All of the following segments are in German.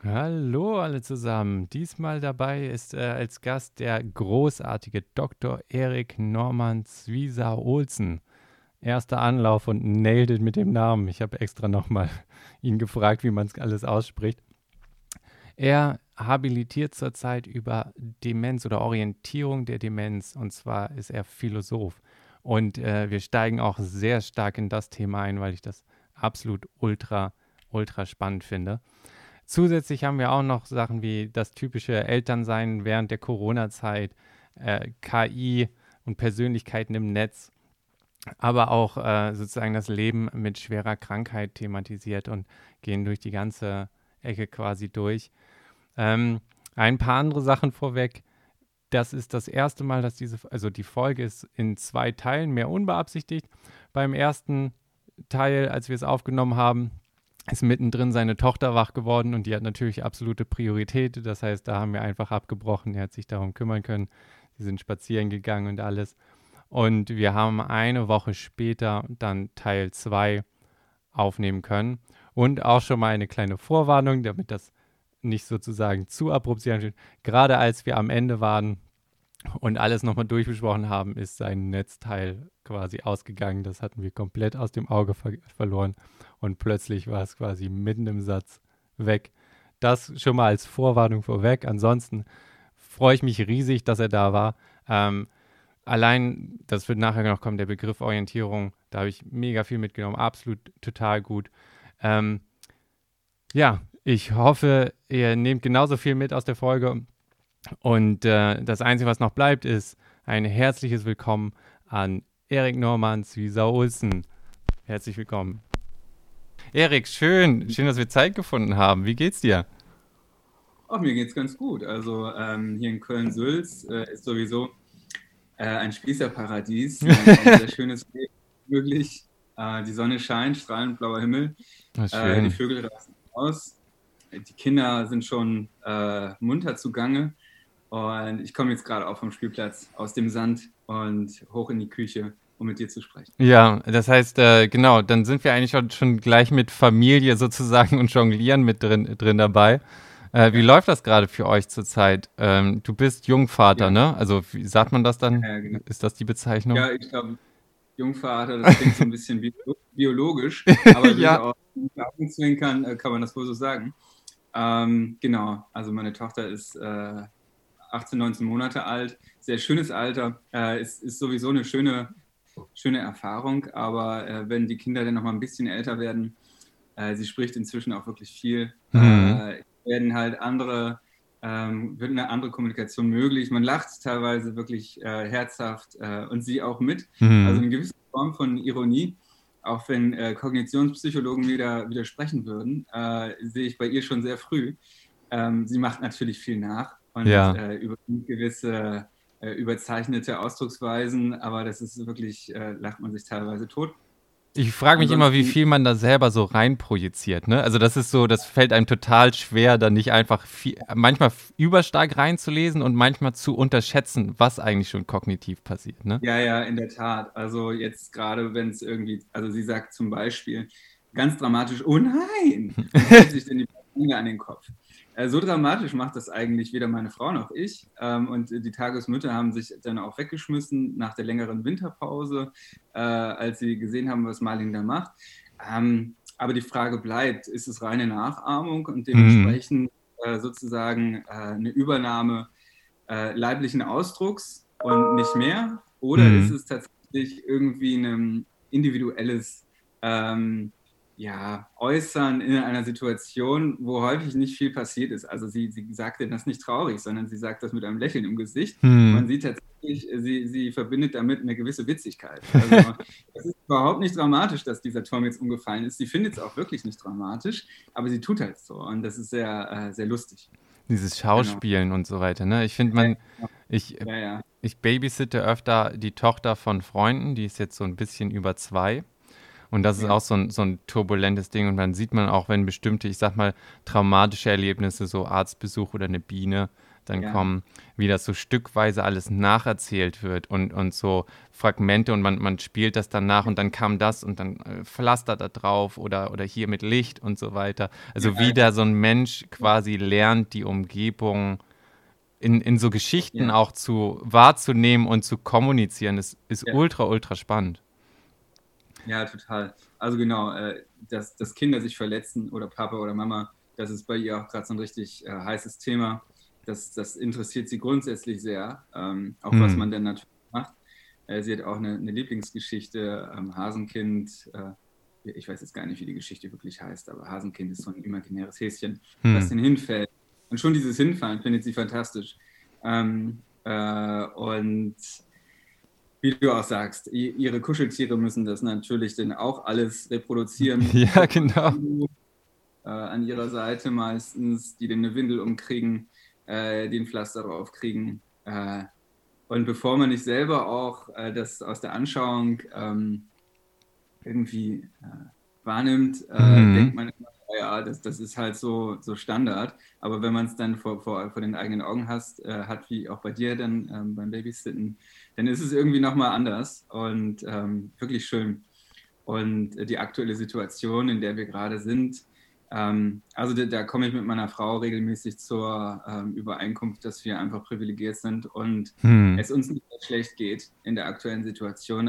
Hallo alle zusammen. Diesmal dabei ist als Gast der großartige Dr. Erik Norman Zwieser-Olsen. Erster Anlauf und nailed it mit dem Namen. Ich habe extra nochmal ihn gefragt, wie man es alles ausspricht. Er habilitiert zurzeit über Demenz oder Orientierung der Demenz, und zwar ist er Philosoph. Und wir steigen auch sehr stark in das Thema ein, weil ich das absolut ultra spannend finde. Zusätzlich haben wir auch noch Sachen wie das typische Elternsein während der Corona-Zeit, KI und Persönlichkeiten im Netz, aber auch sozusagen das Leben mit schwerer Krankheit thematisiert und gehen durch die ganze Ecke quasi durch. Ähm, ein paar andere Sachen vorweg. Das ist das erste Mal, dass also die Folge ist in 2 Teilen, mehr unbeabsichtigt. Beim ersten Teil, als wir es aufgenommen haben, ist mittendrin seine Tochter wach geworden und die hat natürlich absolute Priorität. Das heißt, da haben wir einfach abgebrochen. Er hat sich darum kümmern können. Sie sind spazieren gegangen und alles. Und wir haben eine Woche später dann Teil 2 aufnehmen können. Und auch schon mal eine kleine Vorwarnung, damit das nicht sozusagen zu abrupt sich anfühlt. Gerade als wir am Ende waren und alles nochmal durchbesprochen haben, ist sein Netzteil quasi ausgegangen. Das hatten wir komplett aus dem Auge verloren. Und plötzlich war es quasi mitten im Satz weg. Das schon mal als Vorwarnung vorweg. Ansonsten freue ich mich riesig, dass er da war. Allein, das wird nachher noch kommen, der Begriff Orientierung, da habe ich mega viel mitgenommen. Absolut total gut. Ja, ich hoffe, ihr nehmt genauso viel mit aus der Folge. Und das Einzige, was noch bleibt, ist ein herzliches Willkommen an Erik Norman Zwieser-Olsen. Herzlich willkommen. Erik, schön, dass wir Zeit gefunden haben. Wie geht's dir? Ach, mir geht's ganz gut. Also hier in Köln-Sülz ist sowieso ein Spießerparadies. Wir haben auch ein sehr schönes Leben möglich. Die Sonne scheint, strahlend blauer Himmel. Oh, Die schön. Vögel rasen aus. Die Kinder sind schon munter zugange. Und ich komme jetzt gerade auch vom Spielplatz aus dem Sand und hoch in die Küche, um mit dir zu sprechen. Ja, das heißt, genau, dann sind wir eigentlich schon gleich mit Familie sozusagen und Jonglieren mit drin dabei. Wie Ja, läuft das gerade für euch zurzeit? Du bist Jungvater, ja, ne? Also, wie sagt man das dann? genau. Ist das die Bezeichnung? Ja, ich glaube, Jungvater, das klingt so ein bisschen biologisch, aber Ja. durchaus mit Augenzwinkern kann man das wohl so sagen. Genau, also meine Tochter ist 18, 19 Monate alt, sehr schönes Alter, ist sowieso eine schöne Erfahrung, aber wenn die Kinder dann noch mal ein bisschen älter werden, sie spricht inzwischen auch wirklich viel, Hm. werden halt wird eine andere Kommunikation möglich. Man lacht teilweise wirklich herzhaft und sie auch mit. Also Hm. eine gewisse Form von Ironie, auch wenn Kognitionspsychologen widersprechen würden, sehe ich bei ihr schon sehr früh. Sie macht natürlich viel nach und Ja. übernimmt gewisse überzeichnete Ausdrucksweisen, aber das ist wirklich, lacht man sich teilweise tot. Ich frage mich immer, wie Ansonsten, viel man da selber so reinprojiziert, ne? Also das ist so, das fällt einem total schwer, da nicht einfach manchmal überstark reinzulesen und manchmal zu unterschätzen, was eigentlich schon kognitiv passiert, ne? ja, ja, in der Tat. Also jetzt gerade, wenn es irgendwie, also sie sagt zum Beispiel ganz dramatisch, oh nein, und hält sich dann die Finger an den Kopf. So dramatisch macht das eigentlich weder meine Frau noch ich. Und die Tagesmütter haben sich dann auch weggeschmissen nach der längeren Winterpause, als sie gesehen haben, was Marlin da macht. Aber die Frage bleibt, ist es reine Nachahmung und Mhm. dementsprechend sozusagen eine Übernahme leiblichen Ausdrucks und nicht mehr? Oder ist Mhm. es tatsächlich irgendwie ein individuelles ja, Äußern in einer Situation, wo häufig nicht viel passiert ist? Also sie sagt das nicht traurig, sondern sie sagt das mit einem Lächeln im Gesicht. Mhm. Man sieht tatsächlich, sie verbindet damit eine gewisse Witzigkeit. Also es ist überhaupt nicht dramatisch, dass dieser Turm jetzt umgefallen ist. Sie findet es auch wirklich nicht dramatisch, aber sie tut halt so. Und das ist sehr lustig. Dieses Genau. Schauspielen und so weiter, ne? Ich finde, Ja, ich, ja, ja. ich babysitte öfter die Tochter von Freunden, die ist jetzt so ein bisschen über 2. Und das ist auch Ja. so ein turbulentes Ding. Und dann sieht man auch, wenn bestimmte, ich sag mal, traumatische Erlebnisse, so Arztbesuch oder eine Biene, dann Ja, kommen, wie das so stückweise alles nacherzählt wird und so Fragmente und man spielt das dann nach und dann kam das und dann Pflaster da drauf oder hier mit Licht und so weiter. Also ja, wie da so ein Mensch quasi lernt, die Umgebung in so Geschichten ja, auch zu wahrzunehmen und zu kommunizieren, ist ja, ultra, ultra spannend. ja, total. Also genau, dass Kinder sich verletzen oder Papa oder Mama, das ist bei ihr auch gerade so ein richtig heißes Thema. Das interessiert sie grundsätzlich sehr, auch was Hm. man denn natürlich macht. Sie hat auch eine Lieblingsgeschichte, Hasenkind. Ich weiß jetzt gar nicht, wie die Geschichte wirklich heißt, aber Hasenkind ist so ein imaginäres Häschen, was Hm. den hinfällt. Und schon dieses Hinfallen findet sie fantastisch. Und wie du auch sagst, ihre Kuscheltiere müssen das natürlich dann auch alles reproduzieren. Ja, genau. An ihrer Seite meistens, die dann eine Windel umkriegen, die ein Pflaster drauf kriegen. Und bevor man nicht selber auch das aus der Anschauung irgendwie wahrnimmt, denkt Mhm. man immer, ja, das ist halt so Standard. Aber wenn man es dann vor den eigenen Augen hat, wie auch bei dir dann beim Babysitten, dann ist es irgendwie nochmal anders und wirklich schön. Und die aktuelle Situation, in der wir gerade sind, also da komme ich mit meiner Frau regelmäßig zur Übereinkunft, dass wir einfach privilegiert sind und Hm. es uns nicht so schlecht geht in der aktuellen Situation.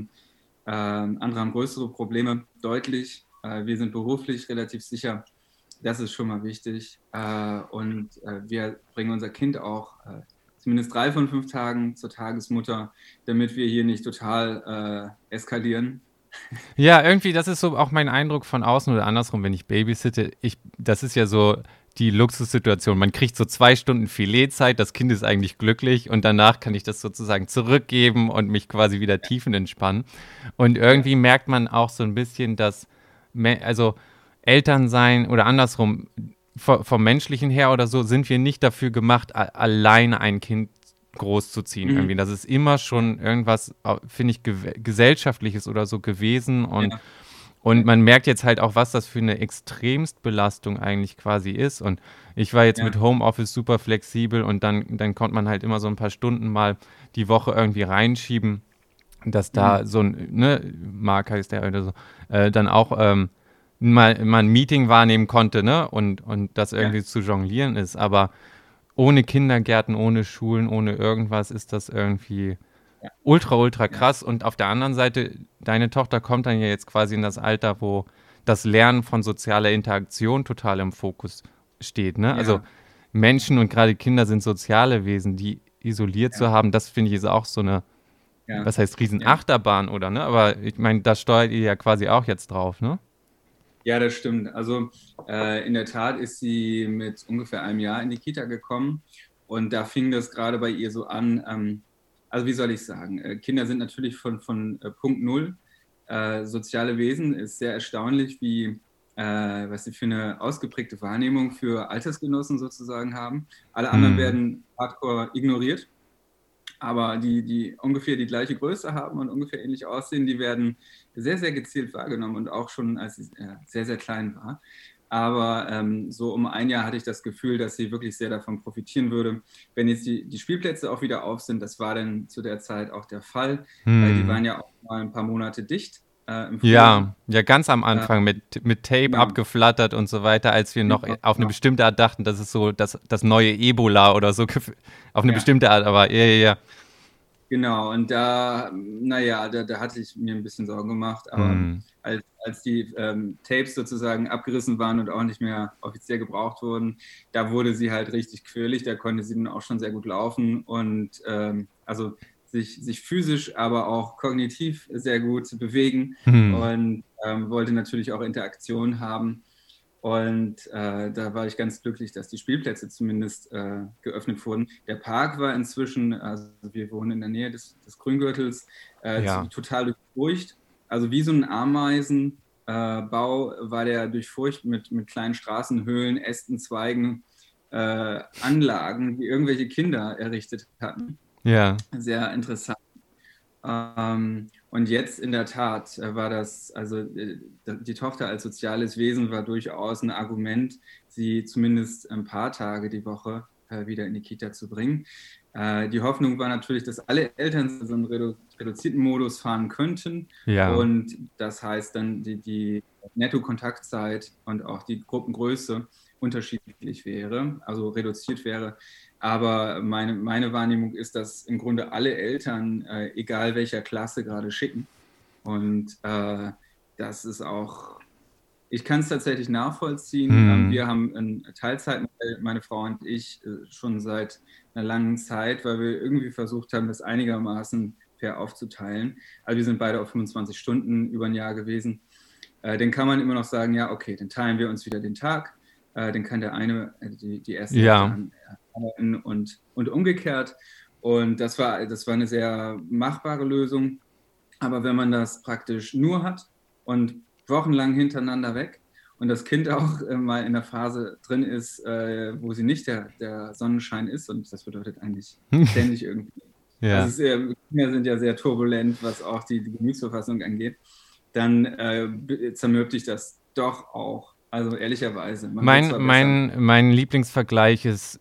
Andere haben größere Probleme, deutlich. Wir sind beruflich relativ sicher. Das ist schon mal wichtig. Und wir bringen unser Kind auch zumindest 3 von 5 Tagen zur Tagesmutter, damit wir hier nicht total eskalieren. Ja, irgendwie, das ist so auch mein Eindruck von außen oder andersrum, wenn ich babysitte. Das ist ja so die Luxussituation. Man kriegt so 2 Stunden Filetzeit, das Kind ist eigentlich glücklich und danach kann ich das sozusagen zurückgeben und mich quasi wieder tiefenentspannen. Und Ja, irgendwie merkt man auch so ein bisschen, dass, also Eltern sein oder andersrum, vom menschlichen her oder so, sind wir nicht dafür gemacht, alleine ein Kind großzuziehen mhm. irgendwie. Das ist immer Ja, schon irgendwas, finde ich, gesellschaftliches oder so gewesen ja, und ja, man merkt jetzt halt auch, was das für eine Extremstbelastung eigentlich quasi ist. Und ich war jetzt mit ja, Homeoffice super flexibel und dann konnte man halt immer so ein paar Stunden mal die Woche irgendwie reinschieben, dass da mhm. so ein, ne, Mark heißt der oder so, dann auch mal ein Meeting wahrnehmen konnte, ne, und das Ja, irgendwie zu jonglieren ist. Aber ohne Kindergärten, ohne Schulen, ohne irgendwas ist das irgendwie ja, ultra, ultra ja, krass. Und auf der anderen Seite, deine Tochter kommt dann ja jetzt quasi in das Alter, wo das Lernen von sozialer Interaktion total im Fokus steht. Ne? Also ja, Menschen und gerade Kinder sind soziale Wesen, die isoliert ja, zu haben, das finde ich ist auch so eine, ja, was heißt ja. Riesenachterbahn, oder? Ne? Aber ich meine, da steuert ihr ja quasi auch jetzt drauf, ne? Ja, das stimmt. Also in der Tat ist sie mit ungefähr einem Jahr in die Kita gekommen und da fing das gerade bei ihr so an. Also wie soll ich sagen? Kinder sind natürlich von Punkt Null soziale Wesen. Ist sehr erstaunlich, was sie für eine ausgeprägte Wahrnehmung für Altersgenossen sozusagen haben. Alle anderen Hm. werden hardcore ignoriert. Aber die ungefähr die gleiche Größe haben und ungefähr ähnlich aussehen, die werden sehr, sehr gezielt wahrgenommen und auch schon als sie sehr, sehr klein war. Aber so um ein Jahr hatte ich das Gefühl, dass sie wirklich sehr davon profitieren würde, wenn jetzt die Spielplätze auch wieder auf sind. Das war dann zu der Zeit auch der Fall. Die Hm. waren ja auch mal ein paar Monate dicht im Frühjahr. Ja, ja, ganz am Äh, Anfang mit Tape genau, abgeflattert und so weiter, als wir noch genau, auf eine genau. bestimmte Art dachten, das ist so das neue Ebola oder so, auf eine Ja, bestimmte Art, aber ja, ja, ja. genau, und da hatte ich mir ein bisschen Sorgen gemacht, aber Hm. als die Tapes sozusagen abgerissen waren und auch nicht mehr offiziell gebraucht wurden, da wurde sie halt richtig quirlig, da konnte sie dann auch schon sehr gut laufen und also sich physisch, aber auch kognitiv sehr gut bewegen Hm. und wollte natürlich auch Interaktion haben. Und da war ich ganz glücklich, dass die Spielplätze zumindest geöffnet wurden. Der Park war inzwischen, also wir wohnen in der Nähe des Grüngürtels, Ja. total durchfurcht. Also wie so ein Ameisenbau war der durchfurcht mit kleinen Straßenhöhlen, Ästen, Zweigen, Anlagen, die irgendwelche Kinder errichtet hatten. Ja. Sehr interessant. Und jetzt in der Tat die Tochter als soziales Wesen war durchaus ein Argument, sie zumindest ein paar Tage die Woche wieder in die Kita zu bringen. Die Hoffnung war natürlich, dass alle Eltern so einen reduzierten Modus fahren könnten. Ja. Und das heißt dann, die Netto-Kontaktzeit und auch die Gruppengröße unterschiedlich wäre, also reduziert wäre. Aber meine Wahrnehmung ist, dass im Grunde alle Eltern, egal welcher Klasse, gerade schicken. Und das ist auch, ich kann es tatsächlich nachvollziehen. Wir haben ein Teilzeitmodell, meine Frau und ich, schon seit einer langen Zeit, weil wir irgendwie versucht haben, das einigermaßen fair aufzuteilen. Also wir sind beide auf 25 Stunden über ein Jahr gewesen. Dann kann man immer noch sagen, ja, okay, dann teilen wir uns wieder den Tag. Dann kann der eine die erste Hälfte arbeiten und umgekehrt. Und das war eine sehr machbare Lösung. Aber wenn man das praktisch nur hat und wochenlang hintereinander weg und das Kind auch mal in der Phase drin ist, wo sie nicht der Sonnenschein ist, und das bedeutet eigentlich ständig irgendwie. Ja. Also Kinder sind ja sehr turbulent, was auch die Gemütsverfassung angeht. Dann zermürbt dich das doch auch. Also ehrlicherweise. Mein Lieblingsvergleich ist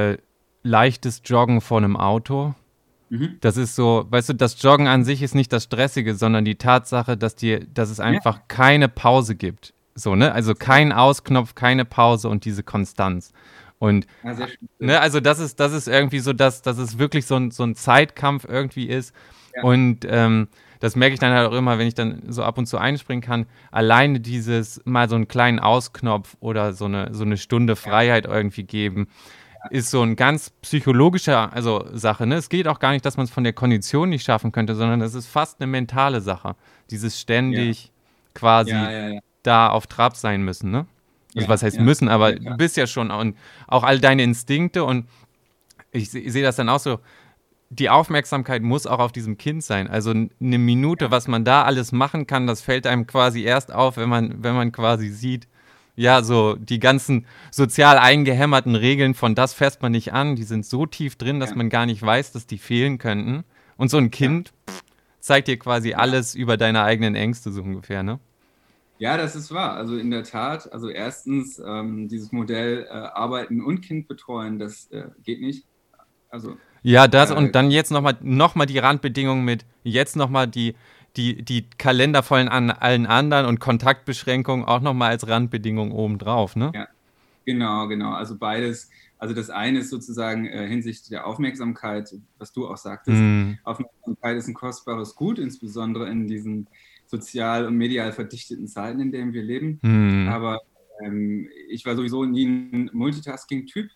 leichtes Joggen vor einem Auto. Das ist so, weißt du, das Joggen an sich ist nicht das Stressige, sondern die Tatsache, dass es einfach keine Pause gibt. So, ne? Also kein Ausknopf, keine Pause und diese Konstanz. Und ne, also das ist irgendwie so, dass es wirklich so ein Zeitkampf irgendwie ist. Ja. Und das merke ich dann halt auch immer, wenn ich dann so ab und zu einspringen kann. Alleine dieses mal so einen kleinen Ausknopf oder so eine Stunde Freiheit irgendwie geben, ist so ein ganz psychologischer Sache. Ne? Es geht auch gar nicht, dass man es von der Kondition nicht schaffen könnte, sondern es ist fast eine mentale Sache. Dieses ständig quasi da auf Trab sein müssen. Ne? Also was heißt müssen, aber du bist ja schon, und auch all deine Instinkte, und ich sehe das dann auch so, die Aufmerksamkeit muss auch auf diesem Kind sein. Also eine Minute, was man da alles machen kann, das fällt einem quasi erst auf, wenn man quasi sieht, ja, so die ganzen sozial eingehämmerten Regeln von das fässt man nicht an, die sind so tief drin, dass man gar nicht weiß, dass die fehlen könnten. Und so ein Kind zeigt dir quasi alles über deine eigenen Ängste so ungefähr, ne? Ja, das ist wahr. Also in der Tat, also erstens, dieses Modell Arbeiten und Kind betreuen, das geht nicht. Also, ja, das und dann jetzt nochmal die Randbedingungen mit jetzt nochmal die Kalender vollen an allen anderen und Kontaktbeschränkungen auch nochmal als Randbedingung obendrauf, ne? Ja, genau. Also beides. Also das eine ist sozusagen hinsichtlich der Aufmerksamkeit, was du auch sagtest. Aufmerksamkeit ist ein kostbares Gut, insbesondere in diesen sozial und medial verdichteten Zeiten, in denen wir leben. Aber ich war sowieso nie ein Multitasking-Typ,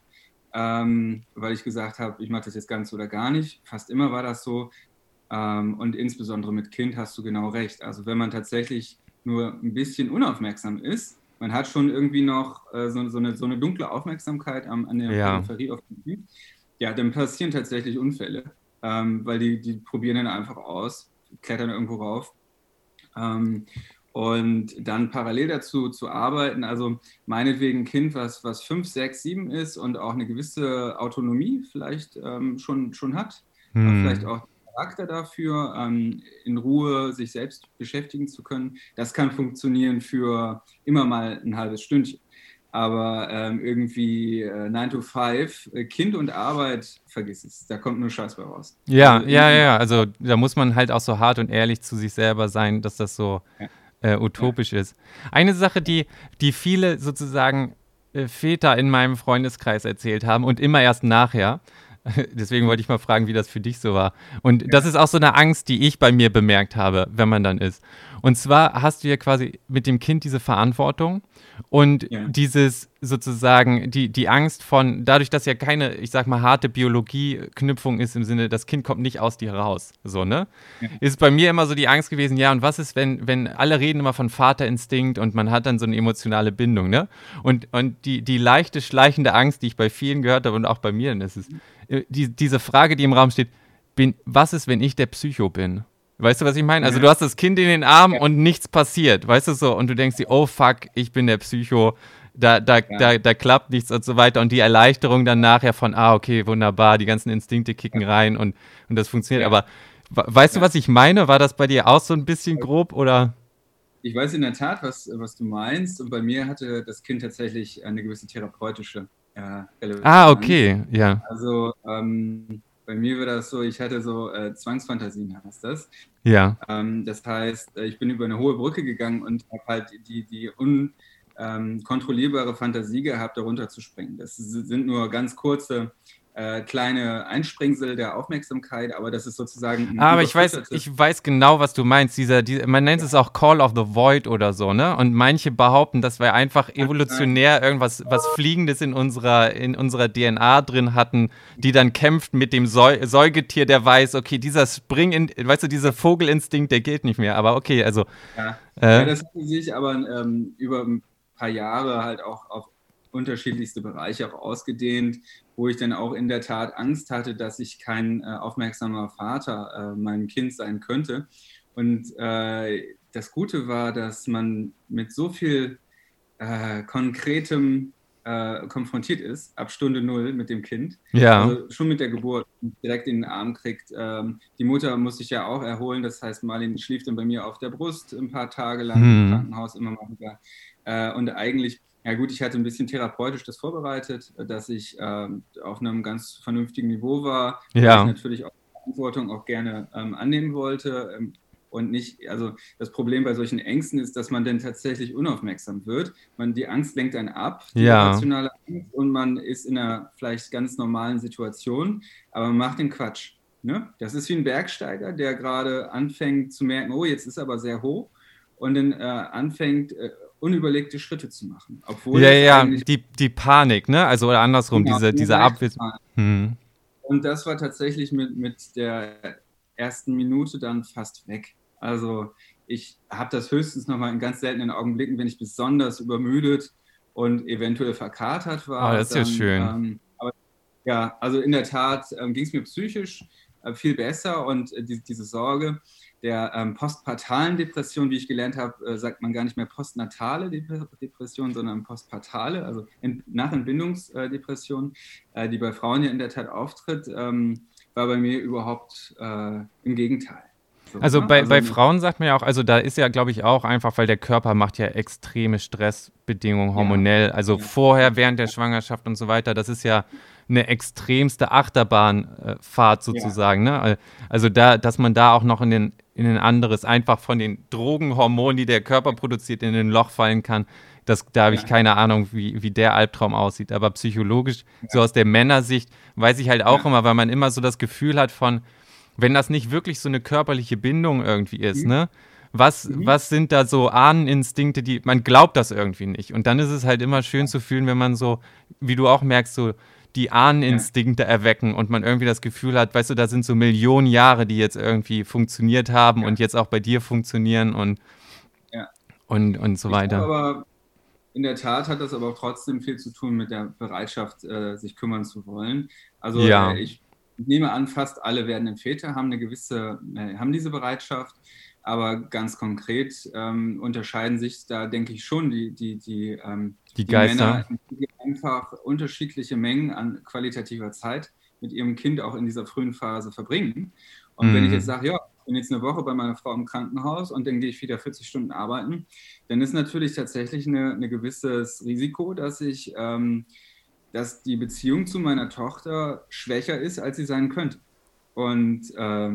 weil ich gesagt habe, ich mache das jetzt ganz oder gar nicht. Fast immer war das so. Und insbesondere mit Kind hast du genau recht. Also wenn man tatsächlich nur ein bisschen unaufmerksam ist, man hat schon irgendwie noch so eine dunkle Aufmerksamkeit an der Peripherie auf dem Kind, ja, dann passieren tatsächlich Unfälle, weil die probieren dann einfach aus, klettern irgendwo rauf. Und dann parallel dazu zu arbeiten, also meinetwegen ein Kind, was 5, 6, 7 ist und auch eine gewisse Autonomie vielleicht schon hat, vielleicht auch Charakter dafür, in Ruhe sich selbst beschäftigen zu können, das kann funktionieren für immer mal ein halbes Stündchen. Aber irgendwie 9 to 5, Kind und Arbeit, vergiss es, da kommt nur Scheiß bei raus. Ja, also da muss man halt auch so hart und ehrlich zu sich selber sein, dass das so utopisch ist. Eine Sache, die viele sozusagen Väter in meinem Freundeskreis erzählt haben und immer erst nachher, deswegen wollte ich mal fragen, wie das für dich so war. Und das ist auch so eine Angst, die ich bei mir bemerkt habe, wenn man dann ist. Und zwar hast du ja quasi mit dem Kind diese Verantwortung und dieses sozusagen, die Angst von, dadurch, dass ja keine, ich sag mal, harte Biologie-Knüpfung ist im Sinne, das Kind kommt nicht aus dir raus, so, ne? Ja. Ist bei mir immer so die Angst gewesen, ja, und was ist, wenn alle reden immer von Vaterinstinkt und man hat dann so eine emotionale Bindung, ne? Und die leichte, schleichende Angst, die ich bei vielen gehört habe und auch bei mir, dann ist es, diese Frage, die im Raum steht, was ist, wenn ich der Psycho bin? Weißt du, was ich meine? Also du hast das Kind in den Armen und nichts passiert, weißt du so? Und du denkst dir, oh fuck, ich bin der Psycho, da klappt nichts und so weiter. Und die Erleichterung dann nachher von, okay, wunderbar, die ganzen Instinkte kicken rein und das funktioniert. Ja. Aber weißt du, was ich meine? War das bei dir auch so ein bisschen grob, oder? Ich weiß in der Tat, was du meinst. Und bei mir hatte das Kind tatsächlich eine gewisse therapeutische Relevanz. Okay, ja. Also bei mir war das so, ich hatte so Zwangsfantasien, heißt das. Ja. Das heißt, ich bin über eine hohe Brücke gegangen und habe halt die unkontrollierbare Fantasie gehabt, darunter zu springen. Das sind nur ganz kurze, kleine Einspringsel der Aufmerksamkeit, aber das ist sozusagen ein Aber überfüttertes. ich weiß genau, was du meinst. Man nennt es auch Call of the Void oder so, ne? Und manche behaupten, dass wir einfach evolutionär irgendwas was Fliegendes in unserer DNA drin hatten, die dann kämpft mit dem Säugetier, der weiß, okay, dieser Vogelinstinkt, der gilt nicht mehr. Aber okay, also. Ja, das hat sich aber über ein paar Jahre halt auch auf unterschiedlichste Bereiche auch ausgedehnt, wo ich dann auch in der Tat Angst hatte, dass ich kein aufmerksamer Vater meinem Kind sein könnte. Und das Gute war, dass man mit so viel Konkretem konfrontiert ist, ab Stunde 0 mit dem Kind. Ja. Also schon mit der Geburt direkt in den Arm kriegt. Die Mutter muss sich ja auch erholen. Das heißt, Marlin schlief dann bei mir auf der Brust ein paar Tage lang im Krankenhaus immer mal wieder. Und eigentlich, ja gut, ich hatte ein bisschen therapeutisch das vorbereitet, dass ich auf einem ganz vernünftigen Niveau war. Ja. Ich natürlich auch Verantwortung auch gerne annehmen wollte. Und nicht, also das Problem bei solchen Ängsten ist, dass man dann tatsächlich unaufmerksam wird. Die Angst lenkt einen ab, die irrationale Angst, und man ist in einer vielleicht ganz normalen Situation, aber man macht den Quatsch. Ne? Das ist wie ein Bergsteiger, der gerade anfängt zu merken, oh, jetzt ist aber sehr hoch, und dann anfängt, unüberlegte Schritte zu machen. Obwohl die Panik, ne? Also oder andersrum, genau, diese Abwehr. Und das war tatsächlich mit der ersten Minute dann fast weg. Also ich habe das höchstens noch mal in ganz seltenen Augenblicken, wenn ich besonders übermüdet und eventuell verkatert war. Oh, das ist ja schön. Aber ja, also in der Tat ging es mir psychisch viel besser, und diese Sorge der postpartalen Depression, wie ich gelernt habe, sagt man gar nicht mehr postnatale Depression, sondern postpartale, also Nachentbindungsdepression, die bei Frauen ja in der Tat auftritt, war bei mir überhaupt im Gegenteil. So, also ne? bei Frauen sagt man ja auch, also da ist ja, glaube ich, auch einfach, weil der Körper macht ja extreme Stressbedingungen hormonell. Also vorher, während der Schwangerschaft und so weiter, das ist ja eine extremste Achterbahnfahrt sozusagen. Ne? Also dass man da auch noch in ein anderes, einfach von den Drogenhormonen, die der Körper produziert, in ein Loch fallen kann. Da habe ich keine Ahnung, wie der Albtraum aussieht. Aber psychologisch, so aus der Männersicht, weiß ich halt auch immer, weil man immer so das Gefühl hat von, wenn das nicht wirklich so eine körperliche Bindung irgendwie ist, ne? Was sind da so Ahneninstinkte, man glaubt das irgendwie nicht. Und dann ist es halt immer schön zu fühlen, wenn man so, wie du auch merkst, so die Ahneninstinkte erwecken und man irgendwie das Gefühl hat, weißt du, da sind so Millionen Jahre, die jetzt irgendwie funktioniert haben und jetzt auch bei dir funktionieren und so weiter. Aber in der Tat hat das aber auch trotzdem viel zu tun mit der Bereitschaft, sich kümmern zu wollen. Also ich nehme an, fast alle werdenden Väter haben haben diese Bereitschaft, aber ganz konkret unterscheiden sich da, denke ich, schon die Geister. Männer, die einfach unterschiedliche Mengen an qualitativer Zeit mit ihrem Kind auch in dieser frühen Phase verbringen. Und wenn ich jetzt sage, ja, ich bin jetzt eine Woche bei meiner Frau im Krankenhaus und dann gehe ich wieder 40 Stunden arbeiten, dann ist natürlich tatsächlich ein gewisses Risiko, dass die Beziehung zu meiner Tochter schwächer ist, als sie sein könnte. Und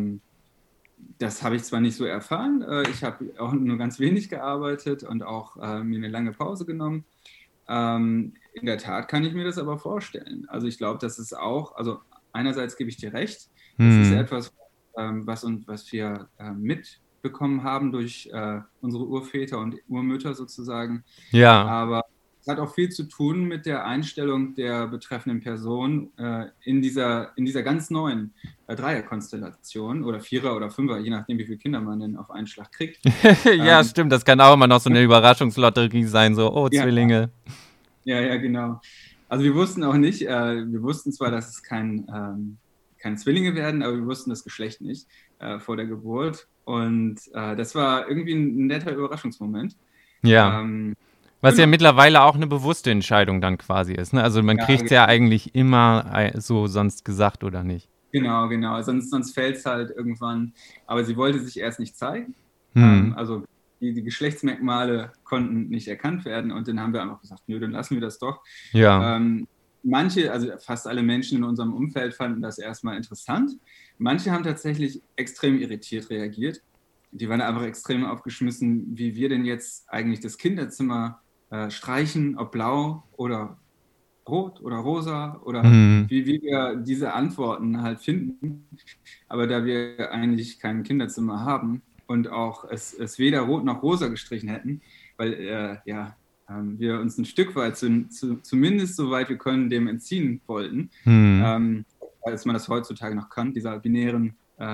das habe ich zwar nicht so erfahren, ich habe auch nur ganz wenig gearbeitet und auch mir eine lange Pause genommen. In der Tat kann ich mir das aber vorstellen. Also ich glaube, das ist auch, also einerseits gebe ich dir recht, das ist etwas, was wir mitbekommen haben durch unsere Urväter und Urmütter sozusagen. Ja. Aber es hat auch viel zu tun mit der Einstellung der betreffenden Person in dieser ganz neuen Dreierkonstellation oder Vierer- oder Fünfer, je nachdem, wie viele Kinder man denn auf einen Schlag kriegt. Ja, stimmt, das kann auch immer noch so eine Überraschungslotterie sein, so, oh, Zwillinge. Ja, genau. Also wir wussten auch nicht, wir wussten zwar, dass es keine Zwillinge werden, aber wir wussten das Geschlecht nicht vor der Geburt. Und das war irgendwie ein netter Überraschungsmoment. Ja. Was ja mittlerweile auch eine bewusste Entscheidung dann quasi ist. Ne? Also man kriegt es ja eigentlich immer so sonst gesagt, oder nicht? Genau. Sonst fällt es halt irgendwann. Aber sie wollte sich erst nicht zeigen. Also die Geschlechtsmerkmale konnten nicht erkannt werden. Und dann haben wir einfach gesagt, nö, dann lassen wir das doch. Ja. manche, also fast alle Menschen in unserem Umfeld fanden das erstmal interessant. Manche haben tatsächlich extrem irritiert reagiert. Die waren einfach extrem aufgeschmissen, wie wir denn jetzt eigentlich das Kinderzimmer streichen, ob blau oder rot oder rosa oder wie wir diese Antworten halt finden. Aber da wir eigentlich kein Kinderzimmer haben und auch es weder rot noch rosa gestrichen hätten, weil wir uns ein Stück weit, zumindest soweit wir können, dem entziehen wollten, als man das heutzutage noch kann, dieser binären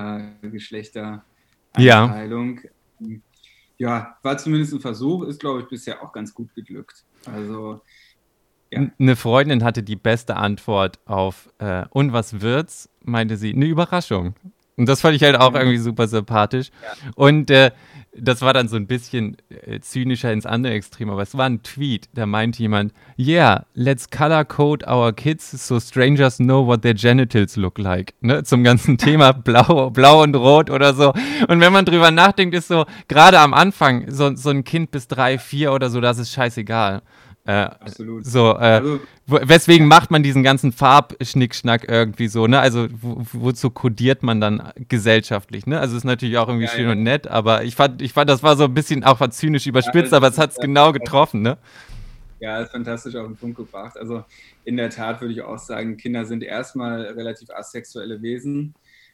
Geschlechtereinteilung. Ja, war zumindest ein Versuch, ist, glaube ich, bisher auch ganz gut geglückt. Also, ja. Eine Freundin hatte die beste Antwort auf und was wird's? Meinte sie, eine Überraschung. Und das fand ich halt auch irgendwie super sympathisch. Ja. Und das war dann so ein bisschen zynischer ins andere Extrem, aber es war ein Tweet, da meinte jemand, yeah, let's color code our kids so strangers know what their genitals look like. Ne? Zum ganzen Thema blau und rot oder so. Und wenn man drüber nachdenkt, ist so, gerade am Anfang, so ein Kind bis 3, 4 oder so, das ist scheißegal. Absolut. Weswegen macht man diesen ganzen Farbschnickschnack irgendwie so, ne? Also wozu kodiert man dann gesellschaftlich, ne? Also ist natürlich auch irgendwie schön und nett, aber ich fand, das war so ein bisschen auch zynisch überspitzt, aber es hat es genau getroffen, ne? Ja, ist fantastisch auf den Punkt gebracht. Also in der Tat würde ich auch sagen, Kinder sind erstmal relativ asexuelle Wesen.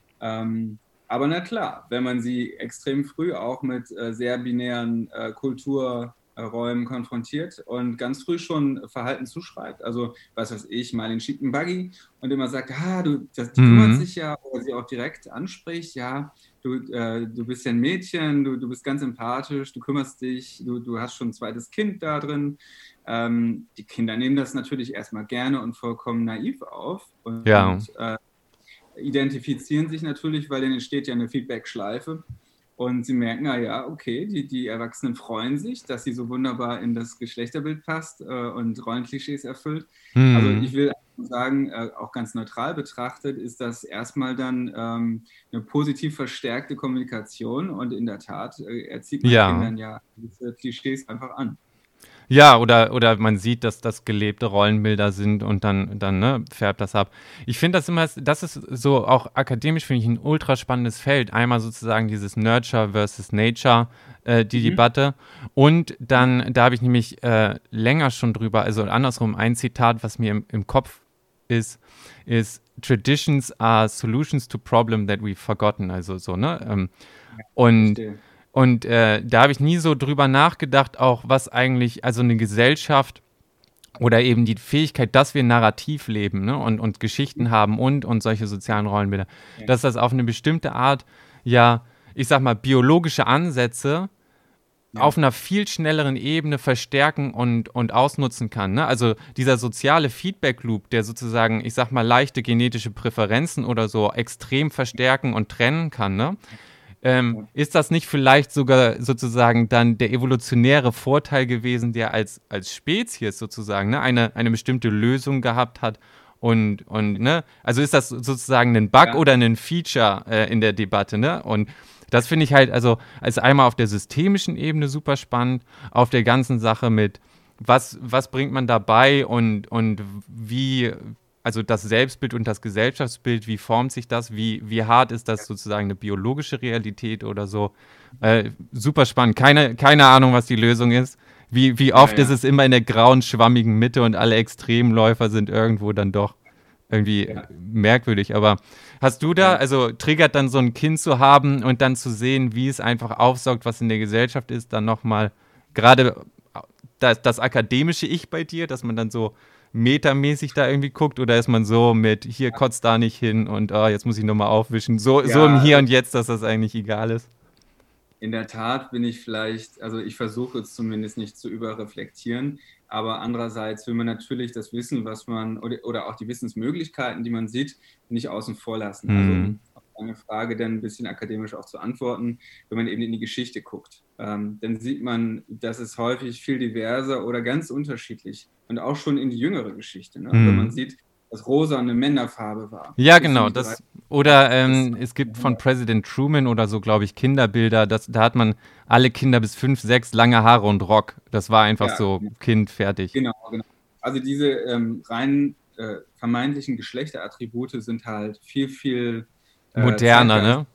Aber na klar, wenn man sie extrem früh auch mit sehr binären Kulturräumen konfrontiert und ganz früh schon Verhalten zuschreibt. Also, was weiß ich, mal den schicken Buggy und immer sagt, die kümmert sich ja, oder sie auch direkt anspricht, ja, du bist ja ein Mädchen, du bist ganz empathisch, du kümmerst dich, du hast schon ein zweites Kind da drin. Die Kinder nehmen das natürlich erstmal gerne und vollkommen naiv auf und identifizieren sich natürlich, weil dann entsteht ja eine Feedback-Schleife. Und sie merken, okay, die Erwachsenen freuen sich, dass sie so wunderbar in das Geschlechterbild passt und Rollenklischees erfüllt. Also ich will sagen, auch ganz neutral betrachtet, ist das erstmal dann eine positiv verstärkte Kommunikation und in der Tat erzieht man Kindern ja diese Klischees einfach an. Ja, oder man sieht, dass das gelebte Rollenbilder sind und dann ne, färbt das ab. Ich finde das ist so auch akademisch, finde ich, ein ultra spannendes Feld. Einmal sozusagen dieses Nurture versus Nature, die Debatte. Und dann, da habe ich nämlich länger schon drüber, also andersrum, ein Zitat, was mir im Kopf ist Traditions are solutions to problem that we've forgotten. Also so, ne? Und da habe ich nie so drüber nachgedacht, auch was eigentlich, also eine Gesellschaft oder eben die Fähigkeit, dass wir narrativ leben, ne, und Geschichten haben und solche sozialen Rollenbilder, dass das auf eine bestimmte Art, ich sag mal, biologische Ansätze auf einer viel schnelleren Ebene verstärken und ausnutzen kann. Ne? Also dieser soziale Feedback-Loop, der sozusagen, ich sag mal, leichte genetische Präferenzen oder so extrem verstärken und trennen kann, ne? Ist das nicht vielleicht sogar sozusagen dann der evolutionäre Vorteil gewesen, der als Spezies sozusagen, ne, eine bestimmte Lösung gehabt hat und ne, also ist das sozusagen ein Bug oder ein Feature in der Debatte, ne? Und das finde ich halt also als einmal auf der systemischen Ebene super spannend, auf der ganzen Sache mit was bringt man dabei und wie, also das Selbstbild und das Gesellschaftsbild, wie formt sich das, wie hart ist das sozusagen eine biologische Realität oder so. Super spannend. Keine Ahnung, was die Lösung ist. Wie oft ist es immer in der grauen, schwammigen Mitte und alle Extremläufer sind irgendwo dann doch irgendwie merkwürdig. Aber hast du da, also triggert dann so ein Kind zu haben und dann zu sehen, wie es einfach aufsaugt, was in der Gesellschaft ist, dann nochmal gerade das akademische Ich bei dir, dass man dann so metamäßig da irgendwie guckt, oder ist man so mit, hier kotzt da nicht hin und jetzt muss ich nochmal aufwischen, so im Hier und Jetzt, dass das eigentlich egal ist? In der Tat bin ich vielleicht, also ich versuche es zumindest nicht zu überreflektieren, aber andererseits will man natürlich das Wissen, was man, oder auch die Wissensmöglichkeiten, die man sieht, nicht außen vor lassen. Also um auf eine Frage dann ein bisschen akademisch auch zu antworten, wenn man eben in die Geschichte guckt, dann sieht man, dass es häufig viel diverser oder ganz unterschiedlich und auch schon in die jüngere Geschichte, ne? Wenn man sieht, dass rosa eine Männerfarbe war. Ja, genau. Es gibt von Präsident Truman oder so, glaube ich, Kinderbilder. Da hat man alle Kinder bis 5, 6 lange Haare und Rock. Das war einfach so, Kind, fertig. Genau. Also diese rein vermeintlichen Geschlechterattribute sind halt viel, viel Moderner, Zeitgeist. ne?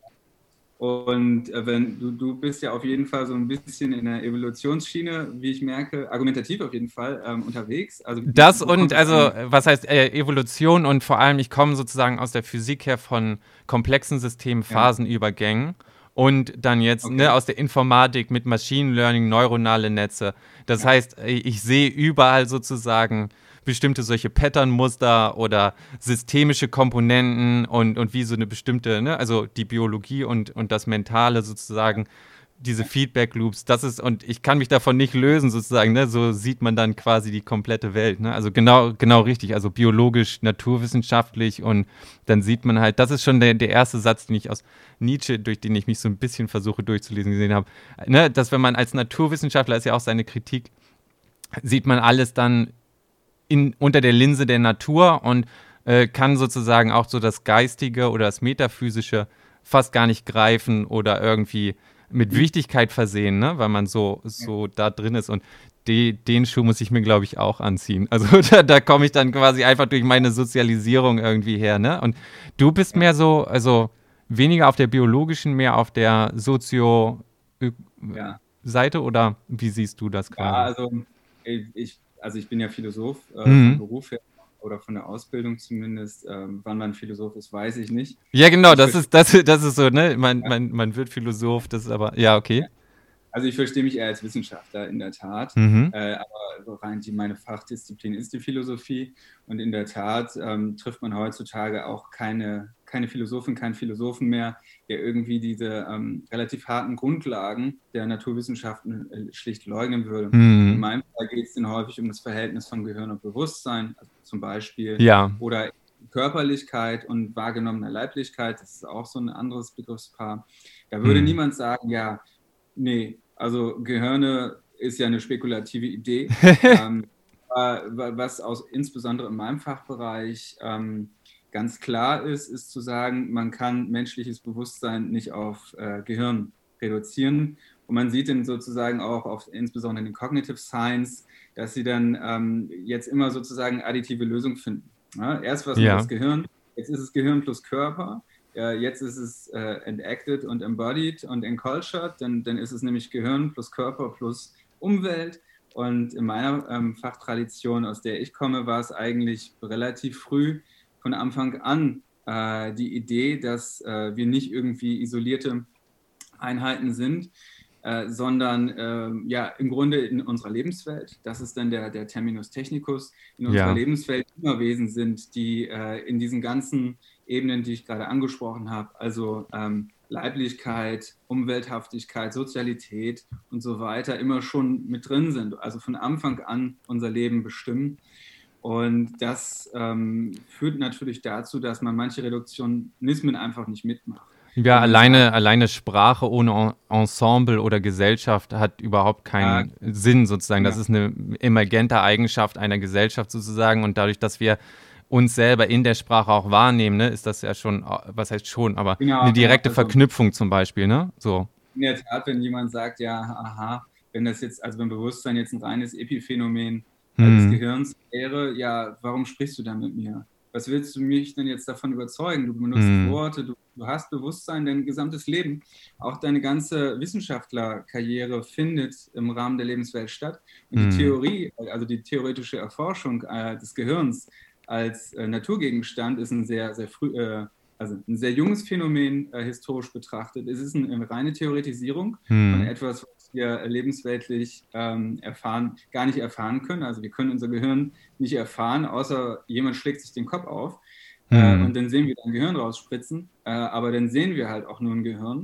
Und wenn du bist ja auf jeden Fall so ein bisschen in der Evolutionsschiene, wie ich merke, argumentativ auf jeden Fall unterwegs. Also Das wo und kommt das also, eigentlich? was heißt Evolution und vor allem, ich komme sozusagen aus der Physik her von komplexen Systemen, Ja, Phasenübergängen und dann jetzt okay. aus der Informatik mit Machine Learning, neuronale Netze. Das Ja, heißt, ich sehe überall sozusagen bestimmte solche Patternmuster oder systemische Komponenten und wie so eine bestimmte, ne, also die Biologie und das Mentale sozusagen, diese ja, Feedback-Loops, das ist, und ich kann mich davon nicht lösen, sozusagen, ne? So sieht man dann quasi die komplette Welt, ne? Also genau richtig, also biologisch, naturwissenschaftlich und dann sieht man halt, das ist schon der erste Satz, den ich aus Nietzsche, durch den ich mich so ein bisschen versuche durchzulesen, gesehen habe, ne? Dass wenn man als Naturwissenschaftler, ist ja auch seine Kritik, sieht man alles dann unter der Linse der Natur und kann sozusagen auch so das Geistige oder das Metaphysische fast gar nicht greifen oder irgendwie mit hm, Wichtigkeit versehen, ne? Weil man ja, so da drin ist. Und den Schuh muss ich mir, glaube ich, auch anziehen. Also da komme ich dann quasi einfach durch meine Sozialisierung irgendwie her. Ne? Und du bist ja, mehr so, also weniger auf der biologischen, mehr auf der ja. Sozio-Seite oder wie siehst du das Ja, quasi? also ich bin ja Philosoph vom Mhm. Beruf her oder von der Ausbildung zumindest. Wann man Philosoph ist, weiß ich nicht. Ja, genau, Ich verstehe, das ist so, ne? ja, Man wird Philosoph, das ist aber, ja, okay. also ich verstehe mich eher als Wissenschaftler in der Tat, Mhm. aber so rein meine Fachdisziplin ist die Philosophie und in der Tat trifft man heutzutage auch keine Philosophin, keinen Philosophen mehr, der irgendwie diese relativ harten Grundlagen der Naturwissenschaften schlicht leugnen würde. In Mhm. meinem Fall geht es dann häufig um das Verhältnis von Gehirn und Bewusstsein, also zum Beispiel, Ja, oder Körperlichkeit und wahrgenommener Leiblichkeit, das ist auch so ein anderes Begriffspaar. Da würde mhm. niemand sagen, ja, nee, also Gehirne ist ja eine spekulative Idee. Was insbesondere in meinem Fachbereich ganz klar ist, ist zu sagen, man kann menschliches Bewusstsein nicht auf Gehirn reduzieren. Und man sieht dann sozusagen auch insbesondere in den Cognitive Science, dass sie dann jetzt immer sozusagen additive Lösungen finden. Ja, erst war es nur das Ja. Gehirn, jetzt ist es Gehirn plus Körper. Jetzt ist es enacted und embodied und encultured, dann ist es nämlich Gehirn plus Körper plus Umwelt. Und in meiner Fachtradition, aus der ich komme, war es eigentlich relativ früh von Anfang an die Idee, dass wir nicht irgendwie isolierte Einheiten sind, sondern ja im Grunde in unserer Lebenswelt, das ist dann der Terminus technicus, in unserer Ja. Lebenswelt immer Wesen sind, die in diesen ganzen Ebenen, die ich gerade angesprochen habe, also Leiblichkeit, Umwelthaftigkeit, Sozialität und so weiter, immer schon mit drin sind, also von Anfang an unser Leben bestimmen. Und das führt natürlich dazu, dass man manche Reduktionismen einfach nicht mitmacht, wo Ja, man sagt, alleine Sprache ohne Ensemble oder Gesellschaft hat überhaupt ja, keinen Sinn sozusagen. Das genau, ist eine emergente Eigenschaft einer Gesellschaft sozusagen und dadurch, dass wir uns selber in der Sprache auch wahrnehmen, ne, ist das ja schon, was heißt schon, aber eine genau, direkte also Verknüpfung zum Beispiel, ne? So. in der Tat, wenn jemand sagt, ja, aha, wenn das jetzt, also wenn Bewusstsein jetzt ein reines Epiphänomen des Hm. Gehirns wäre, ja, warum sprichst du dann mit mir? Was willst du mich denn jetzt davon überzeugen? Du benutzt Hm. Worte, du hast Bewusstsein, dein gesamtes Leben, auch deine ganze Wissenschaftlerkarriere findet im Rahmen der Lebenswelt statt. Und die Hm. Theorie, also die theoretische Erforschung des Gehirns als Naturgegenstand ist ein sehr, sehr früh, also ein sehr junges Phänomen historisch betrachtet. Es ist eine reine Theoretisierung von Hm. etwas, was wir lebensweltlich gar nicht erfahren können. Also wir können unser Gehirn nicht erfahren, außer jemand schlägt sich den Kopf auf Hm. und dann sehen wir ein Gehirn rausspritzen, aber dann sehen wir halt auch nur ein Gehirn.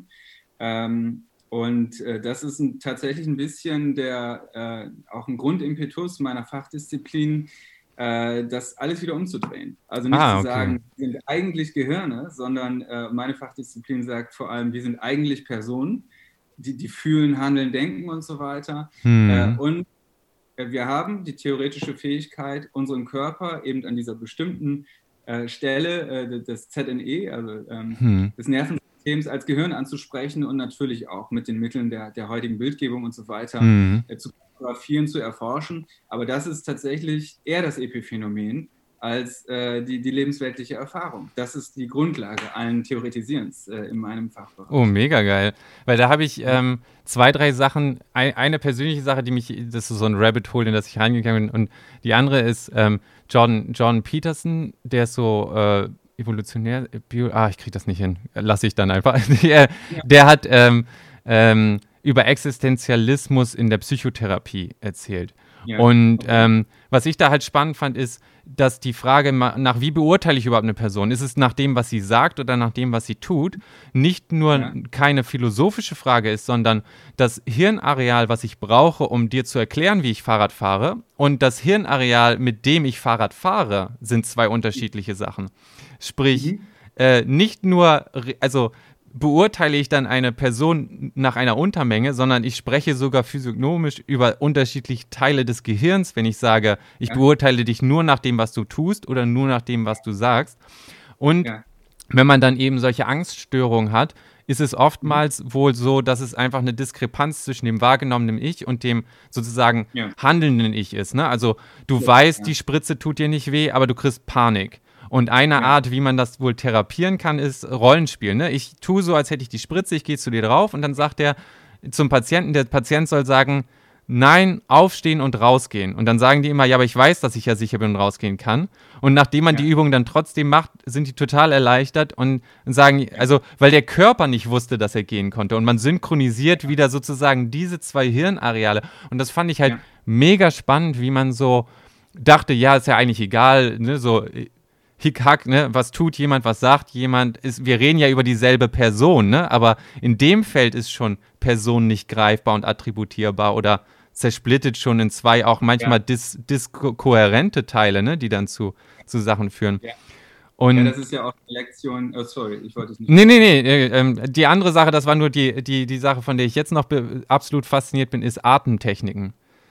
Und das ist tatsächlich ein bisschen auch ein Grundimpetus meiner Fachdisziplin, das alles wieder umzudrehen. Also nicht zu Ah, okay. sagen, wir sind eigentlich Gehirne, sondern meine Fachdisziplin sagt vor allem, wir sind eigentlich Personen, die fühlen, handeln, denken und so weiter. Hm. Und wir haben die theoretische Fähigkeit, unseren Körper eben an dieser bestimmten Stelle des ZNE, also Hm. des Nervensystems, als Gehirn anzusprechen und natürlich auch mit den Mitteln der heutigen Bildgebung und so weiter Hm. zu fotografieren, zu erforschen. Aber das ist tatsächlich eher das Epiphänomen. als die lebensweltliche Erfahrung. Das ist die Grundlage allen Theoretisierens in meinem Fachbereich. Oh, mega geil. Weil da habe ich 2, 3 Sachen. Eine persönliche Sache, das ist so ein Rabbit Hole, in das ich reingegangen bin. Und die andere ist John Peterson, der ist so evolutionär, ich kriege das nicht hin. Lasse ich dann einfach. Der hat über Existenzialismus in der Psychotherapie erzählt. Ja, Und okay. was ich da halt spannend fand, ist, dass die Frage nach wie beurteile ich überhaupt eine Person? Ist es nach dem, was sie sagt oder nach dem, was sie tut? Nicht nur keine philosophische Frage ist, sondern das Hirnareal, was ich brauche, um dir zu erklären, wie ich Fahrrad fahre, und das Hirnareal, mit dem ich Fahrrad fahre, sind 2 unterschiedliche Sachen. Sprich, nicht nur, also beurteile ich dann eine Person nach einer Untermenge, sondern ich spreche sogar physiognomisch über unterschiedliche Teile des Gehirns, wenn ich sage, ich beurteile dich nur nach dem, was du tust oder nur nach dem, was du sagst. Und wenn man dann eben solche Angststörungen hat, ist es oftmals wohl so, dass es einfach eine Diskrepanz zwischen dem wahrgenommenen Ich und dem sozusagen handelnden Ich ist. Ne? Also du weißt, die Spritze tut dir nicht weh, aber du kriegst Panik. Und eine Art, wie man das wohl therapieren kann, ist Rollenspiel. Ne? Ich tue so, als hätte ich die Spritze, ich gehe zu dir drauf und dann sagt er zum Patienten, der Patient soll sagen, nein, aufstehen und rausgehen. Und dann sagen die immer, ja, aber ich weiß, dass ich ja sicher bin und rausgehen kann. Und nachdem man die Übung dann trotzdem macht, sind die total erleichtert und sagen, also, weil der Körper nicht wusste, dass er gehen konnte. Und man synchronisiert wieder sozusagen diese 2 Hirnareale. Und das fand ich halt mega spannend, wie man so dachte, ja, ist ja eigentlich egal, ne, so Hick-Hack, ne, was tut jemand, was sagt jemand, wir reden ja über dieselbe Person, ne, aber in dem Feld ist schon Person nicht greifbar und attributierbar oder zersplittet schon in 2 auch manchmal diskohärente Teile, ne, die dann zu Sachen führen. Ja. Und das ist ja auch eine Lektion, sorry, ich wollte es nicht. Nee, die andere Sache, das war nur die Sache, von der ich jetzt noch absolut fasziniert bin, ist Atemtechniken.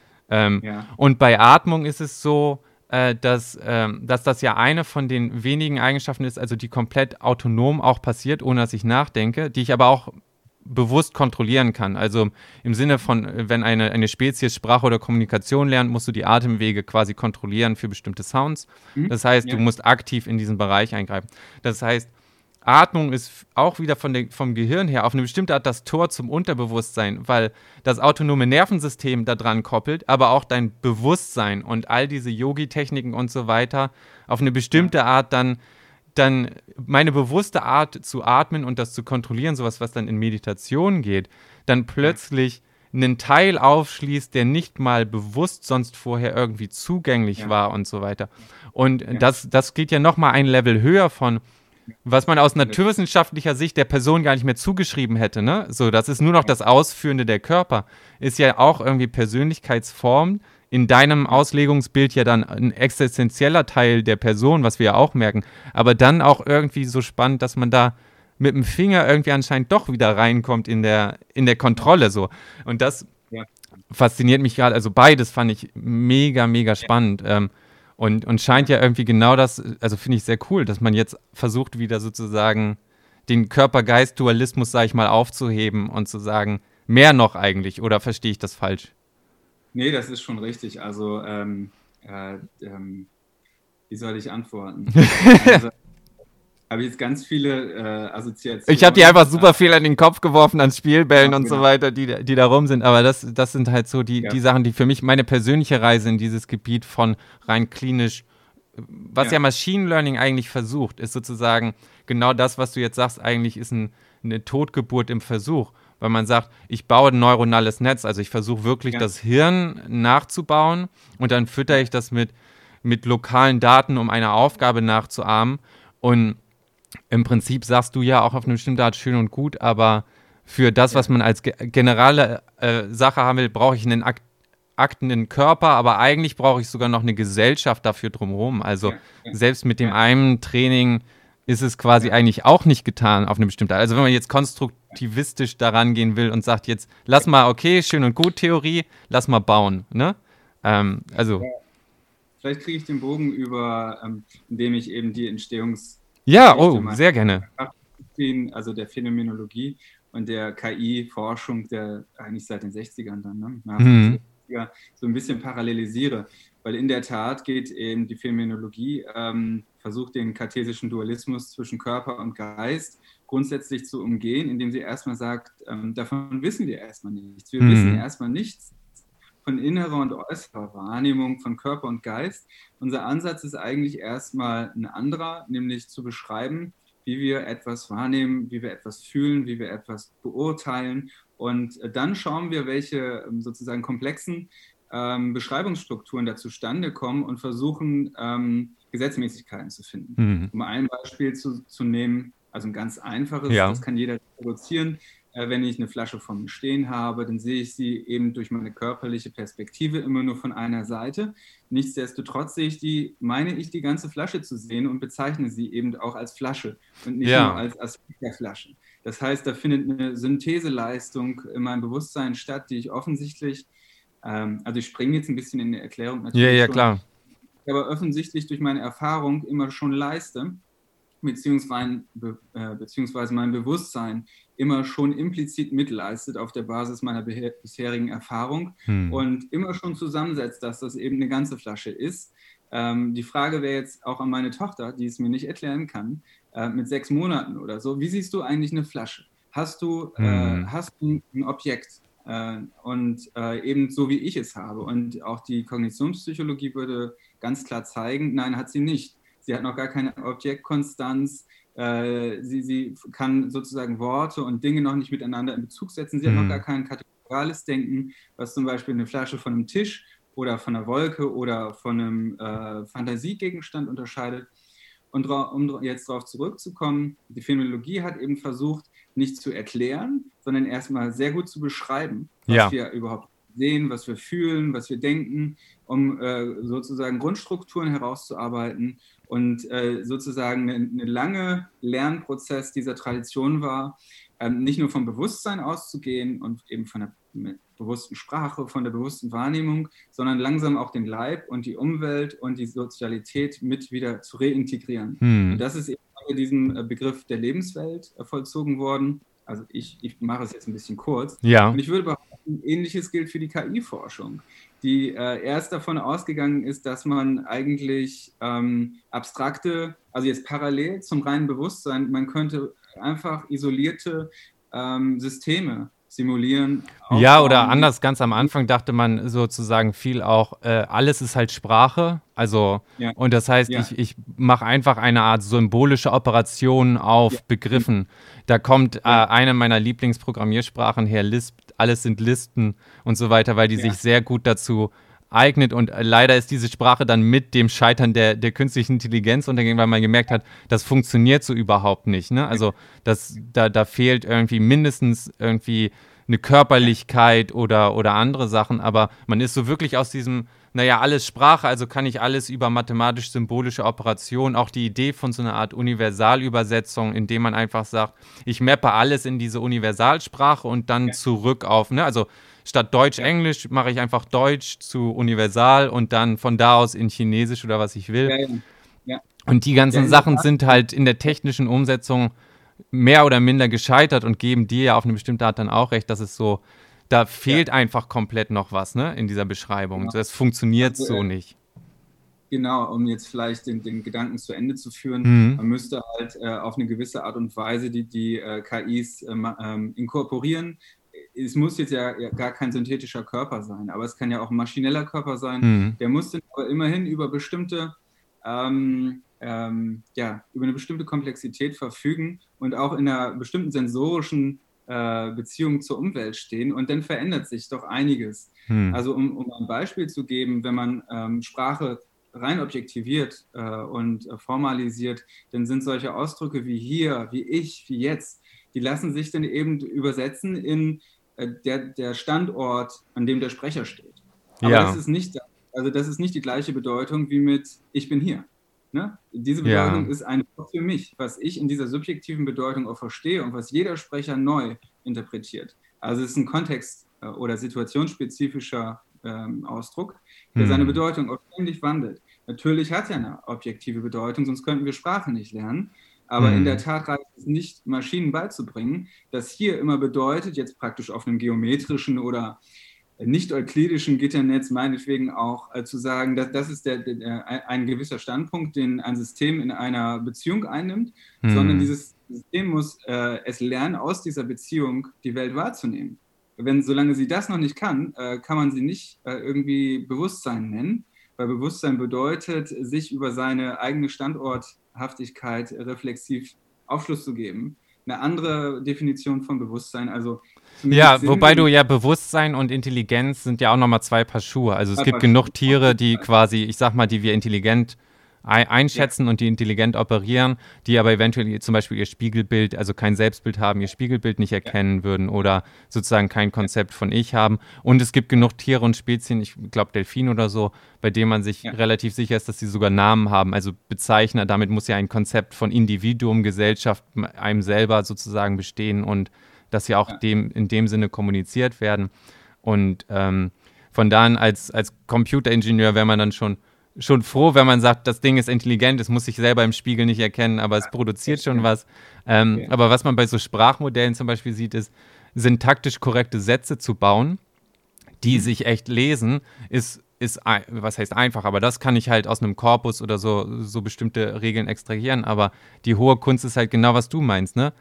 Und bei Atmung ist es so, dass das ja eine von den wenigen Eigenschaften ist, also die komplett autonom auch passiert, ohne dass ich nachdenke, die ich aber auch bewusst kontrollieren kann. Also im Sinne von, wenn eine Spezies Sprache oder Kommunikation lernt, musst du die Atemwege quasi kontrollieren für bestimmte Sounds. Das heißt, du musst aktiv in diesen Bereich eingreifen. Das heißt, Atmung ist auch wieder vom Gehirn her auf eine bestimmte Art das Tor zum Unterbewusstsein, weil das autonome Nervensystem da dran koppelt, aber auch dein Bewusstsein und all diese Yogi-Techniken und so weiter auf eine bestimmte Art dann meine bewusste Art zu atmen und das zu kontrollieren, sowas, was dann in Meditation geht, dann plötzlich einen Teil aufschließt, der nicht mal bewusst sonst vorher irgendwie zugänglich war und so weiter. Und das geht ja nochmal ein Level höher von was man aus naturwissenschaftlicher Sicht der Person gar nicht mehr zugeschrieben hätte, ne? So, das ist nur noch das Ausführende der Körper. Ist ja auch irgendwie Persönlichkeitsform. In deinem Auslegungsbild ja dann ein existenzieller Teil der Person, was wir ja auch merken. Aber dann auch irgendwie so spannend, dass man da mit dem Finger irgendwie anscheinend doch wieder reinkommt in der Kontrolle so. Und das fasziniert mich gerade. Also beides fand ich mega, mega spannend. Und scheint ja irgendwie genau das, also finde ich sehr cool, dass man jetzt versucht, wieder sozusagen den Körper-Geist-Dualismus, sage ich mal, aufzuheben und zu sagen, mehr noch eigentlich, oder verstehe ich das falsch? Nee, das ist schon richtig. Also, wie soll ich antworten? Also, habe ich jetzt ganz viele Assoziationen. Ich habe dir einfach super viel an den Kopf geworfen, an Spielbällen und so weiter, die da rum sind. Aber das sind halt so die Sachen, die für mich meine persönliche Reise in dieses Gebiet von rein klinisch, was ja Machine Learning eigentlich versucht, ist sozusagen genau das, was du jetzt sagst, eigentlich ist eine Totgeburt im Versuch. Weil man sagt, ich baue ein neuronales Netz, also ich versuche wirklich das Hirn nachzubauen und dann fütter ich das mit lokalen Daten, um eine Aufgabe nachzuahmen. Und im Prinzip sagst du ja auch auf eine bestimmte Art schön und gut, aber für das, was man als generelle Sache haben will, brauche ich einen aktenden Körper, aber eigentlich brauche ich sogar noch eine Gesellschaft dafür drumherum. Also selbst mit dem einen Training ist es quasi eigentlich auch nicht getan auf eine bestimmte Art. Also wenn man jetzt konstruktivistisch daran gehen will und sagt jetzt, lass mal, okay, schön und gut Theorie, lass mal bauen, ne? Vielleicht kriege ich den Bogen über, indem ich eben die sehr gerne. Also der Phänomenologie und der KI-Forschung, der eigentlich seit den 60ern dann, ne? ja, so ein bisschen parallelisiere. Weil in der Tat geht eben die Phänomenologie, versucht den kartesischen Dualismus zwischen Körper und Geist grundsätzlich zu umgehen, indem sie erstmal sagt, davon wissen wir erstmal nichts. Wir wissen erstmal nichts von innerer und äußerer Wahrnehmung von Körper und Geist. Unser Ansatz ist eigentlich erstmal ein anderer, nämlich zu beschreiben, wie wir etwas wahrnehmen, wie wir etwas fühlen, wie wir etwas beurteilen. Und dann schauen wir, welche sozusagen komplexen Beschreibungsstrukturen da zustande kommen und versuchen, Gesetzmäßigkeiten zu finden. Um ein Beispiel zu nehmen, also ein ganz einfaches, das kann jeder produzieren. Wenn ich eine Flasche vor mir stehen habe, dann sehe ich sie eben durch meine körperliche Perspektive immer nur von einer Seite. Nichtsdestotrotz meine ich die ganze Flasche zu sehen und bezeichne sie eben auch als Flasche und nicht nur als Aspekt der Flasche. Das heißt, da findet eine Syntheseleistung in meinem Bewusstsein statt, die ich offensichtlich, also ich springe jetzt ein bisschen in die Erklärung natürlich schon, klar. aber offensichtlich durch meine Erfahrung immer schon leiste, beziehungsweise mein Bewusstsein immer schon implizit mitleistet auf der Basis meiner bisherigen Erfahrung und immer schon zusammensetzt, dass das eben eine ganze Flasche ist. Die Frage wäre jetzt auch an meine Tochter, die es mir nicht erklären kann, mit 6 Monaten oder so, wie siehst du eigentlich eine Flasche? Hast du ein Objekt? Und eben so, wie ich es habe. Und auch die Kognitionspsychologie würde ganz klar zeigen, nein, hat sie nicht. Sie hat noch gar keine Objektkonstanz. Sie kann sozusagen Worte und Dinge noch nicht miteinander in Bezug setzen. Sie hat noch gar kein kategoriales Denken, was zum Beispiel eine Flasche von einem Tisch oder von einer Wolke oder von einem Fantasiegegenstand unterscheidet. Und um jetzt darauf zurückzukommen, die Phänomenologie hat eben versucht, nicht zu erklären, sondern erstmal sehr gut zu beschreiben, was wir überhaupt sehen, was wir fühlen, was wir denken, um sozusagen Grundstrukturen herauszuarbeiten. Und sozusagen eine lange Lernprozess dieser Tradition war, nicht nur vom Bewusstsein auszugehen und eben von der bewussten Sprache, von der bewussten Wahrnehmung, sondern langsam auch den Leib und die Umwelt und die Sozialität mit wieder zu reintegrieren. Und das ist eben unter diesem Begriff der Lebenswelt vollzogen worden. Also ich mache es jetzt ein bisschen kurz. Und ich würde behaupten, Ähnliches gilt für die KI-Forschung, die erst davon ausgegangen ist, dass man eigentlich abstrakte, also jetzt parallel zum reinen Bewusstsein, man könnte einfach isolierte Systeme simulieren. Ja, oder anders, ganz am Anfang dachte man sozusagen viel auch, alles ist halt Sprache. Also, und das heißt, ich mache einfach eine Art symbolische Operation auf Begriffen. Da kommt eine meiner Lieblingsprogrammiersprachen her, Lisp, alles sind Listen und so weiter, weil die sich sehr gut dazu eignet. Und leider ist diese Sprache dann mit dem Scheitern der künstlichen Intelligenz untergegangen, weil man gemerkt hat, das funktioniert so überhaupt nicht. Ne? Also da fehlt irgendwie mindestens irgendwie eine Körperlichkeit oder andere Sachen, aber man ist so wirklich aus diesem, naja, alles Sprache, also kann ich alles über mathematisch-symbolische Operationen, auch die Idee von so einer Art Universalübersetzung, indem man einfach sagt, ich mappe alles in diese Universalsprache und dann zurück auf, ne, also statt Deutsch-Englisch mache ich einfach Deutsch zu Universal und dann von da aus in Chinesisch oder was ich will. Und die ganzen Sachen sind halt in der technischen Umsetzung mehr oder minder gescheitert und geben dir ja auf eine bestimmte Art dann auch recht, dass es so, da fehlt einfach komplett noch was, ne, in dieser Beschreibung. Genau. Das funktioniert also, so nicht. Genau, um jetzt vielleicht den Gedanken zu Ende zu führen, man müsste halt auf eine gewisse Art und Weise die KIs inkorporieren. Es muss jetzt ja gar kein synthetischer Körper sein, aber es kann ja auch ein maschineller Körper sein. Der muss dann aber immerhin über bestimmte über eine bestimmte Komplexität verfügen und auch in einer bestimmten sensorischen Beziehung zur Umwelt stehen. Und dann verändert sich doch einiges. Also um ein Beispiel zu geben, wenn man Sprache rein objektiviert und formalisiert, dann sind solche Ausdrücke wie hier, wie ich, wie jetzt, die lassen sich dann eben übersetzen in der Standort, an dem der Sprecher steht. Aber das ist nicht die gleiche Bedeutung wie mit ich bin hier. Ne? Diese Bedeutung ist einfach für mich, was ich in dieser subjektiven Bedeutung auch verstehe und was jeder Sprecher neu interpretiert. Also es ist ein kontext- oder situationsspezifischer Ausdruck, der seine Bedeutung auch ständig wandelt. Natürlich hat er eine objektive Bedeutung, sonst könnten wir Sprache nicht lernen. Aber in der Tat reicht es nicht, Maschinen beizubringen, dass hier immer bedeutet, jetzt praktisch auf einem geometrischen oder nicht-euklidischen Gitternetz meinetwegen auch zu sagen, dass das ist ein gewisser Standpunkt, den ein System in einer Beziehung einnimmt, sondern dieses System muss es lernen, aus dieser Beziehung die Welt wahrzunehmen. Solange sie das noch nicht kann man sie nicht irgendwie Bewusstsein nennen, weil Bewusstsein bedeutet, sich über seine eigene Standorthaftigkeit reflexiv Aufschluss zu geben. Eine andere Definition von Bewusstsein, also ja, wobei du ja Bewusstsein und Intelligenz sind ja auch nochmal zwei Paar Schuhe. Also es gibt genug Tiere, die quasi, ich sag mal, die wir intelligent einschätzen und die intelligent operieren, die aber eventuell zum Beispiel ihr Spiegelbild, also kein Selbstbild haben, ihr Spiegelbild nicht erkennen würden oder sozusagen kein Konzept von Ich haben. Und es gibt genug Tiere und Spezien, ich glaube Delfin oder so, bei denen man sich relativ sicher ist, dass sie sogar Namen haben, also Bezeichner. Damit muss ja ein Konzept von Individuum, Gesellschaft, einem selber sozusagen bestehen und dass sie auch in dem Sinne kommuniziert werden. Und von da an als Computeringenieur wäre man dann schon froh, wenn man sagt, das Ding ist intelligent, es muss sich selber im Spiegel nicht erkennen, aber es produziert schon was. Aber was man bei so Sprachmodellen zum Beispiel sieht, ist, syntaktisch korrekte Sätze zu bauen, die sich echt lesen, ist was heißt einfach, aber das kann ich halt aus einem Korpus oder so bestimmte Regeln extrahieren, aber die hohe Kunst ist halt genau, was du meinst, ne?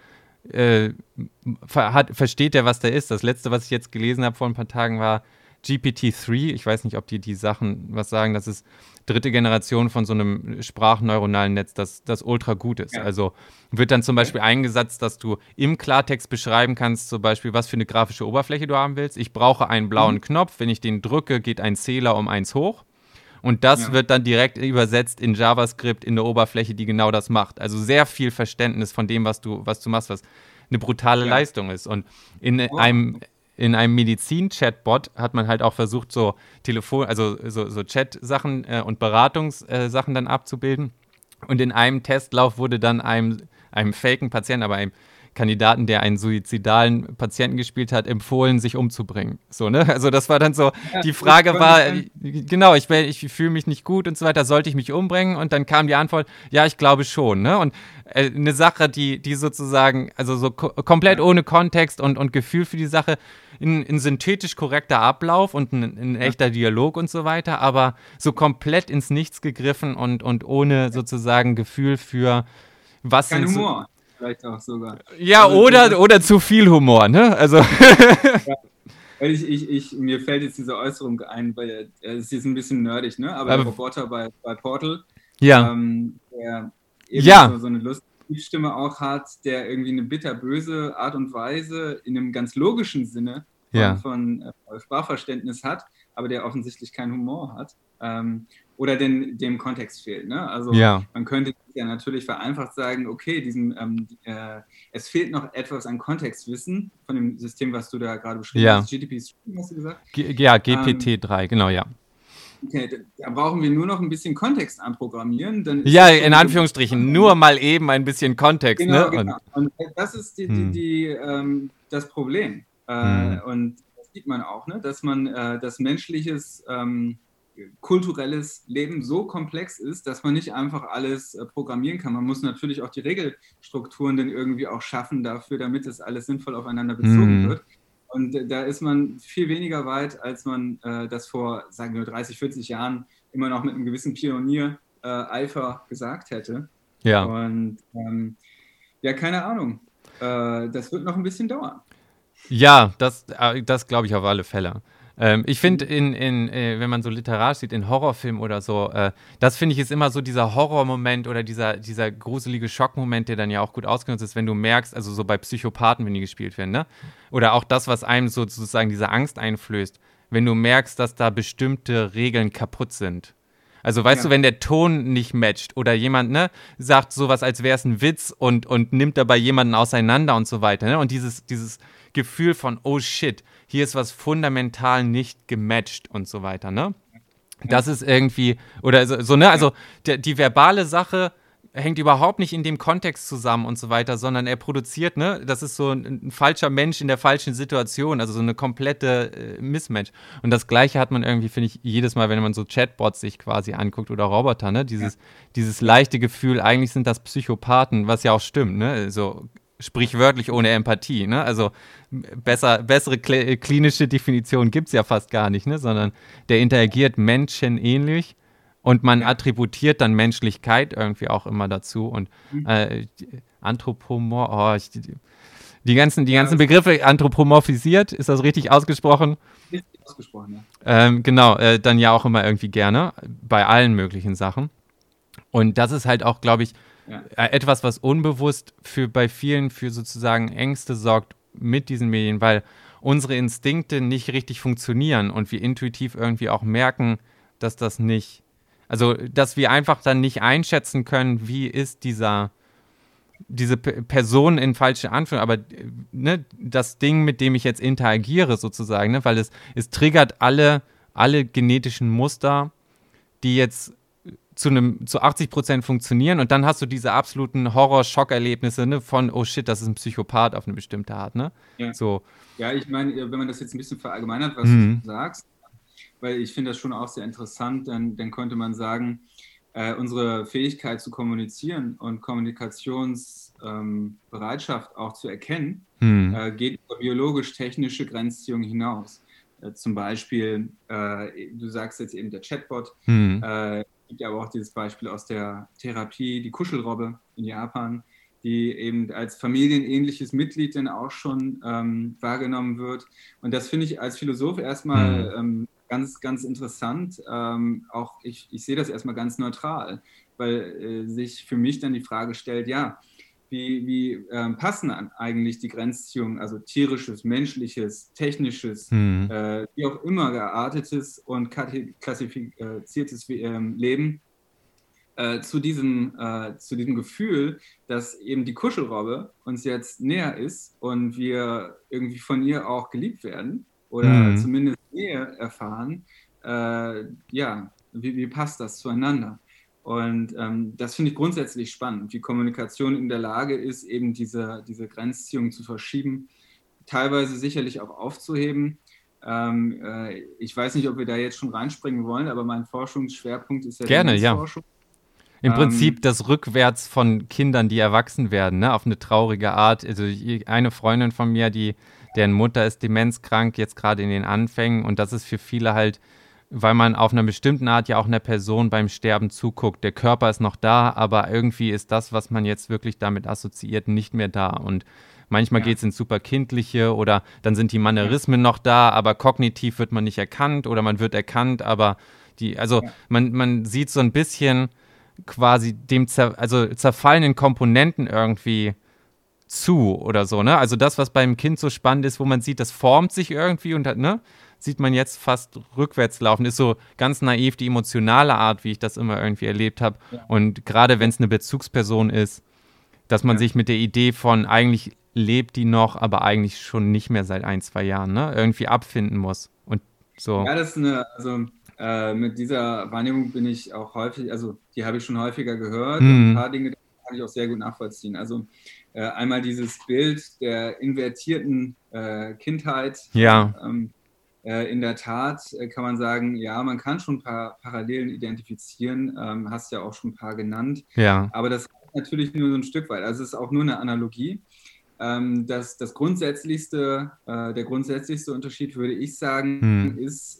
Versteht der, was da ist? Das letzte, was ich jetzt gelesen habe vor ein paar Tagen, war GPT-3. Ich weiß nicht, ob die Sachen was sagen. Das ist dritte Generation von so einem sprachneuronalen Netz, das ultra gut ist. Ja. Also wird dann zum Beispiel eingesetzt, dass du im Klartext beschreiben kannst, zum Beispiel, was für eine grafische Oberfläche du haben willst. Ich brauche einen blauen Knopf. Wenn ich den drücke, geht ein Zähler um 1 hoch. Und das wird dann direkt übersetzt in JavaScript in der Oberfläche, die genau das macht. Also sehr viel Verständnis von dem, was du machst, was eine brutale Leistung ist. Und in einem Medizin-Chatbot hat man halt auch versucht, so Chat-Sachen und Beratungssachen dann abzubilden. Und in einem Testlauf wurde dann einem faken Patienten, aber einem Kandidaten, der einen suizidalen Patienten gespielt hat, empfohlen, sich umzubringen. So, ne? Also das war dann so, die Frage war, genau, ich fühle mich nicht gut und so weiter, sollte ich mich umbringen? Und dann kam die Antwort, ja, ich glaube schon. Ne? Und eine Sache, die sozusagen, also so komplett ohne Kontext und Gefühl für die Sache, ein synthetisch korrekter Ablauf und ein echter Dialog und so weiter, aber so komplett ins Nichts gegriffen und ohne sozusagen Gefühl für was kein Humor. Vielleicht auch sogar. Ja, also, oder zu viel Humor, ne? Also. Ja, weil mir fällt jetzt diese Äußerung ein, weil es ist ein bisschen nerdig, ne? Aber der Roboter bei Portal, der eben so eine lustige Stimme auch hat, der irgendwie eine bitterböse Art und Weise in einem ganz logischen Sinne von Sprachverständnis hat, aber der offensichtlich keinen Humor hat. Oder dem Kontext fehlt. Ne? Also man könnte ja natürlich vereinfacht sagen, okay, es fehlt noch etwas an Kontextwissen von dem System, was du da gerade beschrieben hast. GPT-3, hast du gesagt? GPT-3, genau, ja. Okay, da brauchen wir nur noch ein bisschen Kontext anprogrammieren. Dann in Anführungsstrichen, nur mal eben ein bisschen Kontext. Genau, ne? Genau. Und das ist das Problem. Und das sieht man auch, ne? Dass man das menschliches kulturelles Leben so komplex ist, dass man nicht einfach alles programmieren kann. Man muss natürlich auch die Regelstrukturen dann irgendwie auch schaffen dafür, damit es alles sinnvoll aufeinander bezogen wird. Und da ist man viel weniger weit, als man das vor, sagen wir, 30, 40 Jahren immer noch mit einem gewissen Pionier-Eifer gesagt hätte. Ja. Und keine Ahnung. Das wird noch ein bisschen dauern. Ja, das glaube ich auf alle Fälle. Ich finde, wenn man so literarisch sieht, in Horrorfilmen oder so, das finde ich ist immer so dieser Horrormoment oder dieser gruselige Schockmoment, der dann ja auch gut ausgenutzt ist, wenn du merkst, also so bei Psychopathen, wenn die gespielt werden, ne? Oder auch das, was einem sozusagen diese Angst einflößt, wenn du merkst, dass da bestimmte Regeln kaputt sind. Also weißt du, wenn der Ton nicht matcht oder jemand, ne, sagt sowas, als wäre es ein Witz und nimmt dabei jemanden auseinander und so weiter, ne? Und dieses Gefühl von, oh shit, hier ist was fundamental nicht gematcht und so weiter, ne? Das ist irgendwie, oder so, ne? Also die verbale Sache hängt überhaupt nicht in dem Kontext zusammen und so weiter, sondern er produziert, ne? Das ist so ein falscher Mensch in der falschen Situation, also so eine komplette Mismatch. Und das Gleiche hat man irgendwie, finde ich, jedes Mal, wenn man so Chatbots sich quasi anguckt oder Roboter, ne? Dieses leichte Gefühl, eigentlich sind das Psychopathen, was ja auch stimmt, ne? Also sprichwörtlich ohne Empathie, ne? Also bessere klinische Definition gibt es ja fast gar nicht, ne? Sondern der interagiert menschenähnlich und man attributiert dann Menschlichkeit irgendwie auch immer dazu und die ganzen Begriffe anthropomorphisiert, ist das richtig ausgesprochen? Richtig ausgesprochen, ja. Genau, dann ja auch immer irgendwie gerne, bei allen möglichen Sachen. Und das ist halt auch, glaube ich, etwas, was unbewusst bei vielen für sozusagen Ängste sorgt mit diesen Medien, weil unsere Instinkte nicht richtig funktionieren und wir intuitiv irgendwie auch merken, dass das nicht, also dass wir einfach dann nicht einschätzen können, wie ist diese Person in falsche Anführung, aber ne, das Ding, mit dem ich jetzt interagiere sozusagen, ne, weil es triggert alle genetischen Muster, die jetzt zu 80% funktionieren und dann hast du diese absoluten Horror-Schock-Erlebnisse, ne, von, oh shit, das ist ein Psychopath auf eine bestimmte Art, ne? Ja, so. Ja, ich meine, wenn man das jetzt ein bisschen verallgemeinert, was du sagst, weil ich finde das schon auch sehr interessant, dann könnte man sagen, unsere Fähigkeit zu kommunizieren und Kommunikationsbereitschaft auch zu erkennen, geht über biologisch-technische Grenzziehungen hinaus. Zum Beispiel, du sagst jetzt eben der Chatbot, es gibt ja aber auch dieses Beispiel aus der Therapie, die Kuschelrobbe in Japan, die eben als familienähnliches Mitglied dann auch schon wahrgenommen wird. Und das finde ich als Philosoph erstmal ganz, ganz interessant. Auch ich sehe das erstmal ganz neutral, weil sich für mich dann die Frage stellt, ja, wie passen eigentlich die Grenzziehungen, also tierisches, menschliches, technisches, wie auch immer geartetes und klassifiziertes Leben zu diesem Gefühl, dass eben die Kuschelrobbe uns jetzt näher ist und wir irgendwie von ihr auch geliebt werden oder zumindest Nähe erfahren. Wie passt das zueinander? Und das finde ich grundsätzlich spannend, wie Kommunikation in der Lage ist, eben diese Grenzziehung zu verschieben, teilweise sicherlich auch aufzuheben. Ich weiß nicht, ob wir da jetzt schon reinspringen wollen, aber mein Forschungsschwerpunkt ist ja die Demenzforschung. Im Prinzip das Rückwärts von Kindern, die erwachsen werden, ne, auf eine traurige Art. Also eine Freundin von mir, deren Mutter ist demenzkrank, jetzt gerade in den Anfängen und das ist für viele halt, weil man auf einer bestimmten Art ja auch einer Person beim Sterben zuguckt. Der Körper ist noch da, aber irgendwie ist das, was man jetzt wirklich damit assoziiert, nicht mehr da. Und manchmal geht es ins Superkindliche oder dann sind die Mannerismen noch da, aber kognitiv wird man nicht erkannt oder man wird erkannt, aber man sieht so ein bisschen quasi dem zerfallenen Komponenten irgendwie zu oder so, ne? Also das, was beim Kind so spannend ist, wo man sieht, das formt sich irgendwie und ne? Sieht man jetzt fast rückwärts laufen. Ist so ganz naiv die emotionale Art, wie ich das immer irgendwie erlebt habe. Ja. Und gerade wenn es eine Bezugsperson ist, dass man sich mit der Idee von eigentlich lebt die noch, aber eigentlich schon nicht mehr seit 1-2 Jahren, ne? Irgendwie abfinden muss. Und so. Ja, das ist mit dieser Wahrnehmung bin ich auch häufig, also die habe ich schon häufiger gehört. Und ein paar Dinge kann ich auch sehr gut nachvollziehen. Also einmal dieses Bild der invertierten Kindheit. Ja. In der Tat kann man sagen, ja, man kann schon ein paar Parallelen identifizieren, hast ja auch schon ein paar genannt. Ja. Aber das ist natürlich nur so ein Stück weit. Also es ist auch nur eine Analogie. Der grundsätzlichste Unterschied, würde ich sagen, ist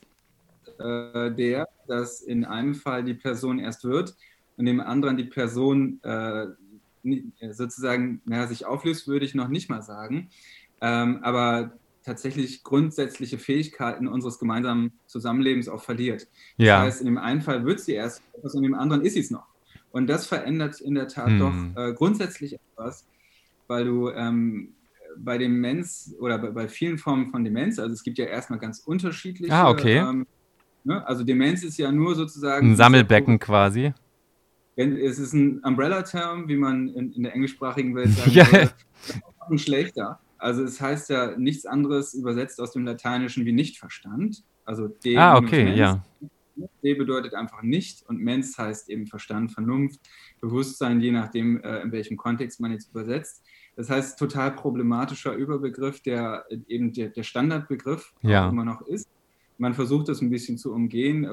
dass in einem Fall die Person erst wird und im anderen die Person sozusagen sich auflöst, würde ich noch nicht mal sagen. Aber tatsächlich grundsätzliche Fähigkeiten unseres gemeinsamen Zusammenlebens auch verliert. Das heißt, in dem einen Fall wird sie erst etwas und in dem anderen ist sie es noch. Und das verändert in der Tat doch grundsätzlich etwas, weil du bei Demenz oder bei vielen Formen von Demenz, also es gibt ja erstmal ganz unterschiedliche. Also Demenz ist ja nur sozusagen ein Sammelbecken quasi. Es ist ein Umbrella-Term, wie man in der englischsprachigen Welt sagen würde. Ein schlechter. Also es heißt ja nichts anderes übersetzt aus dem Lateinischen wie Nichtverstand. Also D D bedeutet einfach nicht und Mens heißt eben Verstand, Vernunft, Bewusstsein, je nachdem, in welchem Kontext man jetzt übersetzt. Das heißt, total problematischer Überbegriff, der eben der Standardbegriff auch immer noch ist. Man versucht das ein bisschen zu umgehen.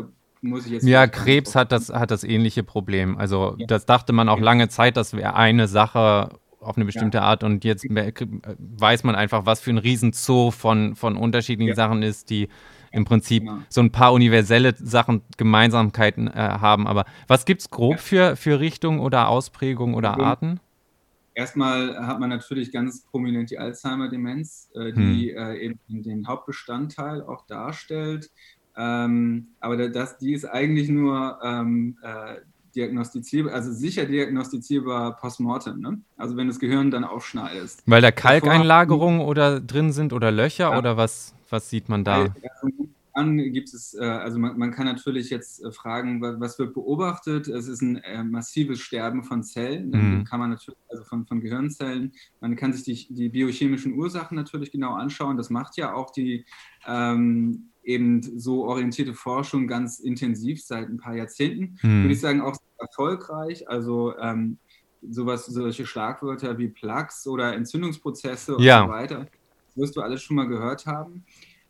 Krebs hat das ähnliche Problem. Also das dachte man auch lange Zeit, das wäre eine Sache auf eine Ja, bestimmte Art und jetzt weiß man einfach, was für ein Riesenzoo von unterschiedlichen ja, Sachen ist, die im Prinzip genau. so ein paar universelle Sachen, Gemeinsamkeiten haben. Aber was gibt es grob Ja. für Richtungen oder Ausprägungen oder Also, Arten? erstmal hat man natürlich ganz prominent die Alzheimer-Demenz, Hm. die eben den Hauptbestandteil auch darstellt. Aber die ist eigentlich nur diagnostizierbar, also sicher diagnostizierbar postmortem, ne? Also wenn das Gehirn dann aufschneidest. Weil da Davor Kalkeinlagerungen oder drin sind oder Löcher ja, oder was sieht man da? an gibt es, also man kann natürlich jetzt fragen, was wird beobachtet? Es ist ein massives Sterben von Zellen, dann Hm. kann man natürlich, also von Gehirnzellen, man kann sich die biochemischen Ursachen natürlich genau anschauen. Das macht ja auch die eben so orientierte Forschung ganz intensiv seit ein paar Jahrzehnten. Würde Hm. ich sagen, auch erfolgreich. Also solche Schlagwörter wie Plaques oder Entzündungsprozesse und so Ja. weiter, das wirst du alles schon mal gehört haben.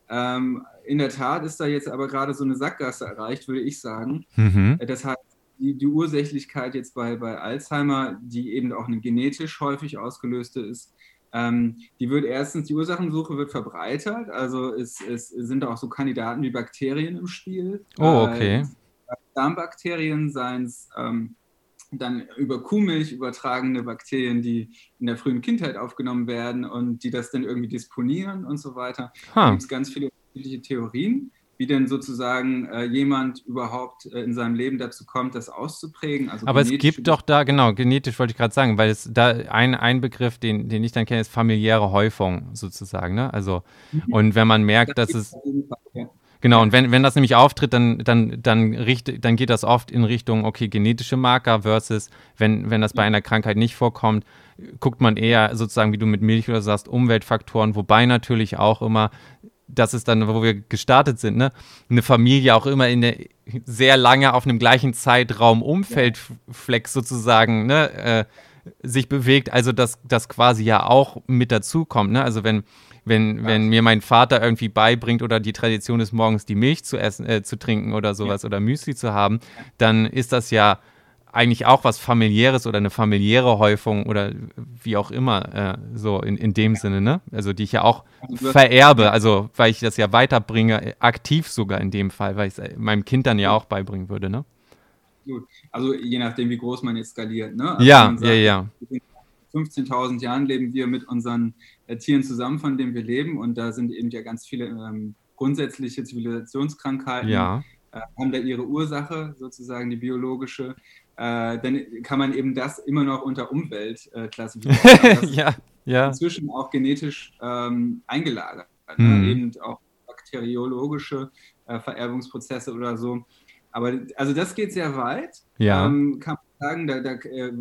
In der Tat ist da jetzt aber gerade so eine Sackgasse erreicht, würde ich sagen. Mhm. Das heißt, die Ursächlichkeit jetzt bei Alzheimer, die eben auch eine genetisch häufig ausgelöste ist, die wird erstens, die Ursachensuche wird verbreitert, also es sind auch so Kandidaten wie Bakterien im Spiel, Oh, okay. Darmbakterien, seien es dann über Kuhmilch übertragene Bakterien, die in der frühen Kindheit aufgenommen werden und die das dann irgendwie disponieren und so weiter. Da Ha. gibt es ganz viele unterschiedliche Theorien, wie denn sozusagen jemand überhaupt in seinem Leben dazu kommt, das auszuprägen, also Aber es genetische gibt doch da, genau, genetisch wollte ich gerade sagen, weil es da ein Begriff, den ich dann kenne, ist familiäre Häufung sozusagen, ne? Also, Dispositionen. und wenn man Das merkt, dass gibt es es, auf jeden Fall. Ja. genau, und Ja. wenn das nämlich auftritt, dann geht das oft in Richtung, okay, genetische Marker versus, wenn das bei Ja. einer Krankheit nicht vorkommt, guckt man eher sozusagen, wie du mit Milch oder sagst, Umweltfaktoren, wobei natürlich auch immer das ist dann, wo wir gestartet sind, ne? Eine Familie auch immer in der sehr lange auf einem gleichen Zeitraum Ja. Umfeldflex sozusagen, ne, sich bewegt, also das quasi ja auch mit dazukommt, ne? Also wenn Absolut. mir mein Vater irgendwie beibringt oder die Tradition ist morgens die Milch zu essen, zu trinken oder Ja. sowas oder Müsli zu haben, dann ist das ja eigentlich auch was familiäres oder eine familiäre Häufung oder wie auch immer, so in dem Sinne, ne? Also die ich ja auch Also du hast, vererbe, ja, also weil ich das ja weiterbringe, aktiv sogar in dem Fall, weil ich es meinem Kind dann ja auch beibringen würde, ne? absolut. Also je nachdem, wie groß man jetzt skaliert. Ne? Also wenn Ja, man ja, sagt, ja. in 15.000 Jahren leben wir mit unseren Tieren zusammen, von denen wir leben. Und da sind eben ja ganz viele grundsätzliche Zivilisationskrankheiten, Ja. haben da ihre Ursache, sozusagen die biologische. Dann kann man eben das immer noch unter Umwelt klassifizieren. Aber das ist Ja, ja. inzwischen auch genetisch eingelagert. Ne? Hm. Eben auch bakteriologische Vererbungsprozesse oder so. Aber also das geht sehr weit, Ja. kann man sagen. Da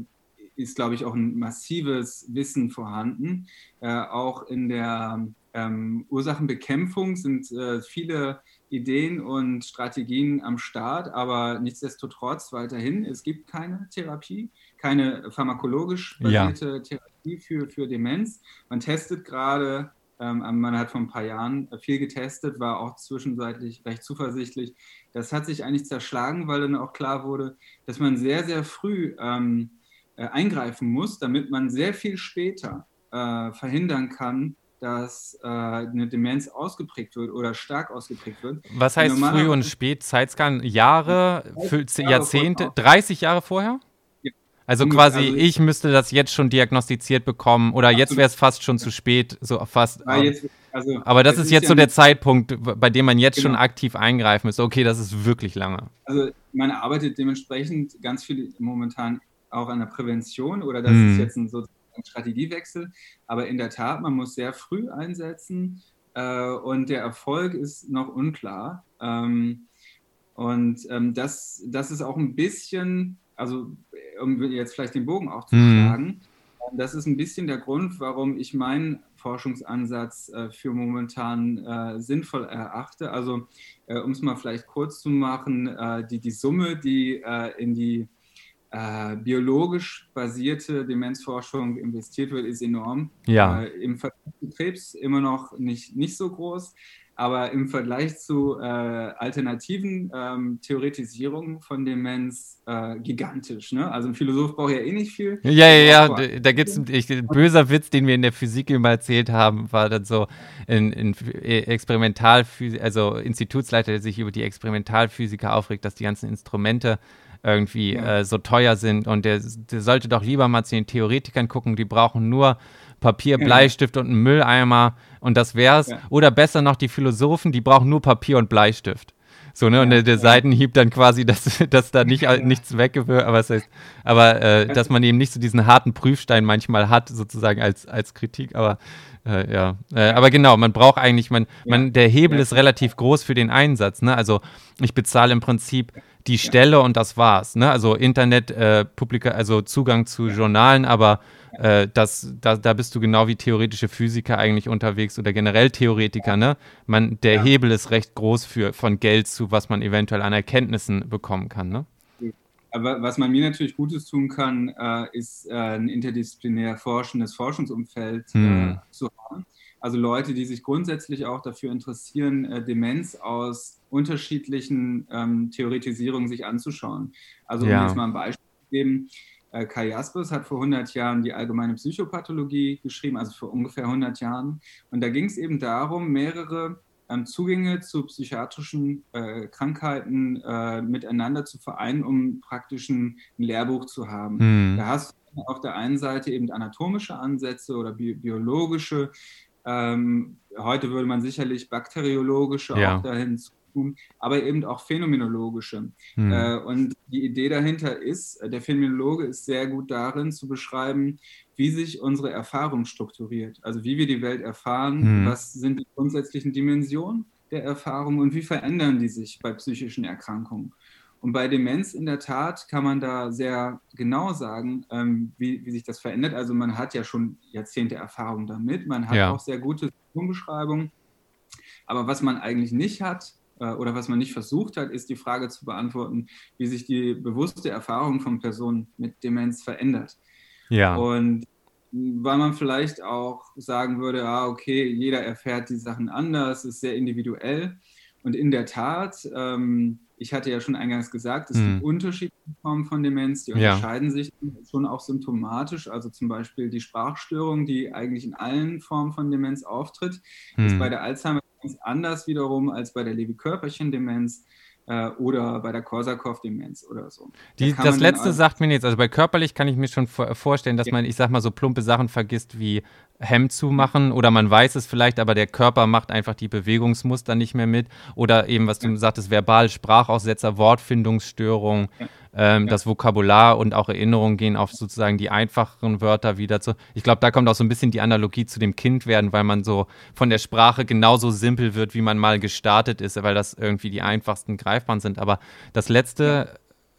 ist, glaube ich, auch ein massives Wissen vorhanden. Auch in der Ursachenbekämpfung sind viele Ideen und Strategien am Start, aber nichtsdestotrotz weiterhin, es gibt keine Therapie, keine pharmakologisch Ja. basierte Therapie für Demenz. Man testet gerade, man hat vor ein paar Jahren viel getestet, war auch zwischenzeitlich recht zuversichtlich. Das hat sich eigentlich zerschlagen, weil dann auch klar wurde, dass man sehr, sehr früh eingreifen muss, damit man sehr viel später verhindern kann, dass eine Demenz ausgeprägt wird oder stark ausgeprägt wird. Was Denn heißt früh normalerweise und spät? Zeitscan? Jahre, 30 Jahre Jahrzehnte, vorher, 30 Jahre vorher? ja, Also ungefähr, quasi, also ich müsste das jetzt schon diagnostiziert bekommen oder jetzt wäre absolut. es fast schon zu spät, so fast. Weil jetzt, also Aber das es ist ist jetzt ja so der nicht, Zeitpunkt, bei dem man jetzt schon genau. aktiv eingreifen müsste. Okay, das ist wirklich lange. Also man arbeitet dementsprechend ganz viel momentan auch an der Prävention oder das ist Hm. jetzt ein sozusagen Strategiewechsel. Aber in der Tat, man muss sehr früh einsetzen und der Erfolg ist noch unklar. Das ist auch ein bisschen, also um jetzt vielleicht den Bogen auch zu Hm. schlagen, das ist ein bisschen der Grund, warum ich meinen Forschungsansatz für momentan sinnvoll erachte. Also um es mal vielleicht kurz zu machen, die Summe, die in die biologisch basierte Demenzforschung investiert wird, ist enorm. Ja. Im Vergleich zu Krebs immer noch nicht so groß. aber im Vergleich zu alternativen Theoretisierungen von Demenz gigantisch. Ne? Also ein Philosoph braucht ja eh nicht viel. Ja, da gibt es ein böser Witz, den wir in der Physik immer erzählt haben, war dann so ein Experimentalphysik, also Institutsleiter, der sich über die Experimentalphysiker aufregt, dass die ganzen Instrumente irgendwie so teuer sind und der sollte doch lieber mal zu den Theoretikern gucken, die brauchen nur Papier, Bleistift und einen Mülleimer und das wär's. Ja. Oder besser noch die Philosophen, die brauchen nur Papier und Bleistift. So, ne? Und der Seitenhieb dann quasi, dass da nichts weggewirkt, dass man eben nicht so diesen harten Prüfstein manchmal hat, sozusagen als Kritik, aber aber genau, man braucht eigentlich, der Hebel ist relativ groß für den Einsatz, ne? Also ich bezahle im Prinzip die Stelle und das war's, ne? Also Internet, also Zugang zu Journalen, aber da bist du genau wie theoretische Physiker eigentlich unterwegs oder generell Theoretiker, ne? Der Hebel ist recht groß von Geld zu, was man eventuell an Erkenntnissen bekommen kann, ne? Aber was man mir natürlich Gutes tun kann, ist ein interdisziplinär forschendes Forschungsumfeld zu haben. Also Leute, die sich grundsätzlich auch dafür interessieren, Demenz aus unterschiedlichen Theoretisierungen sich anzuschauen. Also um jetzt mal ein Beispiel zu geben, Kai Jaspers hat vor 100 Jahren die allgemeine Psychopathologie geschrieben, also vor ungefähr 100 Jahren. Und da ging es eben darum, mehrere Zugänge zu psychiatrischen Krankheiten miteinander zu vereinen, um praktisch ein Lehrbuch zu haben. Da hast du auf der einen Seite eben anatomische Ansätze oder biologische, heute würde man sicherlich bakteriologische auch dahin tun, aber eben auch phänomenologische. Und die Idee dahinter ist, der Phänomenologe ist sehr gut darin zu beschreiben, wie sich unsere Erfahrung strukturiert, also wie wir die Welt erfahren, was sind die grundsätzlichen Dimensionen der Erfahrung und wie verändern die sich bei psychischen Erkrankungen. Und bei Demenz in der Tat kann man da sehr genau sagen, wie sich das verändert. Also man hat ja schon Jahrzehnte Erfahrung damit, man hat auch sehr gute Symptombeschreibungen, aber was man eigentlich nicht hat, oder was man nicht versucht hat, ist die Frage zu beantworten, wie sich die bewusste Erfahrung von Personen mit Demenz verändert. Ja. Und weil man vielleicht auch sagen würde, okay, jeder erfährt die Sachen anders, ist sehr individuell. Und in der Tat, ich hatte ja schon eingangs gesagt, es gibt unterschiedliche Formen von Demenz, die unterscheiden sich schon auch symptomatisch. Also zum Beispiel die Sprachstörung, die eigentlich in allen Formen von Demenz auftritt, ist bei der Alzheimer anders wiederum als bei der Lewy-Körperchen-Demenz oder bei der Korsakow-Demenz oder so. Das letzte sagt mir nichts. Also bei körperlich kann ich mir schon vorstellen, dass man, ich sag mal, so plumpe Sachen vergisst wie Hemd zumachen oder man weiß es vielleicht, aber der Körper macht einfach die Bewegungsmuster nicht mehr mit oder eben, was du sagtest, verbal, Sprachaussetzer, Wortfindungsstörung, das Vokabular und auch Erinnerungen gehen auf sozusagen die einfacheren Wörter wieder zu. Ich glaube, da kommt auch so ein bisschen die Analogie zu dem Kindwerden, weil man so von der Sprache genauso simpel wird, wie man mal gestartet ist, weil das irgendwie die einfachsten greifbaren sind. Aber das Letzte,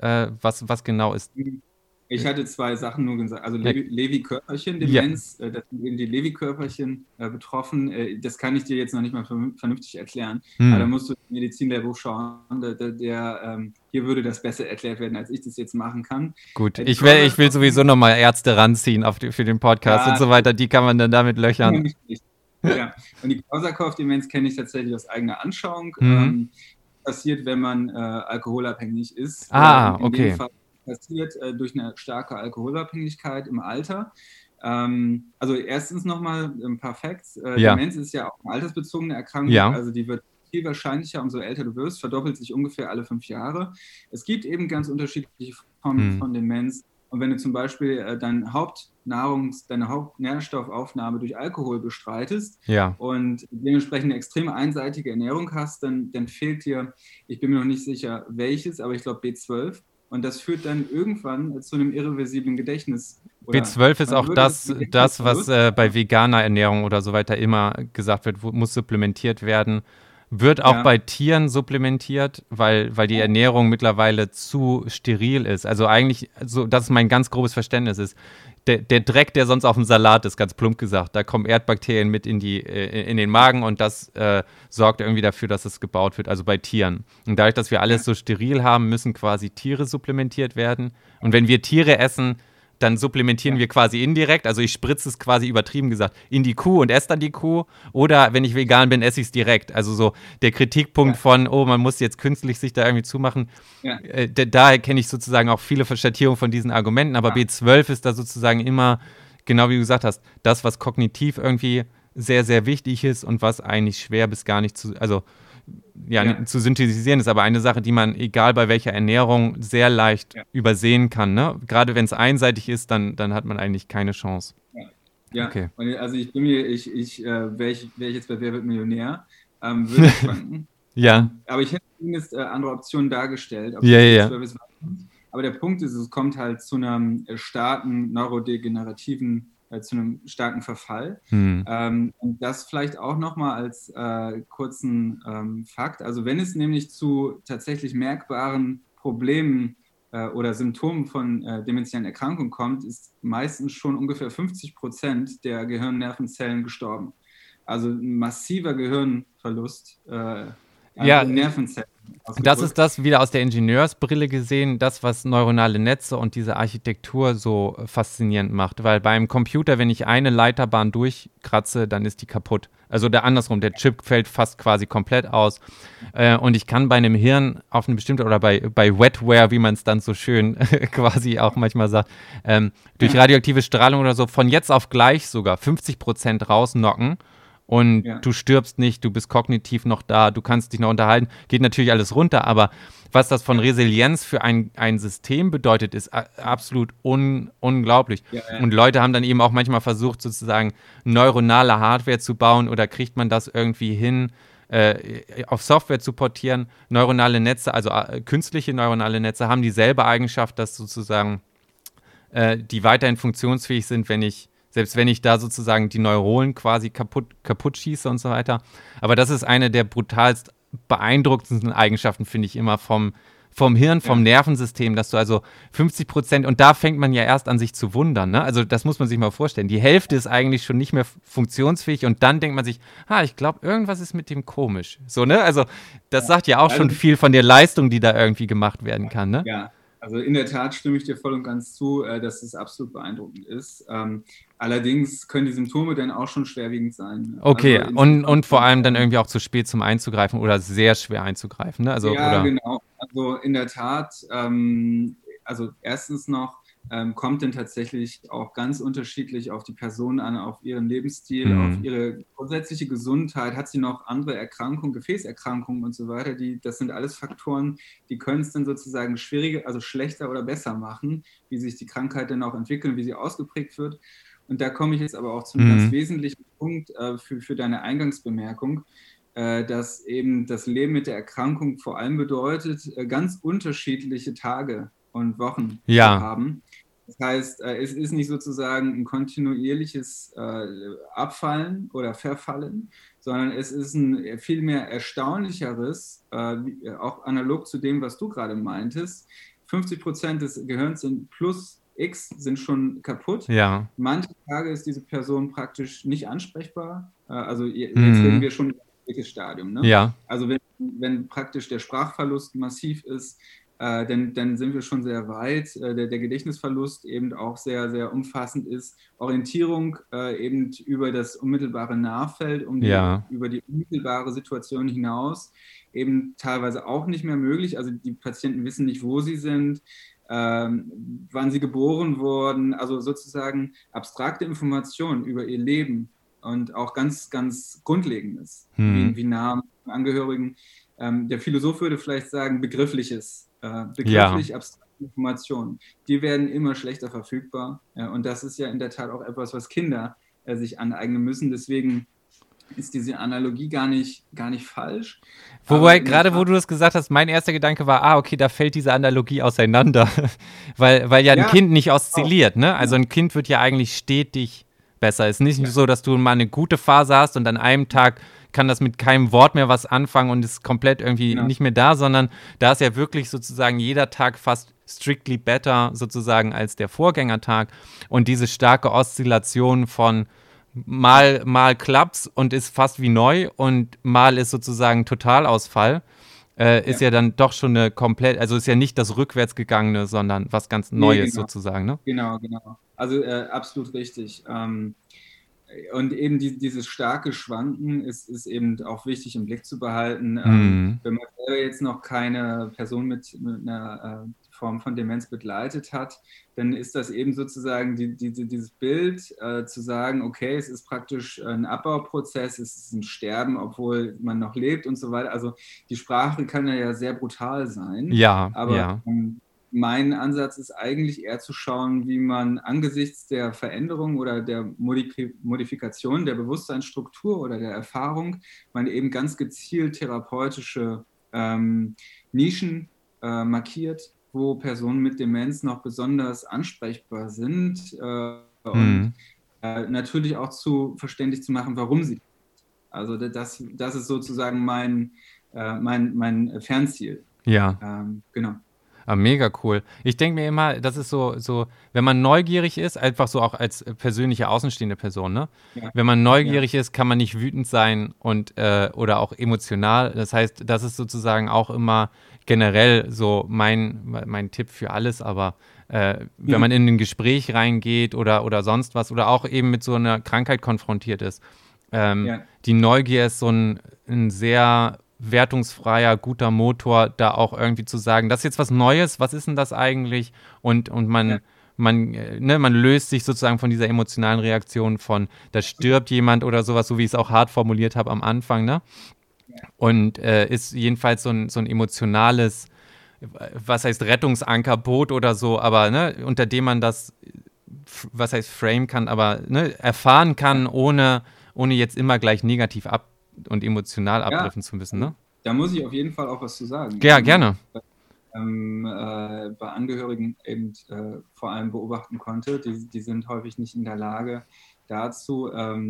was genau ist? Ich hatte 2 Sachen nur gesagt. Also Lewy-Körperchen-Demenz, da sind eben die Lewy-Körperchen betroffen. Das kann ich dir jetzt noch nicht mal vernünftig erklären. Aber da musst du im Medizinlehrbuch schauen. Hier würde das besser erklärt werden, als ich das jetzt machen kann. Gut, ich will sowieso nochmal Ärzte ranziehen für den Podcast und so weiter. Die kann man dann damit löchern. Ja, und die Korsakow-Demenz kenne ich tatsächlich aus eigener Anschauung. Passiert, wenn man alkoholabhängig ist. Okay. Passiert durch eine starke Alkoholabhängigkeit im Alter. Also erstens nochmal ein paar Facts. Demenz ist ja auch eine altersbezogene Erkrankung, also die wird viel wahrscheinlicher, umso älter du wirst, verdoppelt sich ungefähr alle 5 Jahre. Es gibt eben ganz unterschiedliche Formen von Demenz. Und wenn du zum Beispiel deine Hauptnährstoffaufnahme durch Alkohol bestreitest und dementsprechend eine extrem einseitige Ernährung hast, dann fehlt dir, ich bin mir noch nicht sicher welches, aber ich glaube B12. Und das führt dann irgendwann zu einem irreversiblen Gedächtnis. B12 ist auch das was bei veganer Ernährung oder so weiter immer gesagt wird, muss supplementiert werden. Wird auch bei Tieren supplementiert, weil die Ernährung mittlerweile zu steril ist. Also eigentlich, das ist mein ganz grobes Verständnis ist, der Dreck, der sonst auf dem Salat ist, ganz plump gesagt, da kommen Erdbakterien mit in den Magen und das sorgt irgendwie dafür, dass es gebaut wird, also bei Tieren. Und dadurch, dass wir alles so steril haben, müssen quasi Tiere supplementiert werden. Und wenn wir Tiere essen, dann supplementieren wir quasi indirekt. Also ich spritze es quasi übertrieben gesagt in die Kuh und esse dann die Kuh. Oder wenn ich vegan bin, esse ich es direkt. Also so der Kritikpunkt von, man muss jetzt künstlich sich da irgendwie zumachen. Ja. Daher kenne ich sozusagen auch viele Schattierungen von diesen Argumenten. Aber B12 ist da sozusagen immer, genau wie du gesagt hast, das, was kognitiv irgendwie sehr, sehr wichtig ist und was eigentlich schwer bis gar nicht zu synthetisieren ist, aber eine Sache, die man, egal bei welcher Ernährung, sehr leicht übersehen kann. Ne? Gerade wenn es einseitig ist, dann hat man eigentlich keine Chance. Ja, okay. Also wäre ich jetzt bei Wer wird Millionär, würde ich schwanken. Aber ich hätte zumindest andere Optionen dargestellt. Aber der Punkt ist, es kommt halt zu einem starken neurodegenerativen zu einem starken Verfall. Und das vielleicht auch nochmal als kurzen Fakt. Also wenn es nämlich zu tatsächlich merkbaren Problemen oder Symptomen von dementiellen Erkrankungen kommt, ist meistens schon ungefähr 50% der Gehirnnervenzellen gestorben. Also ein massiver Gehirnverlust. Nervenzellen. Das ist das wieder aus der Ingenieursbrille gesehen, das, was neuronale Netze und diese Architektur so faszinierend macht. Weil beim Computer, wenn ich eine Leiterbahn durchkratze, dann ist die kaputt. Also andersrum, der Chip fällt fast quasi komplett aus. Und ich kann bei einem Hirn auf eine bestimmte, oder bei Wetware, wie man es dann so schön quasi auch manchmal sagt, durch radioaktive Strahlung oder so, von jetzt auf gleich sogar 50% rausnocken. Und du stirbst nicht, du bist kognitiv noch da, du kannst dich noch unterhalten, geht natürlich alles runter, aber was das von Resilienz für ein System bedeutet, ist absolut unglaublich. Und Leute haben dann eben auch manchmal versucht, sozusagen neuronale Hardware zu bauen oder kriegt man das irgendwie hin, auf Software zu portieren. Neuronale Netze, also künstliche neuronale Netze, haben dieselbe Eigenschaft, dass sozusagen die weiterhin funktionsfähig sind, selbst wenn ich da sozusagen die Neuronen quasi kaputt schieße und so weiter. Aber das ist eine der brutalst beeindruckendsten Eigenschaften, finde ich immer, vom Hirn, vom Nervensystem, dass du also 50%, und da fängt man ja erst an, sich zu wundern, ne? Also das muss man sich mal vorstellen. Die Hälfte ist eigentlich schon nicht mehr funktionsfähig und dann denkt man sich, ich glaube, irgendwas ist mit dem komisch. So, ne? Also das sagt ja auch schon viel von der Leistung, die da irgendwie gemacht werden kann, ne? Ja. Also in der Tat stimme ich dir voll und ganz zu, dass es absolut beeindruckend ist. Allerdings können die Symptome dann auch schon schwerwiegend sein. Okay, also und vor allem dann irgendwie auch zu spät zum Einzugreifen oder sehr schwer einzugreifen. Ne? Genau. Also in der Tat, also erstens noch, kommt denn tatsächlich auch ganz unterschiedlich auf die Person an, auf ihren Lebensstil, auf ihre grundsätzliche Gesundheit. Hat sie noch andere Erkrankungen, Gefäßerkrankungen und so weiter? Das sind alles Faktoren, die können es dann sozusagen schwieriger, also schlechter oder besser machen, wie sich die Krankheit dann auch entwickelt, wie sie ausgeprägt wird. Und da komme ich jetzt aber auch zu einem ganz wesentlichen Punkt für deine Eingangsbemerkung, dass eben das Leben mit der Erkrankung vor allem bedeutet, ganz unterschiedliche Tage und Wochen zu haben. Das heißt, es ist nicht sozusagen ein kontinuierliches Abfallen oder Verfallen, sondern es ist ein viel mehr erstaunlicheres, auch analog zu dem, was du gerade meintest. 50% des Gehirns sind plus X sind schon kaputt. Manche Tage ist diese Person praktisch nicht ansprechbar. Also jetzt reden wir schon über das Stadium. Ne? Also wenn praktisch der Sprachverlust massiv ist, dann sind wir schon sehr weit. Der Gedächtnisverlust eben auch sehr, sehr umfassend ist. Orientierung eben über das unmittelbare Nahfeld, über die unmittelbare Situation hinaus, eben teilweise auch nicht mehr möglich. Also die Patienten wissen nicht, wo sie sind, wann sie geboren wurden. Also sozusagen abstrakte Informationen über ihr Leben und auch ganz, ganz Grundlegendes, wie Namen, Angehörigen. Der Philosoph würde vielleicht sagen, begrifflich abstrakte Informationen, die werden immer schlechter verfügbar. Und das ist ja in der Tat auch etwas, was Kinder sich aneignen müssen. Deswegen ist diese Analogie gar nicht falsch. Wobei, gerade wo du das gesagt hast, mein erster Gedanke war, okay, da fällt diese Analogie auseinander, weil ein Kind nicht oszilliert, ne? Also ein Kind wird ja eigentlich stetig besser. Es ist nicht so, dass du mal eine gute Phase hast und an einem Tag kann das mit keinem Wort mehr was anfangen und ist komplett irgendwie nicht mehr da, sondern da ist ja wirklich sozusagen jeder Tag fast strictly better sozusagen als der Vorgängertag und diese starke Oszillation von mal klappt's und ist fast wie neu und mal ist sozusagen Totalausfall. ist Ja, ja dann doch schon eine komplett, also ist ja nicht das Rückwärtsgegangene, sondern was ganz nee, Neues genau, sozusagen, ne? genau. Also absolut richtig. Und eben dieses starke Schwanken ist eben auch wichtig im Blick zu behalten. Hm. Wenn man selber jetzt noch keine Person mit einer Form von Demenz begleitet hat, dann ist das eben sozusagen dieses Bild zu sagen, okay, es ist praktisch ein Abbauprozess, es ist ein Sterben, obwohl man noch lebt und so weiter. Also die Sprache kann ja sehr brutal sein, Ja, aber ja. mein Ansatz ist eigentlich eher zu schauen, wie man angesichts der Veränderung oder der Modifikation der Bewusstseinsstruktur oder der Erfahrung man eben ganz gezielt therapeutische Nischen markiert, wo Personen mit Demenz noch besonders ansprechbar sind und Hm. natürlich auch verständlich zu machen, warum sie. Also das ist sozusagen mein Fernziel. Ja. Genau. Ah, mega cool. Ich denke mir immer, das ist so, wenn man neugierig ist, einfach so auch als persönliche außenstehende Person, ne? Ja, Wenn man ja, neugierig ist, kann man nicht wütend sein und oder auch emotional. Das heißt, das ist sozusagen auch immer generell so mein Tipp für alles, aber wenn ja, man in ein Gespräch reingeht oder sonst was oder auch eben mit so einer Krankheit konfrontiert ist, ja, die Neugier ist so ein sehr wertungsfreier, guter Motor, da auch irgendwie zu sagen, das ist jetzt was Neues, was ist denn das eigentlich? Und ja, man löst sich sozusagen von dieser emotionalen Reaktion von, da stirbt jemand oder sowas, so wie ich es auch hart formuliert habe am Anfang, ne? Und ist jedenfalls so ein emotionales, was heißt Rettungsankerboot oder so, aber ne, unter dem man das, was heißt frame kann, aber ne, erfahren ja. kann, ohne jetzt immer gleich negativ ab und emotional Ja, abdriften zu müssen, also ne? da muss ich auf jeden Fall auch was zu sagen, Ja, gerne. bei Angehörigen eben vor allem beobachten konnte. Die sind häufig nicht in der Lage dazu,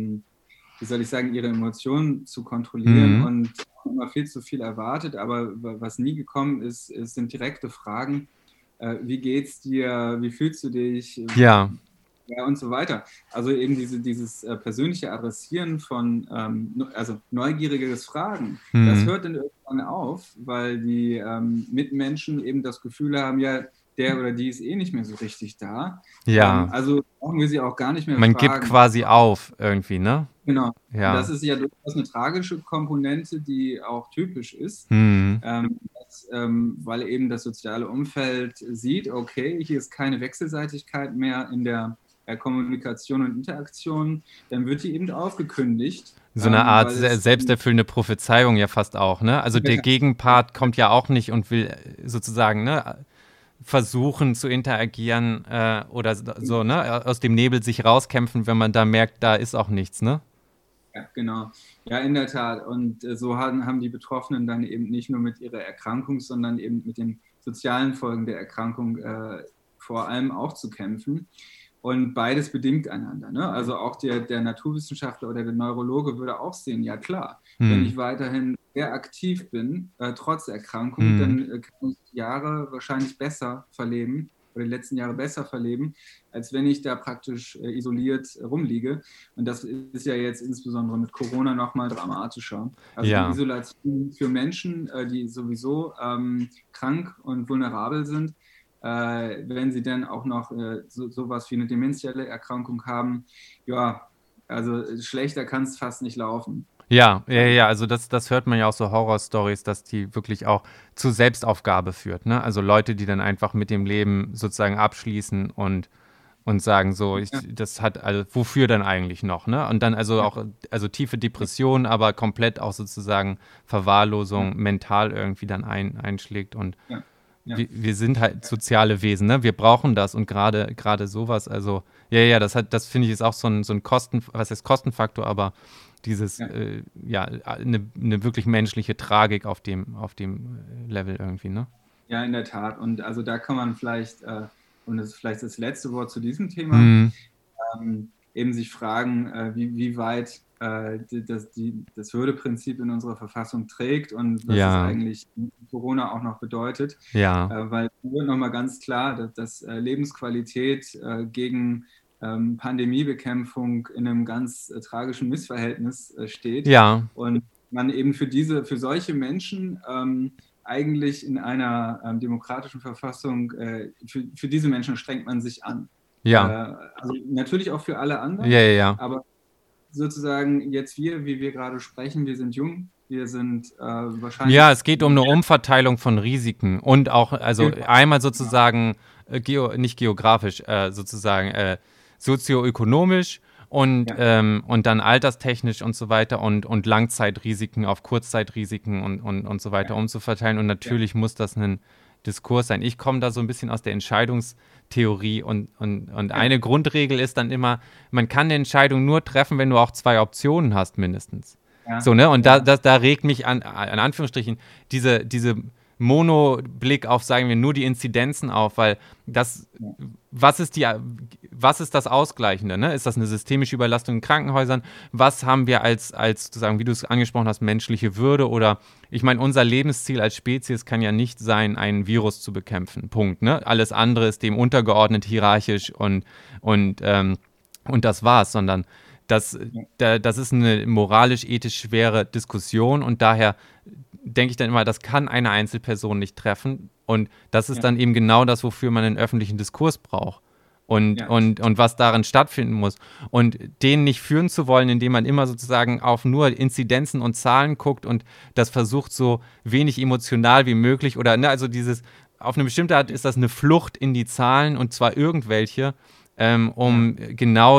wie soll ich sagen, ihre Emotionen zu kontrollieren Mhm. und immer viel zu viel erwartet. Aber was nie gekommen ist, sind direkte Fragen. Wie geht's dir? Wie fühlst du dich? Ja. Ja, und so weiter. Also eben dieses persönliche Adressieren von also neugieriges Fragen, das Mhm. hört dann irgendwann auf, weil die Mitmenschen eben das Gefühl haben, ja, der oder die ist eh nicht mehr so richtig da. Ja. Also brauchen wir sie auch gar nicht mehr Man gibt fragen. quasi auf irgendwie, ne? Genau. Und das Ja. ist ja durchaus eine tragische Komponente, die auch typisch ist, Mhm. weil eben das soziale Umfeld sieht, okay, hier ist keine Wechselseitigkeit mehr in der Kommunikation und Interaktion, dann wird die eben aufgekündigt, So eine Art weil es selbsterfüllende Prophezeiung ja fast auch, ne? Also der Gegenpart kommt ja auch nicht und will sozusagen, ne, versuchen zu interagieren oder so, ne, aus dem Nebel sich rauskämpfen, wenn man da merkt, da ist auch nichts, ne? ja, genau. Ja, in der Tat. Und so haben die Betroffenen dann eben nicht nur mit ihrer Erkrankung, sondern eben mit den sozialen Folgen der Erkrankung vor allem auch zu kämpfen. Und beides bedingt einander. Ne? Also auch der Naturwissenschaftler oder der Neurologe würde auch sehen, ja klar, wenn Hm. ich weiterhin sehr aktiv bin, trotz Erkrankung, Hm. dann kann ich die Jahre wahrscheinlich besser verleben oder die letzten Jahre besser verleben, als wenn ich da praktisch isoliert rumliege. Und das ist ja jetzt insbesondere mit Corona nochmal dramatischer. Also die Ja. Isolation für Menschen, die sowieso krank und vulnerabel sind, wenn sie dann auch noch sowas wie eine demenzielle Erkrankung haben, ja, also schlechter kann es fast nicht laufen. Ja, also das hört man ja auch so Horror-Stories, dass die wirklich auch zu Selbstaufgabe führt, ne? Also Leute, die dann einfach mit dem Leben sozusagen abschließen und sagen so, Ja, das hat, also wofür dann eigentlich noch, ne? Und dann also ja, auch, also tiefe ja, Depressionen, aber komplett auch sozusagen ja, Verwahrlosung mental irgendwie dann einschlägt und ja, ja, wir sind halt soziale Wesen, ne? Wir brauchen das und gerade sowas, also ja, das finde ich ist auch so ein was heißt Kostenfaktor, aber dieses, ja. ja, eine wirklich menschliche Tragik auf dem Level irgendwie, ne? Ja, in der Tat. Und also da kann man vielleicht, und das ist vielleicht das letzte Wort zu diesem Thema, Hm. eben sich fragen, wie weit das Würdeprinzip in unserer Verfassung trägt und was es Ja, eigentlich in Corona auch noch bedeutet. ja, Weil es wird nochmal ganz klar, dass Lebensqualität gegen Pandemiebekämpfung in einem ganz tragischen Missverhältnis steht. ja, Und man eben für solche Menschen eigentlich in einer demokratischen Verfassung, für diese Menschen strengt man sich an. Ja. Also natürlich auch für alle anderen, Ja. aber sozusagen jetzt wie wir gerade sprechen, wir sind jung, wir sind wahrscheinlich... Ja, es geht um eine Umverteilung von Risiken und auch, also einmal sozusagen, nicht geografisch, sozusagen sozioökonomisch und dann alterstechnisch und so weiter und Langzeitrisiken auf Kurzzeitrisiken und so weiter umzuverteilen. Und natürlich muss das ein Diskurs sein. Ich komme da so ein bisschen aus der Entscheidungstheorie und eine Grundregel ist dann immer, man kann eine Entscheidung nur treffen, wenn du auch 2 Optionen hast, mindestens. Ja. So, ne? Und da regt mich an Anführungsstrichen, diese Monoblick auf, sagen wir, nur die Inzidenzen auf, weil was ist das Ausgleichende? Ne? Ist das eine systemische Überlastung in Krankenhäusern? Was haben wir als sozusagen, wie du es angesprochen hast, menschliche Würde? Oder ich meine, unser Lebensziel als Spezies kann ja nicht sein, ein Virus zu bekämpfen. Punkt. Ne? Alles andere ist dem untergeordnet, hierarchisch und das war's, sondern das ist eine moralisch-ethisch schwere Diskussion und daher denke ich dann immer, das kann eine Einzelperson nicht treffen und das ist dann eben genau das, wofür man einen öffentlichen Diskurs braucht und was darin stattfinden muss und den nicht führen zu wollen, indem man immer sozusagen auf nur Inzidenzen und Zahlen guckt und das versucht so wenig emotional wie möglich oder, ne, also auf eine bestimmte Art ist das eine Flucht in die Zahlen und zwar irgendwelche, genau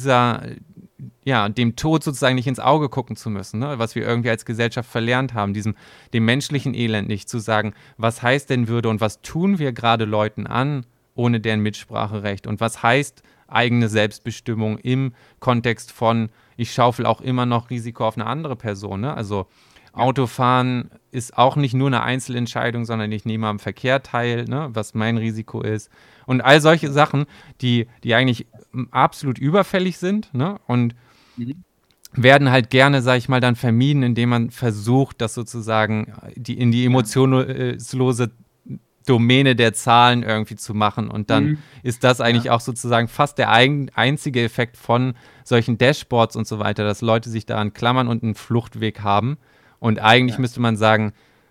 dem Tod sozusagen nicht ins Auge gucken zu müssen, ne? Was wir irgendwie als Gesellschaft verlernt haben, dem menschlichen Elend nicht zu sagen, was heißt denn Würde und was tun wir gerade Leuten an, ohne deren Mitspracherecht und was heißt eigene Selbstbestimmung im Kontext von, ich schaufel auch immer noch Risiko auf eine andere Person, ne? Also Autofahren ist auch nicht nur eine Einzelentscheidung, sondern ich nehme am Verkehr teil, ne, was mein Risiko ist. Und all solche Sachen, die eigentlich absolut überfällig sind, ne, und werden halt gerne, sag ich mal, dann vermieden, indem man versucht, das sozusagen in die emotionslose Domäne der Zahlen irgendwie zu machen. Und dann ist das eigentlich auch sozusagen fast der einzige Effekt von solchen Dashboards und so weiter, dass Leute sich daran klammern und einen Fluchtweg haben. Und eigentlich müsste man sagen,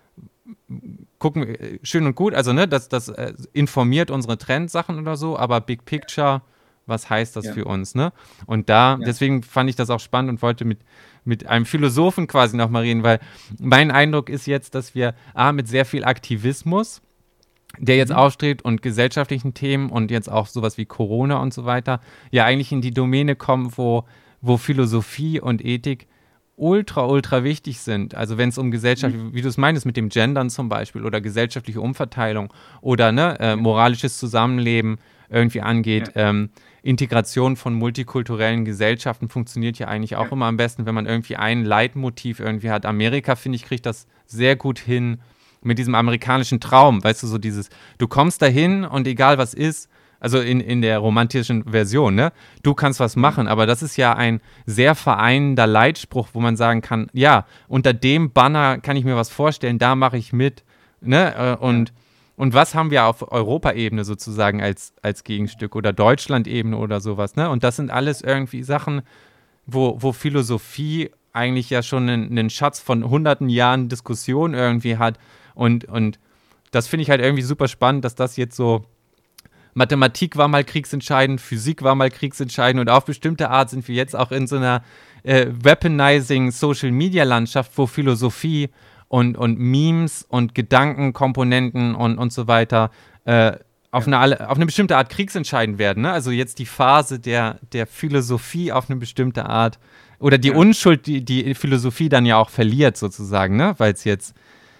gucken, schön und gut, also ne, das informiert unsere Trendsachen oder so, aber Big Picture, was heißt das für uns, ne? Und deswegen fand ich das auch spannend und wollte mit einem Philosophen quasi nochmal reden, weil mein Eindruck ist jetzt, dass wir mit sehr viel Aktivismus, der jetzt aufstrebt und gesellschaftlichen Themen und jetzt auch sowas wie Corona und so weiter, ja eigentlich in die Domäne kommen, wo Philosophie und Ethik ultra wichtig sind. Also wenn es um Gesellschaft, wie du es meinst, mit dem Gendern zum Beispiel oder gesellschaftliche Umverteilung oder moralisches Zusammenleben irgendwie angeht. Integration von multikulturellen Gesellschaften funktioniert ja eigentlich auch immer am besten, wenn man irgendwie ein Leitmotiv irgendwie hat. Amerika, finde ich, kriegt das sehr gut hin mit diesem amerikanischen Traum. Weißt du, so dieses, du kommst dahin und egal was ist, also in der romantischen Version, ne? Du kannst was machen, aber das ist ja ein sehr vereinender Leitspruch, wo man sagen kann, ja, unter dem Banner kann ich mir was vorstellen, da mache ich mit, ne? Und was haben wir auf Europaebene sozusagen als Gegenstück oder Deutschland-Ebene oder sowas, ne? Und das sind alles irgendwie Sachen, wo Philosophie eigentlich ja schon einen Schatz von hunderten Jahren Diskussion irgendwie hat und das finde ich halt irgendwie super spannend, dass das jetzt so Mathematik war mal kriegsentscheidend, Physik war mal kriegsentscheidend und auf bestimmte Art sind wir jetzt auch in so einer weaponizing Social-Media-Landschaft, wo Philosophie und Memes und Gedankenkomponenten und so weiter auf eine bestimmte Art kriegsentscheidend werden. Ne? Also jetzt die Phase der Philosophie auf eine bestimmte Art oder die Unschuld, die Philosophie dann ja auch verliert sozusagen, ne? Weil es jetzt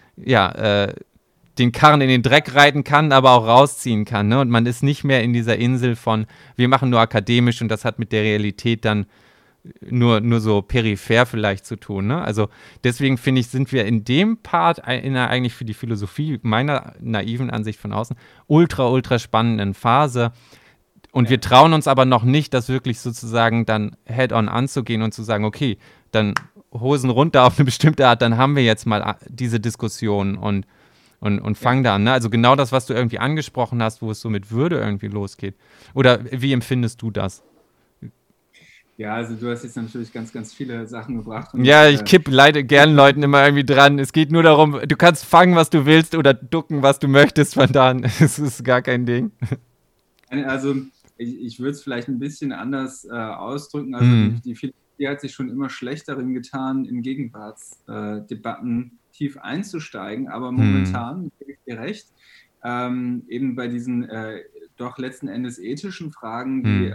den Karren in den Dreck reiten kann, aber auch rausziehen kann. Ne? Und man ist nicht mehr in dieser Insel von, wir machen nur akademisch und das hat mit der Realität dann nur so peripher vielleicht zu tun. Ne? Also deswegen finde ich, sind wir in dem Part eigentlich für die Philosophie, meiner naiven Ansicht von außen, ultra spannenden Phase. Und wir trauen uns aber noch nicht, das wirklich sozusagen dann head-on anzugehen und zu sagen, okay, dann Hosen runter auf eine bestimmte Art, dann haben wir jetzt mal diese Diskussion und fangen da an. Ne? Also genau das, was du irgendwie angesprochen hast, wo es so mit Würde irgendwie losgeht. Oder wie empfindest du das? Ja, also du hast jetzt natürlich ganz, ganz viele Sachen gebracht. Ja, ich kipp leider gern Leuten immer irgendwie dran. Es geht nur darum, du kannst fangen, was du willst oder ducken, was du möchtest, von da an. Es ist gar kein Ding. Also ich würde es vielleicht ein bisschen anders ausdrücken. Also die Philosophie hat sich schon immer schlecht darin getan, in Gegenwartsdebatten tief einzusteigen. Aber momentan, gebe ich dir recht, eben bei diesen doch letzten Endes ethischen Fragen, die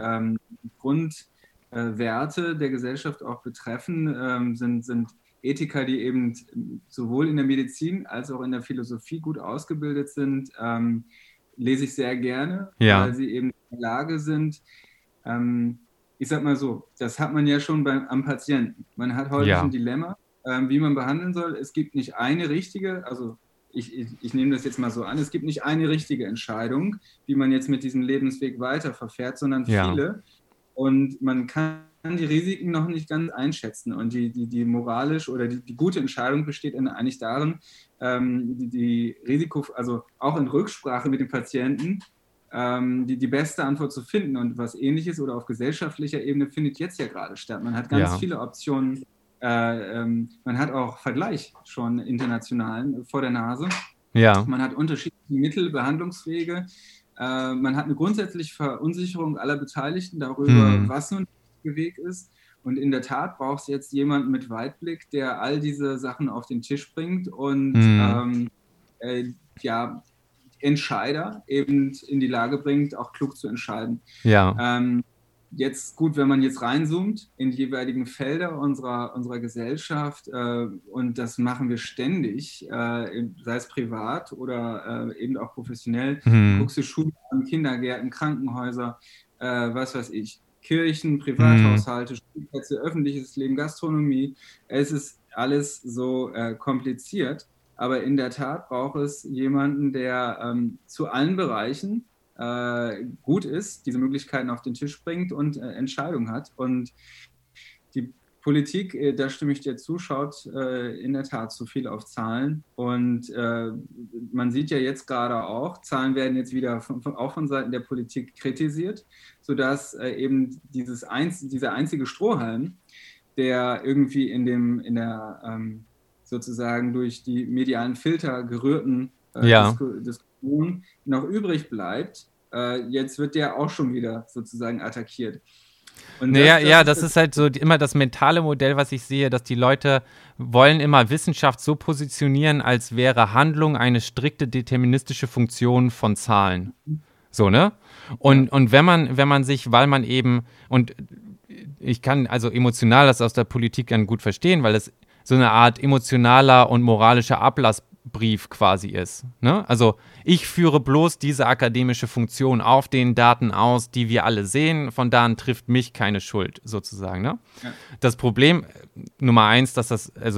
Grundwerte der Gesellschaft auch betreffen, sind Ethiker, die eben sowohl in der Medizin als auch in der Philosophie gut ausgebildet sind, lese ich sehr gerne, weil sie eben in der Lage sind. Ich sag mal so, das hat man ja schon am Patienten. Man hat häufig ein Dilemma, wie man behandeln soll. Es gibt nicht eine richtige, also ich nehme das jetzt mal so an, es gibt nicht eine richtige Entscheidung, wie man jetzt mit diesem Lebensweg weiterverfährt, sondern viele. Und man kann die Risiken noch nicht ganz einschätzen. Und die moralisch oder die gute Entscheidung besteht eigentlich darin, die Risiko, also auch in Rücksprache mit dem Patienten, die beste Antwort zu finden. Und was Ähnliches oder auf gesellschaftlicher Ebene findet jetzt ja gerade statt. Man hat ganz viele Optionen. Man hat auch Vergleich schon internationalen vor der Nase. Ja. Man hat unterschiedliche Mittel, Behandlungswege. Man hat eine grundsätzliche Verunsicherung aller Beteiligten darüber, was nun der Weg ist. Und in der Tat braucht es jetzt jemanden mit Weitblick, der all diese Sachen auf den Tisch bringt und Entscheider eben in die Lage bringt, auch klug zu entscheiden. Ja. Jetzt gut, wenn man jetzt reinzoomt in die jeweiligen Felder unserer Gesellschaft, und das machen wir ständig, sei es privat oder eben auch professionell, guckst du Schulen an, Kindergärten, Krankenhäuser, was weiß ich, Kirchen, Privathaushalte, Spielplätze, öffentliches Leben, Gastronomie. Es ist alles so kompliziert, aber in der Tat braucht es jemanden, der zu allen Bereichen gut ist, diese Möglichkeiten auf den Tisch bringt und Entscheidungen hat. Und die Politik, da stimme ich dir zu, schaut in der Tat zu viel auf Zahlen. Und man sieht ja jetzt gerade auch, Zahlen werden jetzt wieder auch von Seiten der Politik kritisiert, sodass eben dieser einzige Strohhalm, der irgendwie in der sozusagen durch die medialen Filter gerührten Diskussion noch übrig bleibt, jetzt wird der auch schon wieder sozusagen attackiert. Und das ist halt so immer das mentale Modell, was ich sehe, dass die Leute wollen immer Wissenschaft so positionieren, als wäre Handlung eine strikte deterministische Funktion von Zahlen. So, ne? Und wenn man sich, weil man eben, und ich kann also emotional das aus der Politik dann gut verstehen, weil es so eine Art emotionaler und moralischer Ablassbrief quasi ist. Ne? Also ich führe bloß diese akademische Funktion auf den Daten aus, die wir alle sehen, von da an trifft mich keine Schuld, sozusagen. Ne? Ja. Das Problem, Nummer 1, dass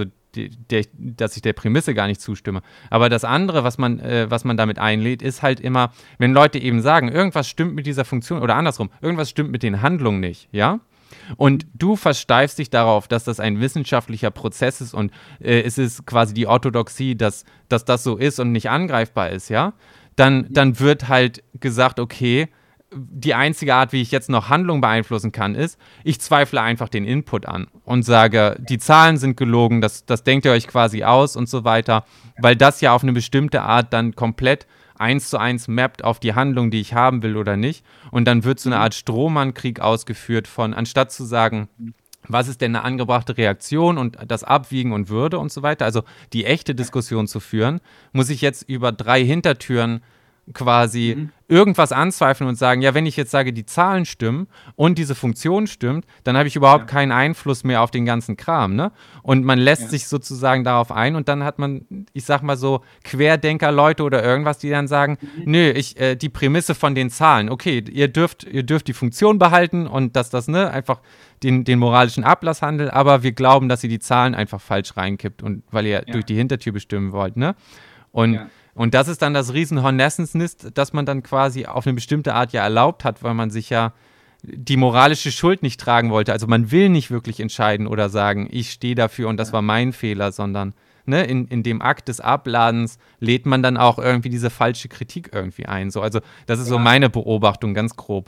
dass ich der Prämisse gar nicht zustimme. Aber das andere, was man damit einlädt, ist halt immer, wenn Leute eben sagen, irgendwas stimmt mit dieser Funktion oder andersrum, irgendwas stimmt mit den Handlungen nicht, ja? Und du versteifst dich darauf, dass das ein wissenschaftlicher Prozess ist und es ist quasi die Orthodoxie, dass das so ist und nicht angreifbar ist, ja? Dann wird halt gesagt, okay, die einzige Art, wie ich jetzt noch Handlung beeinflussen kann, ist, ich zweifle einfach den Input an und sage, die Zahlen sind gelogen, das denkt ihr euch quasi aus und so weiter, weil das ja auf eine bestimmte Art dann komplett 1:1 mappt auf die Handlung, die ich haben will oder nicht. Und dann wird so eine Art Strohmann-Krieg ausgeführt anstatt zu sagen, was ist denn eine angebrachte Reaktion und das Abwiegen und Würde und so weiter, also die echte Diskussion zu führen, muss ich jetzt über 3 Hintertüren quasi irgendwas anzweifeln und sagen, ja, wenn ich jetzt sage, die Zahlen stimmen und diese Funktion stimmt, dann habe ich überhaupt keinen Einfluss mehr auf den ganzen Kram, ne? Und man lässt sich sozusagen darauf ein und dann hat man, ich sag mal so, Querdenker-Leute oder irgendwas, die dann sagen, nö, die Prämisse von den Zahlen, okay, ihr dürft die Funktion behalten und dass das, ne, einfach den moralischen Ablasshandel, aber wir glauben, dass ihr die Zahlen einfach falsch reinkippt und weil ihr durch die Hintertür bestimmen wollt, ne? Und das ist dann das Riesen-Hornessensnest, das man dann quasi auf eine bestimmte Art ja erlaubt hat, weil man sich ja die moralische Schuld nicht tragen wollte. Also man will nicht wirklich entscheiden oder sagen, ich stehe dafür und das war mein Fehler, sondern ne, in dem Akt des Abladens lädt man dann auch irgendwie diese falsche Kritik irgendwie ein. So, also das ist so meine Beobachtung, ganz grob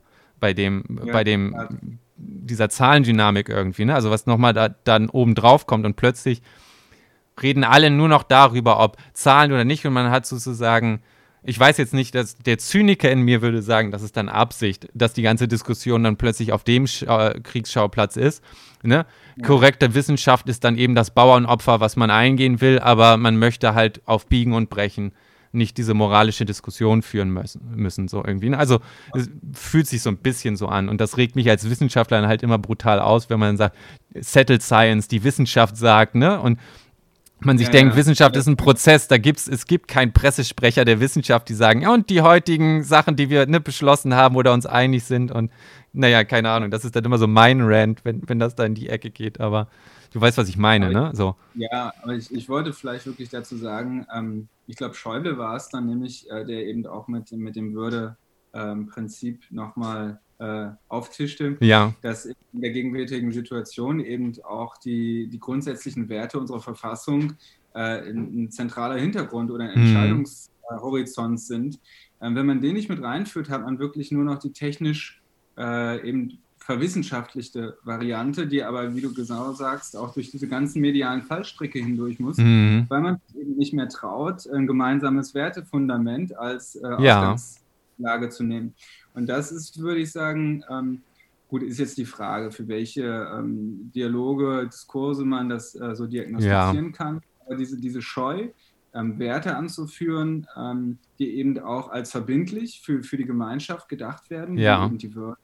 bei dieser Zahlendynamik irgendwie, ne? Also was nochmal dann oben drauf kommt und plötzlich reden alle nur noch darüber, ob Zahlen oder nicht, und man hat sozusagen, ich weiß jetzt nicht, dass der Zyniker in mir würde sagen, das ist dann Absicht, dass die ganze Diskussion dann plötzlich auf dem Kriegsschauplatz ist. Ne? Ja. Korrekte Wissenschaft ist dann eben das Bauernopfer, was man eingehen will, aber man möchte halt auf Biegen und Brechen nicht diese moralische Diskussion führen müssen so irgendwie. Ne? Also es fühlt sich so ein bisschen so an, und das regt mich als Wissenschaftler dann halt immer brutal aus, wenn man sagt, Settled Science, die Wissenschaft sagt, ne? Und man sich denkt, Wissenschaft ist ein Prozess, es gibt keinen Pressesprecher der Wissenschaft, die sagen, ja, und die heutigen Sachen, die wir beschlossen haben oder uns einig sind, und naja, keine Ahnung, das ist dann immer so mein Rant, wenn das da in die Ecke geht, aber du weißt, was ich meine, ne? So. Ja, aber ich wollte vielleicht wirklich dazu sagen, ich glaube, Schäuble war es dann nämlich, der eben auch mit dem Würde-Prinzip nochmal auftischte, dass in der gegenwärtigen Situation eben auch die grundsätzlichen Werte unserer Verfassung ein zentraler Hintergrund oder ein Entscheidungshorizont sind. Wenn man den nicht mit reinführt, hat man wirklich nur noch die technisch eben verwissenschaftlichte Variante, die aber, wie du genau sagst, auch durch diese ganzen medialen Fallstricke hindurch muss, weil man eben nicht mehr traut, ein gemeinsames Wertefundament als Ausgangslage zu nehmen. Und das ist, würde ich sagen, gut, ist jetzt die Frage, für welche Dialoge, Diskurse man das so diagnostizieren kann. Aber diese Scheu, Werte anzuführen, die eben auch als verbindlich für die Gemeinschaft gedacht werden, wie eben die Würde,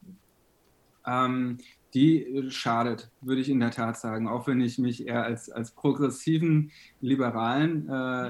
die schadet, würde ich in der Tat sagen, auch wenn ich mich eher als progressiven, liberalen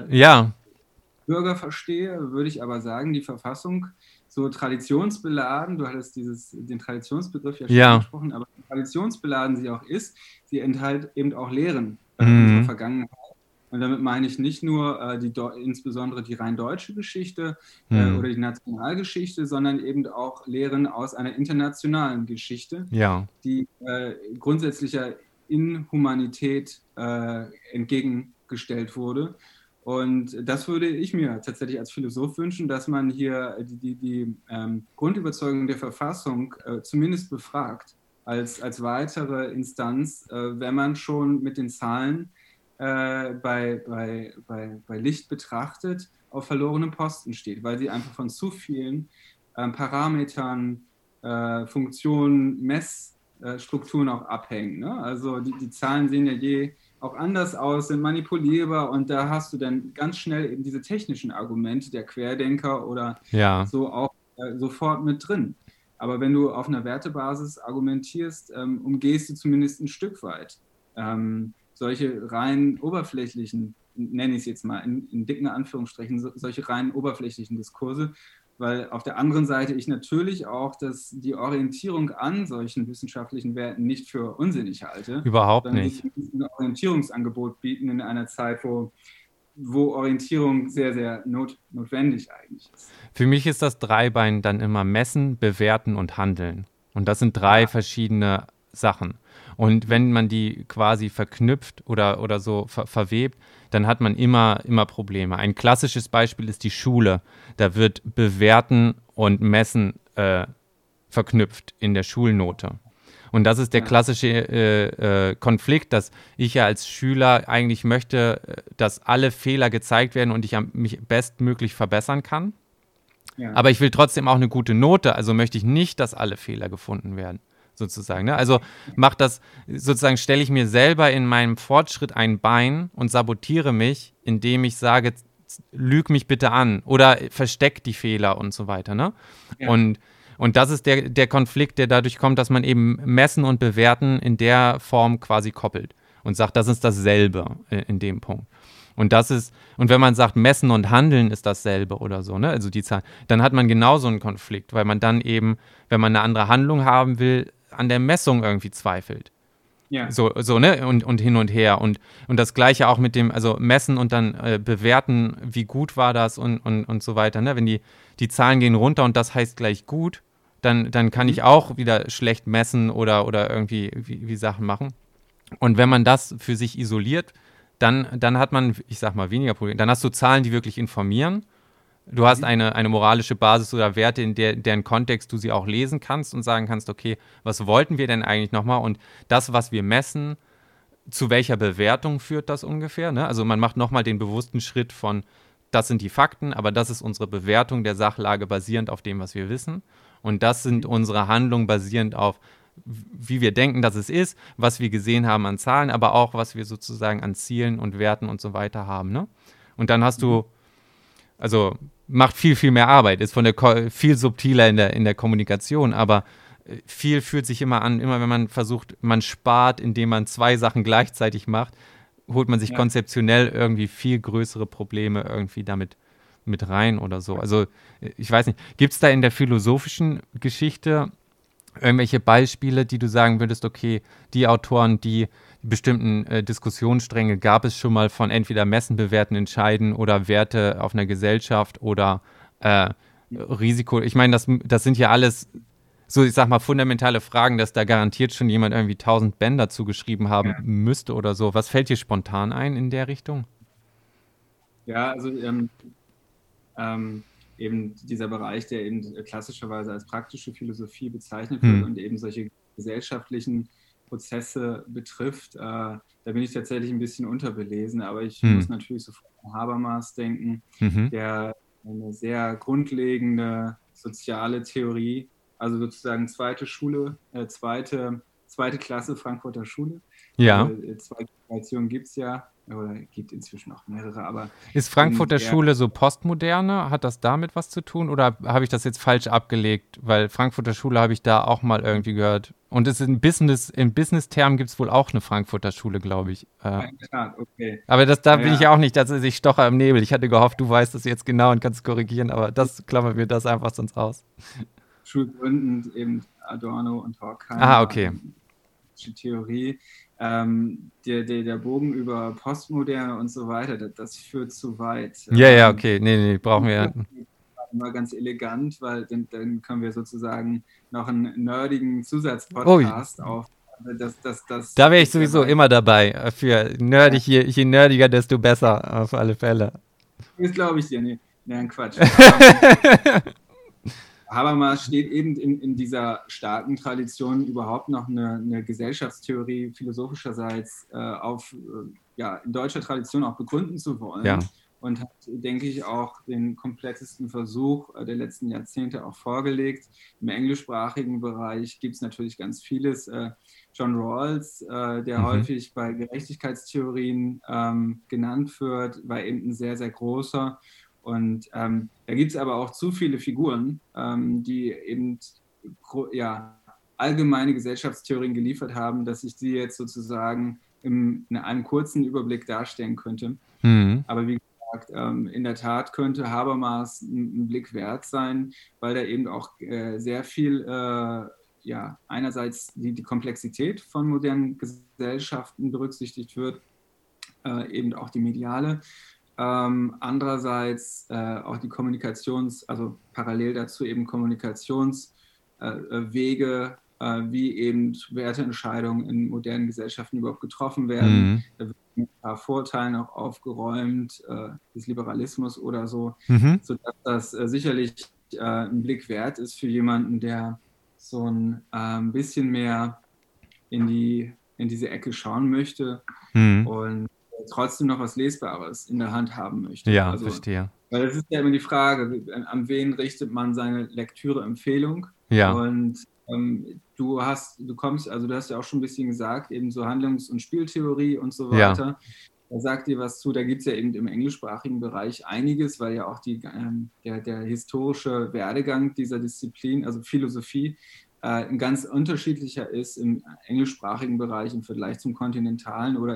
Bürger verstehe, würde ich aber sagen, die Verfassung so traditionsbeladen, du hattest den Traditionsbegriff ja schon angesprochen, aber traditionsbeladen sie auch ist, sie enthält eben auch Lehren unserer Vergangenheit. Und damit meine ich nicht nur insbesondere die rein deutsche Geschichte oder die Nationalgeschichte, sondern eben auch Lehren aus einer internationalen Geschichte, die grundsätzlicher Inhumanität entgegengestellt wurde. Und das würde ich mir tatsächlich als Philosoph wünschen, dass man hier die Grundüberzeugung der Verfassung zumindest befragt, als weitere Instanz, wenn man schon mit den Zahlen bei Licht betrachtet, auf verlorenem Posten steht, weil sie einfach von zu vielen Parametern, Funktionen, Messstrukturen auch abhängen. Ne? Also die Zahlen sehen ja auch anders aus, sind manipulierbar, und da hast du dann ganz schnell eben diese technischen Argumente der Querdenker oder so auch sofort mit drin. Aber wenn du auf einer Wertebasis argumentierst, umgehst du zumindest ein Stück weit solche rein oberflächlichen, nenne ich es jetzt mal in dicken Anführungsstrichen, solche rein oberflächlichen Diskurse, weil auf der anderen Seite ich natürlich auch die Orientierung an solchen wissenschaftlichen Werten nicht für unsinnig halte. Überhaupt nicht. Die ein Orientierungsangebot bieten in einer Zeit, wo Orientierung sehr, sehr notwendig eigentlich ist. Für mich ist das Dreibein dann immer messen, bewerten und handeln. Und das sind drei verschiedene Sachen. Und wenn man die quasi verknüpft oder so verwebt, dann hat man immer Probleme. Ein klassisches Beispiel ist die Schule. Da wird Bewerten und Messen verknüpft in der Schulnote. Und das ist der klassische Konflikt, dass ich ja als Schüler eigentlich möchte, dass alle Fehler gezeigt werden und ich mich bestmöglich verbessern kann. Ja. Aber ich will trotzdem auch eine gute Note, also möchte ich nicht, dass alle Fehler gefunden werden, sozusagen. Ne? Also stelle ich mir selber in meinem Fortschritt ein Bein und sabotiere mich, indem ich sage, lüg mich bitte an oder versteck die Fehler und so weiter. Ne? Ja. Und das ist der Konflikt, der dadurch kommt, dass man eben Messen und Bewerten in der Form quasi koppelt und sagt, das ist dasselbe in dem Punkt. Und wenn man sagt, Messen und Handeln ist dasselbe oder so, ne, also die Zahl, dann hat man genauso einen Konflikt, weil man dann eben, wenn man eine andere Handlung haben will, an der Messung irgendwie zweifelt. Ja. So, ne, und hin und her. Und das Gleiche auch mit dem, also messen und dann bewerten, wie gut war das und so weiter, ne, wenn die Zahlen gehen runter und das heißt gleich gut, dann kann ich auch wieder schlecht messen oder irgendwie wie Sachen machen. Und wenn man das für sich isoliert, dann hat man, ich sag mal, weniger Probleme. Dann hast du Zahlen, die wirklich informieren, Du hast eine moralische Basis oder Werte, in deren Kontext du sie auch lesen kannst und sagen kannst, okay, was wollten wir denn eigentlich nochmal? Und das, was wir messen, zu welcher Bewertung führt das ungefähr? Ne? Also man macht nochmal den bewussten Schritt von, das sind die Fakten, aber das ist unsere Bewertung der Sachlage basierend auf dem, was wir wissen. Und das sind unsere Handlungen basierend auf, wie wir denken, dass es ist, was wir gesehen haben an Zahlen, aber auch, was wir sozusagen an Zielen und Werten und so weiter haben. Ne? Und dann hast du, also macht viel, viel mehr Arbeit, ist viel subtiler in der Kommunikation, aber viel fühlt sich immer an, immer wenn man versucht, man spart, indem man 2 Sachen gleichzeitig macht, holt man sich konzeptionell irgendwie viel größere Probleme irgendwie damit mit rein oder so. Also ich weiß nicht, gibt es da in der philosophischen Geschichte irgendwelche Beispiele, die du sagen würdest, okay, die Autoren, die bestimmten Diskussionsstränge gab es schon mal von entweder Messen, Bewerten, Entscheiden oder Werte auf einer Gesellschaft oder Risiko. Ich meine, das sind ja alles so, ich sag mal, fundamentale Fragen, dass da garantiert schon jemand irgendwie 1000 Bänder zugeschrieben haben müsste oder so. Was fällt dir spontan ein in der Richtung? Ja, also eben dieser Bereich, der eben klassischerweise als praktische Philosophie bezeichnet wird und eben solche gesellschaftlichen Prozesse betrifft, da bin ich tatsächlich ein bisschen unterbelesen, aber ich muss natürlich sofort an Habermas denken, der eine sehr grundlegende soziale Theorie, also sozusagen zweite Klasse Frankfurter Schule. Ja. Also, 2 Generationen gibt es ja, oder gibt inzwischen auch mehrere, aber... Ist Frankfurter Schule so postmoderne? Hat das damit was zu tun? Oder habe ich das jetzt falsch abgelegt? Weil Frankfurter Schule habe ich da auch mal irgendwie gehört. Und es in Business-Termen gibt es wohl auch eine Frankfurter Schule, glaube ich. Okay. Aber da bin ich auch nicht, dass ich stocher im Nebel. Ich hatte gehofft, du weißt das jetzt genau und kannst korrigieren, aber das klammern wir das einfach sonst aus. Schulgründend eben Adorno und Horkheimer. Okay. Theorie. Der Bogen über Postmoderne und so weiter, das führt zu weit. Ja, okay. Nee, brauchen wir ja. Mal ganz elegant, weil dann können wir sozusagen noch einen nerdigen Zusatzpodcast auf. Da wäre ich sowieso immer dabei. Für nerdig, je nerdiger, desto besser, auf alle Fälle. Das glaube ich dir. Nee, Quatsch. Habermas steht eben in dieser starken Tradition überhaupt noch eine Gesellschaftstheorie philosophischerseits in deutscher Tradition auch begründen zu wollen. Ja. Und hat, denke ich, auch den komplettesten Versuch der letzten Jahrzehnte auch vorgelegt. Im englischsprachigen Bereich gibt es natürlich ganz vieles. John Rawls, der häufig bei Gerechtigkeitstheorien genannt wird, war eben ein sehr, sehr großer. Und da gibt es aber auch zu viele Figuren, die eben allgemeine Gesellschaftstheorien geliefert haben, dass ich die jetzt sozusagen in einem kurzen Überblick darstellen könnte. Aber wie gesagt, in der Tat könnte Habermas ein Blick wert sein, weil da eben auch sehr viel, einerseits die Komplexität von modernen Gesellschaften berücksichtigt wird, eben auch die mediale. Andererseits auch die also parallel dazu eben Kommunikationswege, wie eben Werteentscheidungen in modernen Gesellschaften überhaupt getroffen werden. Da wird mit ein paar Vorteilen auch aufgeräumt, des Liberalismus oder so, sodass das sicherlich ein Blick wert ist für jemanden, der so ein bisschen mehr in diese Ecke schauen möchte und trotzdem noch was Lesbares in der Hand haben möchte. Ja, verstehe. Weil das ist ja immer die Frage, an wen richtet man seine Lektüre-Empfehlung? Ja. Und du hast ja auch schon ein bisschen gesagt, eben so Handlungs- und Spieltheorie und so weiter. Ja. Da sagt dir was zu, da gibt es ja eben im englischsprachigen Bereich einiges, weil ja auch der historische Werdegang dieser Disziplin, also Philosophie, ein ganz unterschiedlicher ist im englischsprachigen Bereich im Vergleich zum kontinentalen oder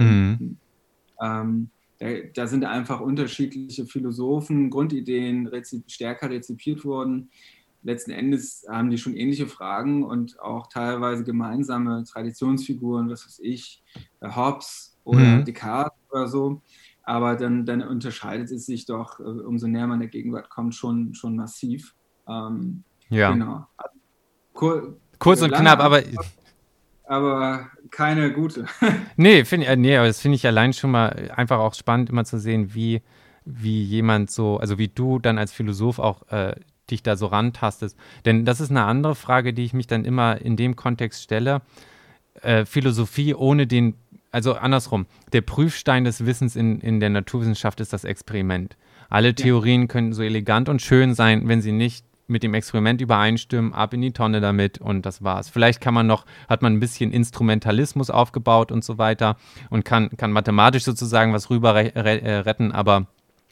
da sind einfach unterschiedliche Philosophen, Grundideen stärker rezipiert worden. Letzten Endes haben die schon ähnliche Fragen und auch teilweise gemeinsame Traditionsfiguren, was weiß ich, Hobbes oder Descartes oder so. Aber dann unterscheidet es sich doch, umso näher man der Gegenwart kommt, schon massiv. Genau. Kurz und knapp, aber keine gute. Nee, aber das finde ich allein schon mal einfach auch spannend, immer zu sehen, wie wie jemand so, also wie du dann als Philosoph auch dich da so rantastest. Denn das ist eine andere Frage, die ich mich dann immer in dem Kontext stelle. Philosophie ohne den, also andersrum, der Prüfstein des Wissens in der Naturwissenschaft ist das Experiment. Alle Ja. Theorien können so elegant und schön sein, wenn sie nicht mit dem Experiment übereinstimmen, ab in die Tonne damit und das war's. Vielleicht kann man noch, hat man ein bisschen Instrumentalismus aufgebaut und so weiter und kann mathematisch sozusagen was rüber retten, aber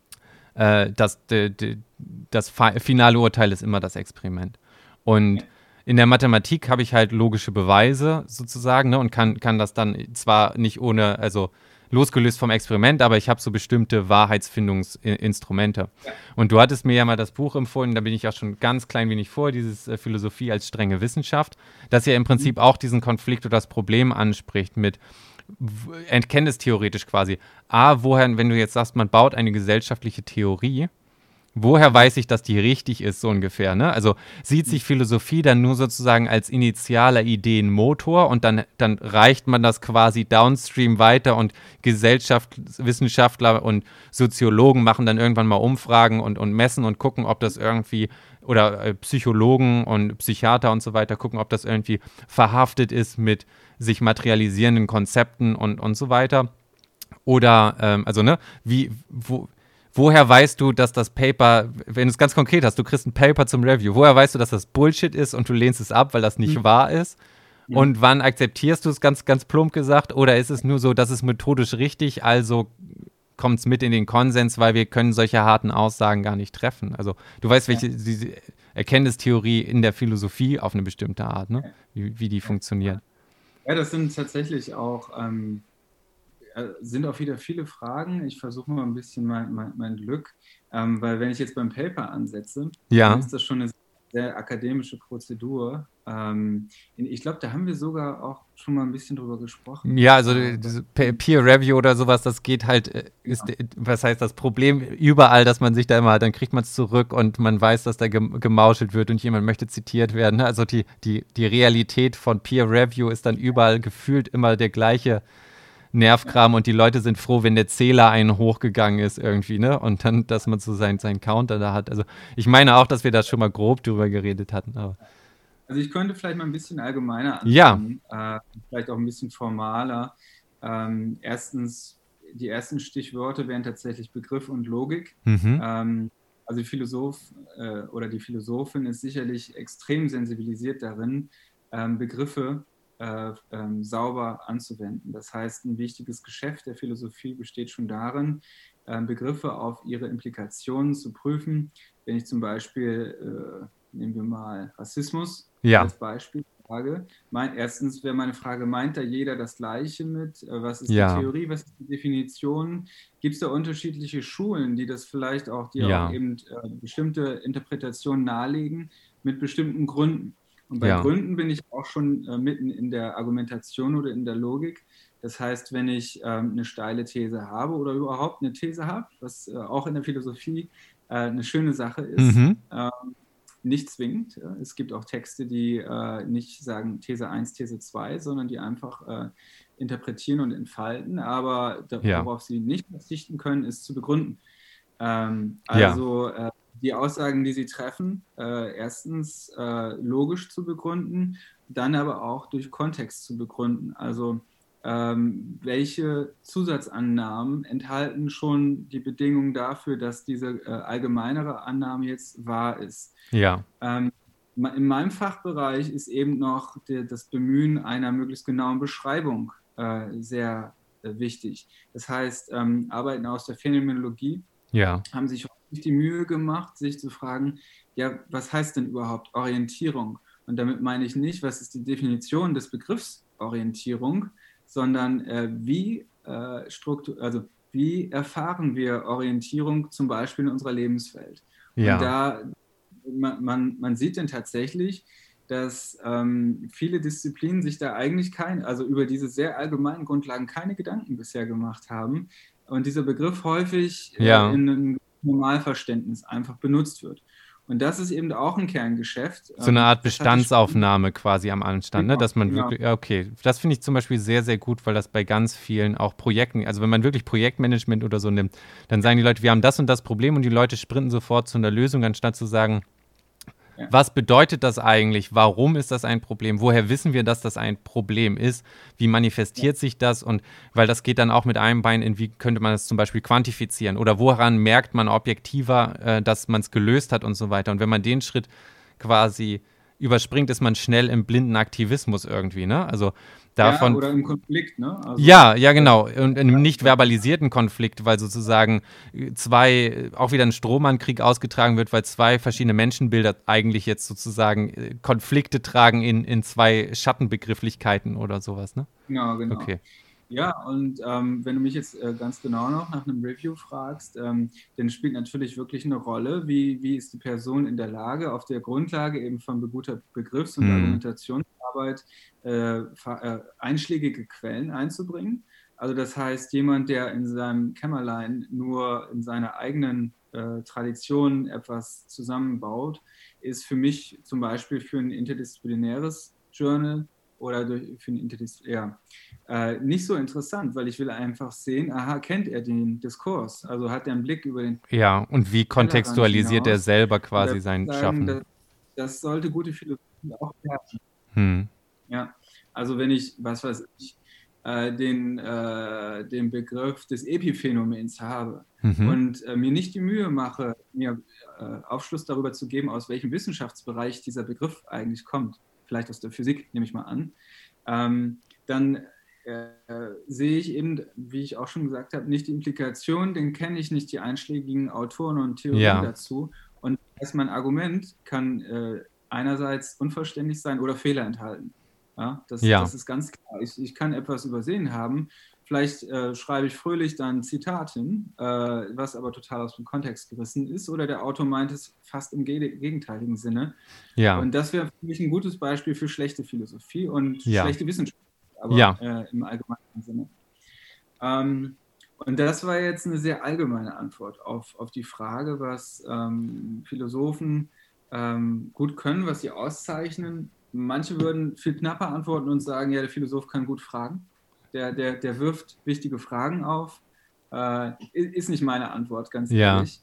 das finale Urteil ist immer das Experiment. Und Ja. in der Mathematik habe ich halt logische Beweise sozusagen, ne, und kann das dann zwar nicht ohne, also losgelöst vom Experiment, aber ich habe so bestimmte Wahrheitsfindungsinstrumente. Ja. Und du hattest mir ja mal das Buch empfohlen, da bin ich auch schon ganz klein wenig vor, dieses Philosophie als strenge Wissenschaft, das ja im Prinzip auch diesen Konflikt oder das Problem anspricht mit Erkenntnistheoretisch quasi. Woher, wenn du jetzt sagst, man baut eine gesellschaftliche Theorie, woher weiß ich, dass die richtig ist, so ungefähr, ne? Also sieht sich Philosophie dann nur sozusagen als initialer Ideenmotor und dann reicht man das quasi downstream weiter und Gesellschaftswissenschaftler und Soziologen machen dann irgendwann mal Umfragen und messen und gucken, ob das irgendwie, oder Psychologen und Psychiater und so weiter gucken, ob das irgendwie verhaftet ist mit sich materialisierenden Konzepten und so weiter. Oder, also, ne, woher weißt du, dass das Paper, wenn du es ganz konkret hast, du kriegst ein Paper zum Review, woher weißt du, dass das Bullshit ist und du lehnst es ab, weil das nicht wahr ist? Und wann akzeptierst du es, ganz, ganz plump gesagt? Oder ist es nur so, das ist methodisch richtig, also kommt es mit in den Konsens, weil wir können solche harten Aussagen gar nicht treffen? Also du weißt, welche diese Erkenntnistheorie in der Philosophie auf eine bestimmte Art, ne? Wie die funktioniert. Ja, das sind tatsächlich auch sind auch wieder viele Fragen. Ich versuche mal ein bisschen mein Glück, weil wenn ich jetzt beim Paper ansetze, dann ist das schon eine sehr akademische Prozedur. Ich glaube, da haben wir sogar auch schon mal ein bisschen drüber gesprochen. Ja, also diese Peer Review oder sowas, das geht halt, was heißt das Problem überall, dass man sich da immer, dann kriegt man es zurück und man weiß, dass da gemauschelt wird und jemand möchte zitiert werden. Ne? Also die Realität von Peer Review ist dann überall gefühlt immer der gleiche Nervkram und die Leute sind froh, wenn der Zähler einen hochgegangen ist irgendwie, ne? Und dann, dass man so seinen Counter da hat. Also ich meine auch, dass wir da schon mal grob drüber geredet hatten. Aber. Also ich könnte vielleicht mal ein bisschen allgemeiner anfangen, vielleicht auch ein bisschen formaler. Erstens, die ersten Stichworte wären tatsächlich Begriff und Logik. Also die Philosoph oder die Philosophin ist sicherlich extrem sensibilisiert darin, Begriffe sauber anzuwenden. Das heißt, ein wichtiges Geschäft der Philosophie besteht schon darin, Begriffe auf ihre Implikationen zu prüfen. Wenn ich zum Beispiel, nehmen wir mal Rassismus als Beispiel frage, erstens wäre meine Frage, meint da jeder das Gleiche mit? Was ist die Theorie, was ist die Definition? Gibt es da unterschiedliche Schulen, die das vielleicht auch, die auch eben bestimmte Interpretationen nahelegen mit bestimmten Gründen? Und bei Gründen bin ich auch schon mitten in der Argumentation oder in der Logik. Das heißt, wenn ich eine steile These habe oder überhaupt eine These habe, was auch in der Philosophie eine schöne Sache ist, nicht zwingend. Es gibt auch Texte, die nicht sagen These 1, These 2, sondern die einfach interpretieren und entfalten. Aber worauf sie nicht verzichten können, ist zu begründen. Die Aussagen, die sie treffen, erstens logisch zu begründen, dann aber auch durch Kontext zu begründen. Also welche Zusatzannahmen enthalten schon die Bedingungen dafür, dass diese allgemeinere Annahme jetzt wahr ist. In meinem Fachbereich ist eben noch das Bemühen einer möglichst genauen Beschreibung sehr wichtig. Das heißt, Arbeiten aus der Phänomenologie haben sich die Mühe gemacht, sich zu fragen, ja, was heißt denn überhaupt Orientierung? Und damit meine ich nicht, was ist die Definition des Begriffs Orientierung, sondern wie erfahren wir Orientierung zum Beispiel in unserer Lebenswelt? Und da, man sieht dann tatsächlich, dass viele Disziplinen sich da eigentlich also über diese sehr allgemeinen Grundlagen keine Gedanken bisher gemacht haben und dieser Begriff häufig in einem Normalverständnis einfach benutzt wird. Und das ist eben auch ein Kerngeschäft. So eine Art Das hatte Bestandsaufnahme quasi am Anstand, ne? Genau, Dass man genau. wirklich, ja, okay, das finde ich zum Beispiel sehr, sehr gut, weil das bei ganz vielen auch Projekten, also wenn man wirklich Projektmanagement oder so nimmt, dann sagen die Leute, wir haben das und das Problem und die Leute sprinten sofort zu einer Lösung, anstatt zu sagen, Ja. was bedeutet das eigentlich? Warum ist das ein Problem? Woher wissen wir, dass das ein Problem ist? Wie manifestiert sich das? Und weil das geht dann auch mit einem Bein in, wie könnte man das zum Beispiel quantifizieren? Oder woran merkt man objektiver, dass man es gelöst hat und so weiter? Und wenn man den Schritt quasi überspringt, ist man schnell im blinden Aktivismus irgendwie, ne? Also Ja, davon. oder im Konflikt, ne? Also, Ja, ja, genau. Und in einem nicht verbalisierten Konflikt, weil sozusagen auch wieder ein Strohmann-Krieg ausgetragen wird, weil zwei verschiedene Menschenbilder eigentlich jetzt sozusagen Konflikte tragen in zwei Schattenbegrifflichkeiten oder sowas, ne? genau, genau. Okay. Ja, und wenn du mich jetzt ganz genau noch nach einem Review fragst, dann spielt natürlich wirklich eine Rolle, wie ist die Person in der Lage, auf der Grundlage eben von guter Begriffs- und Argumentationsarbeit einschlägige Quellen einzubringen. Also das heißt, jemand, der in seinem Kämmerlein nur in seiner eigenen Tradition etwas zusammenbaut, ist für mich zum Beispiel für ein interdisziplinäres Journal oder für ein nicht so interessant, weil ich will einfach sehen, aha, kennt er den Diskurs? Also hat er einen Blick über den Ja, und wie Tellerrand kontextualisiert er hinaus? selber Und da quasi sein sagen, Schaffen? das sollte gute Philosophie auch beherrschen. Hm. Ja, also wenn ich, was weiß ich, den Begriff des Epiphänomens habe und mir nicht die Mühe mache, mir Aufschluss darüber zu geben, aus welchem Wissenschaftsbereich dieser Begriff eigentlich kommt, vielleicht aus der Physik, nehme ich mal an, dann sehe ich eben, wie ich auch schon gesagt habe, nicht die Implikation, den kenne ich nicht die einschlägigen Autoren und Theorien dazu. Und mein Argument kann einerseits unvollständig sein oder Fehler enthalten. Ja, das ist ganz klar. Ich kann etwas übersehen haben. Vielleicht schreibe ich fröhlich dann ein Zitat hin, was aber total aus dem Kontext gerissen ist, oder der Autor meint es fast im gegenteiligen Sinne. Ja. Und das wäre für mich ein gutes Beispiel für schlechte Philosophie und schlechte Wissenschaft, aber im allgemeinen Sinne. Und das war jetzt eine sehr allgemeine Antwort auf die Frage, was Philosophen gut können, was sie auszeichnen. Manche würden viel knapper antworten und sagen, ja, der Philosoph kann gut fragen. Der wirft wichtige Fragen auf. Ist nicht meine Antwort, ganz ehrlich.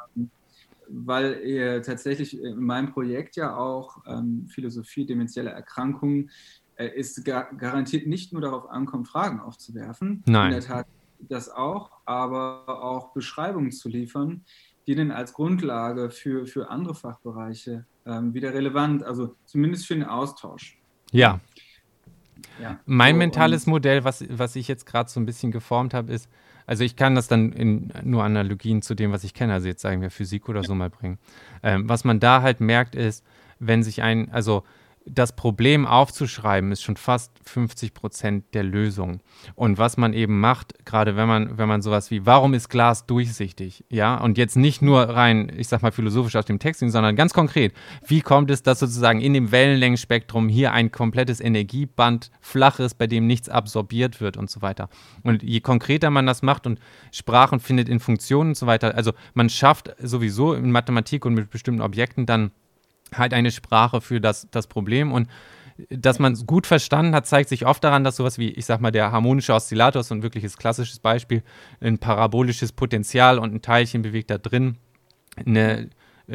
Weil tatsächlich in meinem Projekt ja auch Philosophie dementielle Erkrankungen es garantiert nicht nur darauf ankommt, Fragen aufzuwerfen. Nein. In der Tat das auch, aber auch Beschreibungen zu liefern, die dann als Grundlage für andere Fachbereiche wieder relevant, also zumindest für den Austausch. Ja. Mein mentales Modell, was ich jetzt gerade so ein bisschen geformt habe, ist, also ich kann das dann in nur Analogien zu dem, was ich kenne, also jetzt sagen wir Physik oder so mal bringen. Was man da halt merkt ist, wenn sich also das Problem aufzuschreiben, ist schon fast 50% der Lösung. Und was man eben macht, gerade wenn man sowas wie, warum ist Glas durchsichtig? Ja, und jetzt nicht nur rein, ich sag mal, philosophisch aus dem Text, sondern ganz konkret, wie kommt es, dass sozusagen in dem Wellenlängenspektrum hier ein komplettes Energieband flach ist, bei dem nichts absorbiert wird und so weiter. Und je konkreter man das macht und Sprachen findet in Funktionen und so weiter, also man schafft sowieso in Mathematik und mit bestimmten Objekten dann halt eine Sprache für das Problem, und dass man es gut verstanden hat, zeigt sich oft daran, dass sowas wie, ich sag mal, der harmonische Oszillator ist so ein wirkliches klassisches Beispiel, ein parabolisches Potential und ein Teilchen bewegt da drin, eine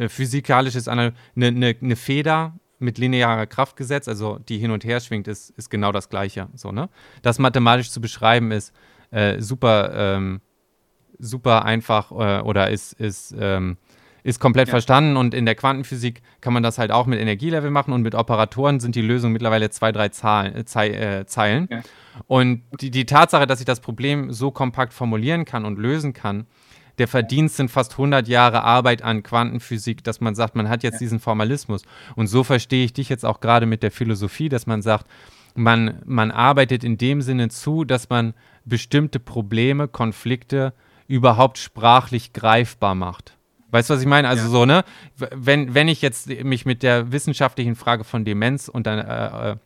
Feder mit linearer Kraftgesetz, also die hin und her schwingt, ist genau das Gleiche. So, ne? Das mathematisch zu beschreiben ist super einfach oder ist komplett verstanden, und in der Quantenphysik kann man das halt auch mit Energielevel machen, und mit Operatoren sind die Lösungen mittlerweile 2, 3 Zeilen. Ja. Und die Tatsache, dass ich das Problem so kompakt formulieren kann und lösen kann, der Verdienst sind fast 100 Jahre Arbeit an Quantenphysik, dass man sagt, man hat jetzt diesen Formalismus. Und so verstehe ich dich jetzt auch gerade mit der Philosophie, dass man sagt, man arbeitet in dem Sinne zu, dass man bestimmte Probleme, Konflikte überhaupt sprachlich greifbar macht. Weißt du, was ich meine? Also so, ne? Wenn ich jetzt mich mit der wissenschaftlichen Frage von Demenz und dann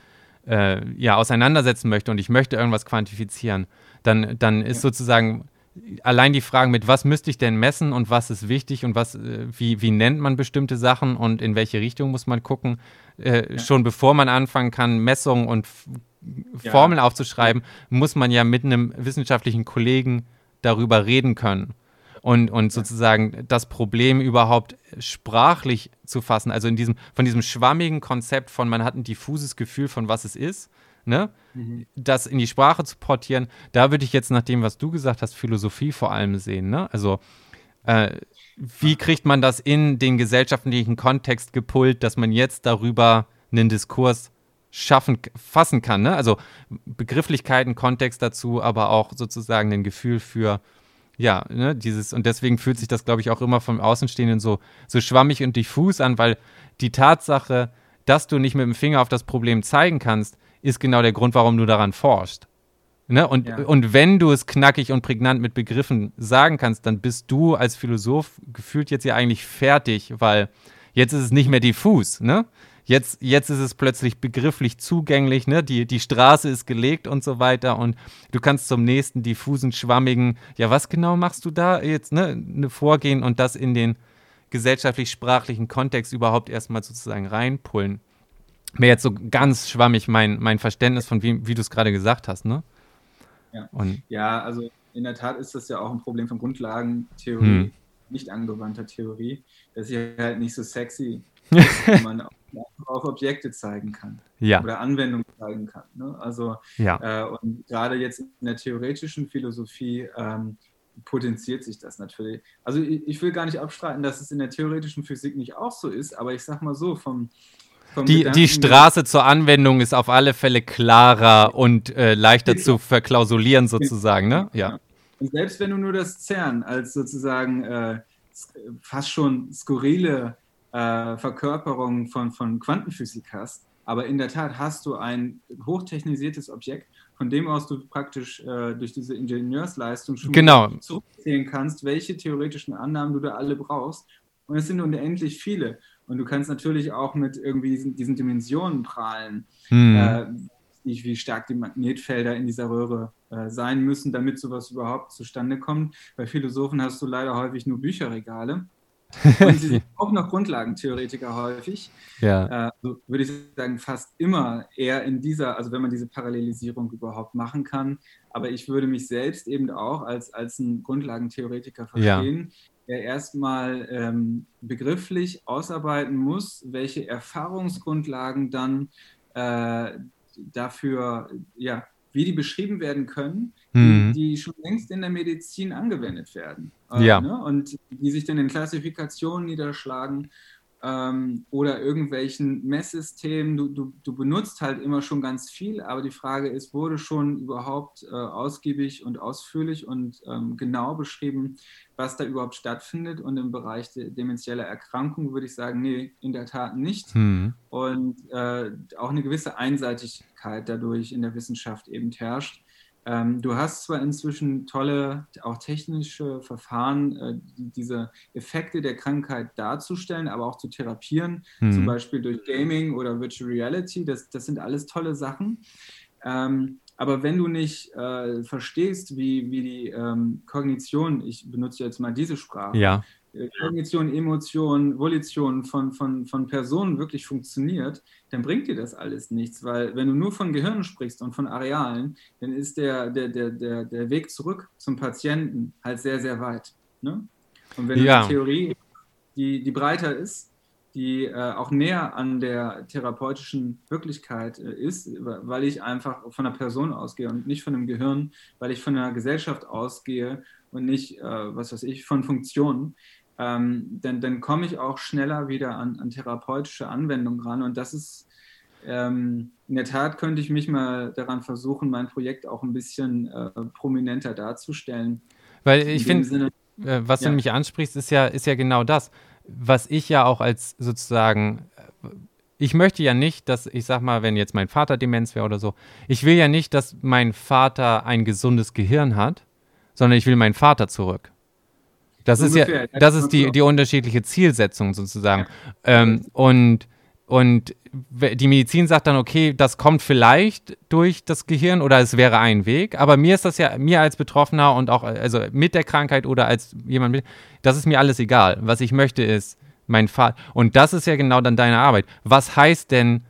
auseinandersetzen möchte und ich möchte irgendwas quantifizieren, dann ist sozusagen allein die Fragen mit, was müsste ich denn messen und was ist wichtig und wie nennt man bestimmte Sachen und in welche Richtung muss man gucken, schon bevor man anfangen kann, Messungen und Formeln aufzuschreiben, muss man ja mit einem wissenschaftlichen Kollegen darüber reden können. Und sozusagen das Problem überhaupt sprachlich zu fassen, also von diesem schwammigen Konzept von, man hat ein diffuses Gefühl von, was es ist, ne? Das in die Sprache zu portieren, da würde ich jetzt nach dem, was du gesagt hast, Philosophie vor allem sehen, ne? Also wie kriegt man das in den gesellschaftlichen Kontext gepult, dass man jetzt darüber einen Diskurs fassen kann, ne? Also Begrifflichkeiten, Kontext dazu, aber auch sozusagen ein Gefühl für ne, und deswegen fühlt sich das, glaube ich, auch immer vom Außenstehenden so schwammig und diffus an, weil die Tatsache, dass du nicht mit dem Finger auf das Problem zeigen kannst, ist genau der Grund, warum du daran forschst. Ne? Und wenn du es knackig und prägnant mit Begriffen sagen kannst, dann bist du als Philosoph gefühlt jetzt ja eigentlich fertig, weil jetzt ist es nicht mehr diffus, ne? Jetzt ist es plötzlich begrifflich zugänglich, ne? Die Straße ist gelegt und so weiter und du kannst zum nächsten diffusen, schwammigen, ja, was genau machst du da jetzt, ne, vorgehen und das in den gesellschaftlich-sprachlichen Kontext überhaupt erstmal sozusagen reinpullen. Mir jetzt so ganz schwammig mein Verständnis von wie du es gerade gesagt hast, ne? Ja, also in der Tat ist das ja auch ein Problem von Grundlagentheorie, nicht angewandter Theorie. Das ist ja halt nicht so sexy, dass man auf Objekte zeigen kann oder Anwendungen zeigen kann. Ne? Also und gerade jetzt in der theoretischen Philosophie potenziert sich das natürlich. Also ich will gar nicht abstreiten, dass es in der theoretischen Physik nicht auch so ist, aber ich sag mal so, die Straße zur Anwendung ist auf alle Fälle klarer und leichter zu verklausulieren sozusagen, ne? Ja. Und selbst wenn du nur das CERN als sozusagen fast schon skurrile Verkörperung von Quantenphysik hast, aber in der Tat hast du ein hochtechnisiertes Objekt, von dem aus du praktisch durch diese Ingenieursleistung schon zurückzählen kannst, welche theoretischen Annahmen du da alle brauchst. Und es sind unendlich viele. Und du kannst natürlich auch mit irgendwie diesen Dimensionen prahlen, wie stark die Magnetfelder in dieser Röhre sein müssen, damit sowas überhaupt zustande kommt. Bei Philosophen hast du leider häufig nur Bücherregale. Und sie sind auch noch Grundlagentheoretiker häufig. Also würde ich sagen, fast immer eher in dieser, also wenn man diese Parallelisierung überhaupt machen kann. Aber ich würde mich selbst eben auch als ein Grundlagentheoretiker verstehen, der erstmal begrifflich ausarbeiten muss, welche Erfahrungsgrundlagen dann dafür, wie die beschrieben werden können, die schon längst in der Medizin angewendet werden. Ne? Und die sich dann in Klassifikationen niederschlagen oder irgendwelchen Messsystemen. Du benutzt halt immer schon ganz viel, aber die Frage ist, wurde schon überhaupt ausgiebig und ausführlich und genau beschrieben, was da überhaupt stattfindet? Und im Bereich demenzieller Erkrankung würde ich sagen, nee, in der Tat nicht. Und auch eine gewisse Einseitigkeit dadurch in der Wissenschaft eben herrscht. Du hast zwar inzwischen tolle, auch technische Verfahren, diese Effekte der Krankheit darzustellen, aber auch zu therapieren, zum Beispiel durch Gaming oder Virtual Reality, das sind alles tolle Sachen. Aber wenn du nicht verstehst, wie die Kognition, ich benutze jetzt mal diese Sprache, Kognition, Emotion, Volition von Personen wirklich funktioniert, dann bringt dir das alles nichts, weil wenn du nur von Gehirn sprichst und von Arealen, dann ist der Weg zurück zum Patienten halt sehr, sehr weit. Ne? Und wenn du die Theorie, die breiter ist, die auch näher an der therapeutischen Wirklichkeit ist, weil ich einfach von einer Person ausgehe und nicht von einem Gehirn, weil ich von einer Gesellschaft ausgehe und nicht, von Funktionen, dann komme ich auch schneller wieder an therapeutische Anwendungen ran. Und das ist, in der Tat könnte ich mich mal daran versuchen, mein Projekt auch ein bisschen prominenter darzustellen. Weil ich finde, was du mich ansprichst, ist ja genau das. Was ich ja auch als sozusagen, ich möchte ja nicht, dass, ich sag mal, wenn jetzt mein Vater Demenz wäre oder so, ich will ja nicht, dass mein Vater ein gesundes Gehirn hat, sondern ich will meinen Vater zurück. Das ist ja, das ist die unterschiedliche Zielsetzung sozusagen. Und Und die Medizin sagt dann, okay, das kommt vielleicht durch das Gehirn oder es wäre ein Weg. Aber mir ist das ja, mir als Betroffener und auch also mit der Krankheit oder als jemand mit, das ist mir alles egal. Was ich möchte ist, mein Vater. Und das ist ja genau dann deine Arbeit. Was heißt denn,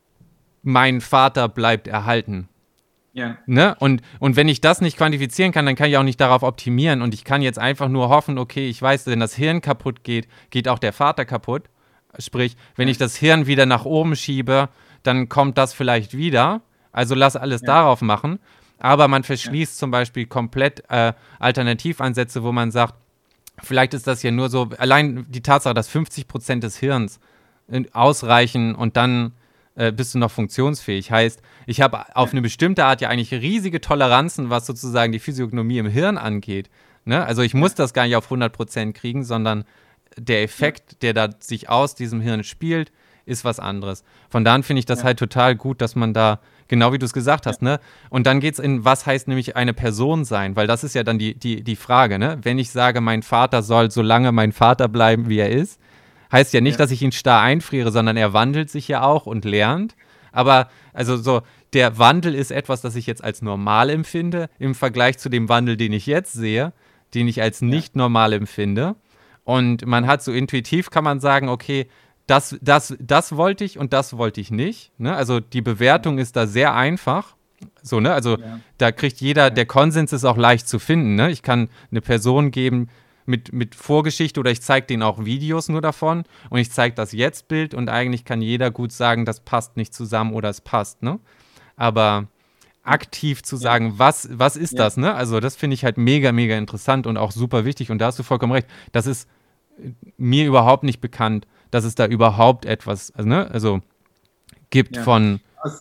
mein Vater bleibt erhalten? Ja. Ne? Und wenn ich das nicht quantifizieren kann, dann kann ich auch nicht darauf optimieren. Und ich kann jetzt einfach nur hoffen, okay, ich weiß, wenn das Hirn kaputt geht, geht auch der Vater kaputt. Sprich, wenn ich das Hirn wieder nach oben schiebe, dann kommt das vielleicht wieder. Also lass alles darauf machen. Aber man verschließt zum Beispiel komplett Alternativansätze, wo man sagt, vielleicht ist das ja nur so, allein die Tatsache, dass 50% des Hirns ausreichen und dann bist du noch funktionsfähig. Heißt, ich habe auf eine bestimmte Art ja eigentlich riesige Toleranzen, was sozusagen die Physiognomie im Hirn angeht. Ne? Also ich muss das gar nicht auf 100% kriegen, sondern der Effekt, der da sich aus diesem Hirn spielt, ist was anderes. Von daher finde ich das halt total gut, dass man da, genau wie du es gesagt hast, ne? Und dann geht es in, was heißt nämlich eine Person sein? Weil das ist ja dann die Frage, ne? Wenn ich sage, mein Vater soll so lange mein Vater bleiben, wie er ist, heißt ja nicht, dass ich ihn starr einfriere, sondern er wandelt sich ja auch und lernt. Aber also so, der Wandel ist etwas, das ich jetzt als normal empfinde, im Vergleich zu dem Wandel, den ich jetzt sehe, den ich als nicht normal empfinde. Und man hat so intuitiv, kann man sagen, okay, das wollte ich und das wollte ich nicht. Ne? Also die Bewertung ist da sehr einfach. So, ne? Also da kriegt jeder, der Konsens ist auch leicht zu finden. Ne? Ich kann eine Person geben mit Vorgeschichte oder ich zeige denen auch Videos nur davon und ich zeige das Jetzt-Bild und eigentlich kann jeder gut sagen, das passt nicht zusammen oder es passt. Ne? Aber aktiv zu sagen, was ist das, ne? Also das finde ich halt mega, mega interessant und auch super wichtig und da hast du vollkommen recht. Das ist mir überhaupt nicht bekannt, dass es da überhaupt etwas, also gibt von...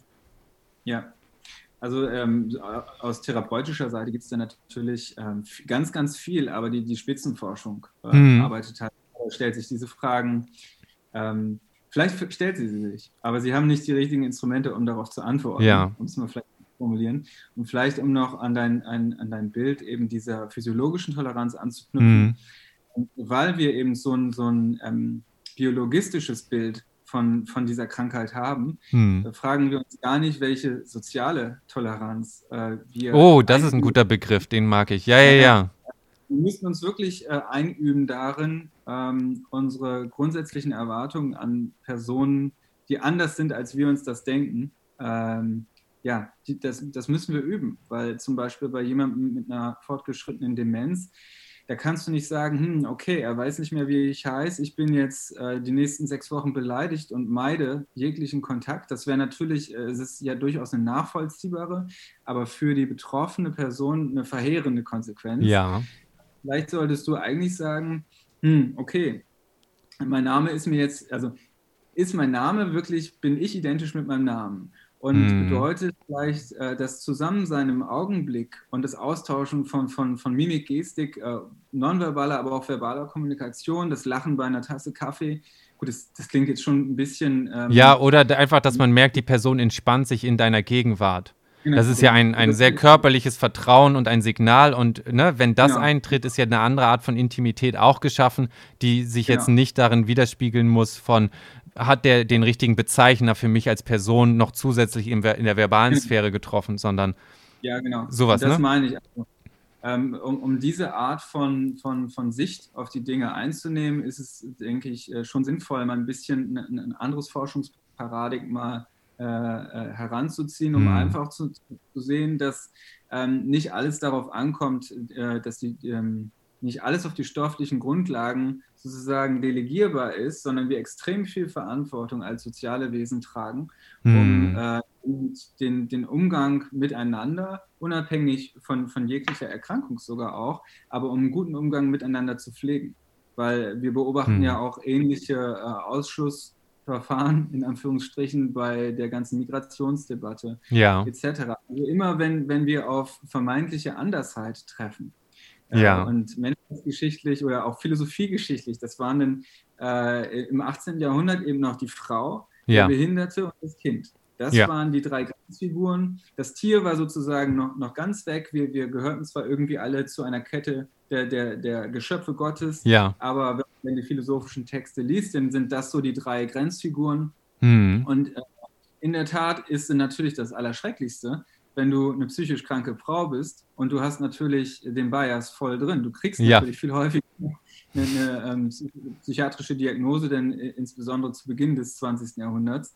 Also aus therapeutischer Seite gibt es da natürlich ganz, ganz viel, aber die Spitzenforschung arbeitet halt, stellt sich diese Fragen. Vielleicht stellt sie sich, aber sie haben nicht die richtigen Instrumente, um darauf zu antworten, um es mal vielleicht formulieren. Und vielleicht, um noch an dein Bild eben dieser physiologischen Toleranz anzuknüpfen, weil wir eben so ein biologistisches Bild von dieser Krankheit haben, fragen wir uns gar nicht, welche soziale Toleranz wir... Oh, das ist ein guter Begriff, den mag ich. Ja. Wir müssen uns wirklich einüben darin, unsere grundsätzlichen Erwartungen an Personen, die anders sind, als wir uns das denken, das müssen wir üben, weil zum Beispiel bei jemandem mit einer fortgeschrittenen Demenz, da kannst du nicht sagen, okay, er weiß nicht mehr, wie ich heiße, ich bin jetzt die nächsten 6 Wochen beleidigt und meide jeglichen Kontakt. Das wäre natürlich, es ist ja durchaus eine nachvollziehbare, aber für die betroffene Person eine verheerende Konsequenz. Ja. Vielleicht solltest du eigentlich sagen, okay, mein Name ist mir jetzt, also ist mein Name wirklich, bin ich identisch mit meinem Namen? Und bedeutet vielleicht das Zusammensein im Augenblick und das Austauschen von Mimik, Gestik, nonverbaler, aber auch verbaler Kommunikation, das Lachen bei einer Tasse Kaffee. Gut, das klingt jetzt schon ein bisschen... oder einfach, dass man merkt, die Person entspannt sich in deiner Gegenwart. Genau, das ist ja ein sehr körperliches Vertrauen und ein Signal. Und ne, wenn das eintritt, ist ja eine andere Art von Intimität auch geschaffen, die sich jetzt nicht darin widerspiegeln muss von... hat der den richtigen Bezeichner für mich als Person noch zusätzlich in der verbalen Sphäre getroffen, sondern sowas, das meine ich. Also, um diese Art von Sicht auf die Dinge einzunehmen, ist es, denke ich, schon sinnvoll, mal ein bisschen ein anderes Forschungsparadigma heranzuziehen, um einfach zu sehen, dass nicht alles darauf ankommt, dass nicht alles auf die stofflichen Grundlagen sozusagen delegierbar ist, sondern wir extrem viel Verantwortung als soziale Wesen tragen, um den Umgang miteinander, unabhängig von jeglicher Erkrankung sogar auch, aber um einen guten Umgang miteinander zu pflegen. Weil wir beobachten ja auch ähnliche Ausschussverfahren, in Anführungsstrichen, bei der ganzen Migrationsdebatte etc. Also immer wenn wir auf vermeintliche Andersheit treffen, und menschheitsgeschichtlich oder auch philosophiegeschichtlich, das waren dann im 18. Jahrhundert eben noch die Frau, der Behinderte und das Kind. Das waren die 3 Grenzfiguren. Das Tier war sozusagen noch ganz weg. Wir gehörten zwar irgendwie alle zu einer Kette der Geschöpfe Gottes, aber wenn du die philosophischen Texte liest, dann sind das so die 3 Grenzfiguren. Mhm. Und in der Tat ist es natürlich das Allerschrecklichste, wenn du eine psychisch kranke Frau bist und du hast natürlich den Bias voll drin. Du kriegst Ja, natürlich viel häufiger eine psychiatrische Diagnose, denn insbesondere zu Beginn des 20. Jahrhunderts.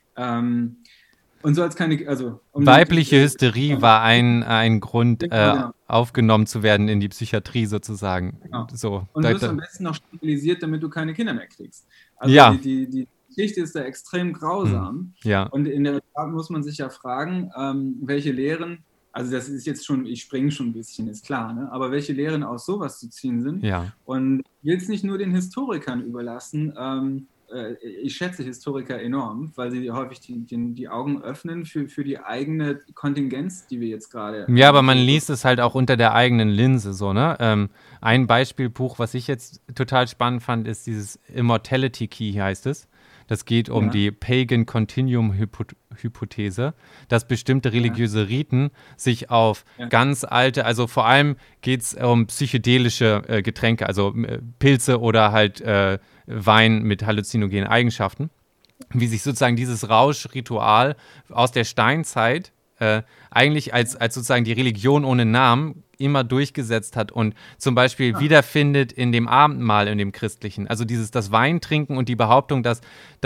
Und so als keine, also weibliche Hysterie war ein Grund, genau, genau. aufgenommen zu werden in die Psychiatrie sozusagen. Genau. So, Und wirst am besten noch sterilisiert, damit du keine Kinder mehr kriegst. Also ja, die Geschichte ist da extrem grausam. ja, Und in der Tat muss man sich ja fragen, welche Lehren, also das ist jetzt schon, ich springe schon ein bisschen, ist klar, ne? Aber welche Lehren aus sowas zu ziehen sind. ja. Und ich will es nicht nur den Historikern überlassen. Ich schätze Historiker enorm, weil sie häufig die Augen öffnen für die eigene Kontingenz, die wir jetzt gerade. Ja, aber man liest es halt auch unter der eigenen Linse, so, ne? Ein Beispielbuch, was ich jetzt total spannend fand, ist dieses Immortality Key, heißt es. Das geht um die Pagan Continuum Hypothese, dass bestimmte religiöse Riten sich auf ganz alte, also vor allem geht es um psychedelische Getränke, also Pilze oder halt Wein mit halluzinogenen Eigenschaften, wie sich sozusagen dieses Rauschritual aus der Steinzeit eigentlich als sozusagen die Religion ohne Namen immer durchgesetzt hat und zum Beispiel wiederfindet in dem Abendmahl, in dem christlichen. Also das Weintrinken und die Behauptung, dass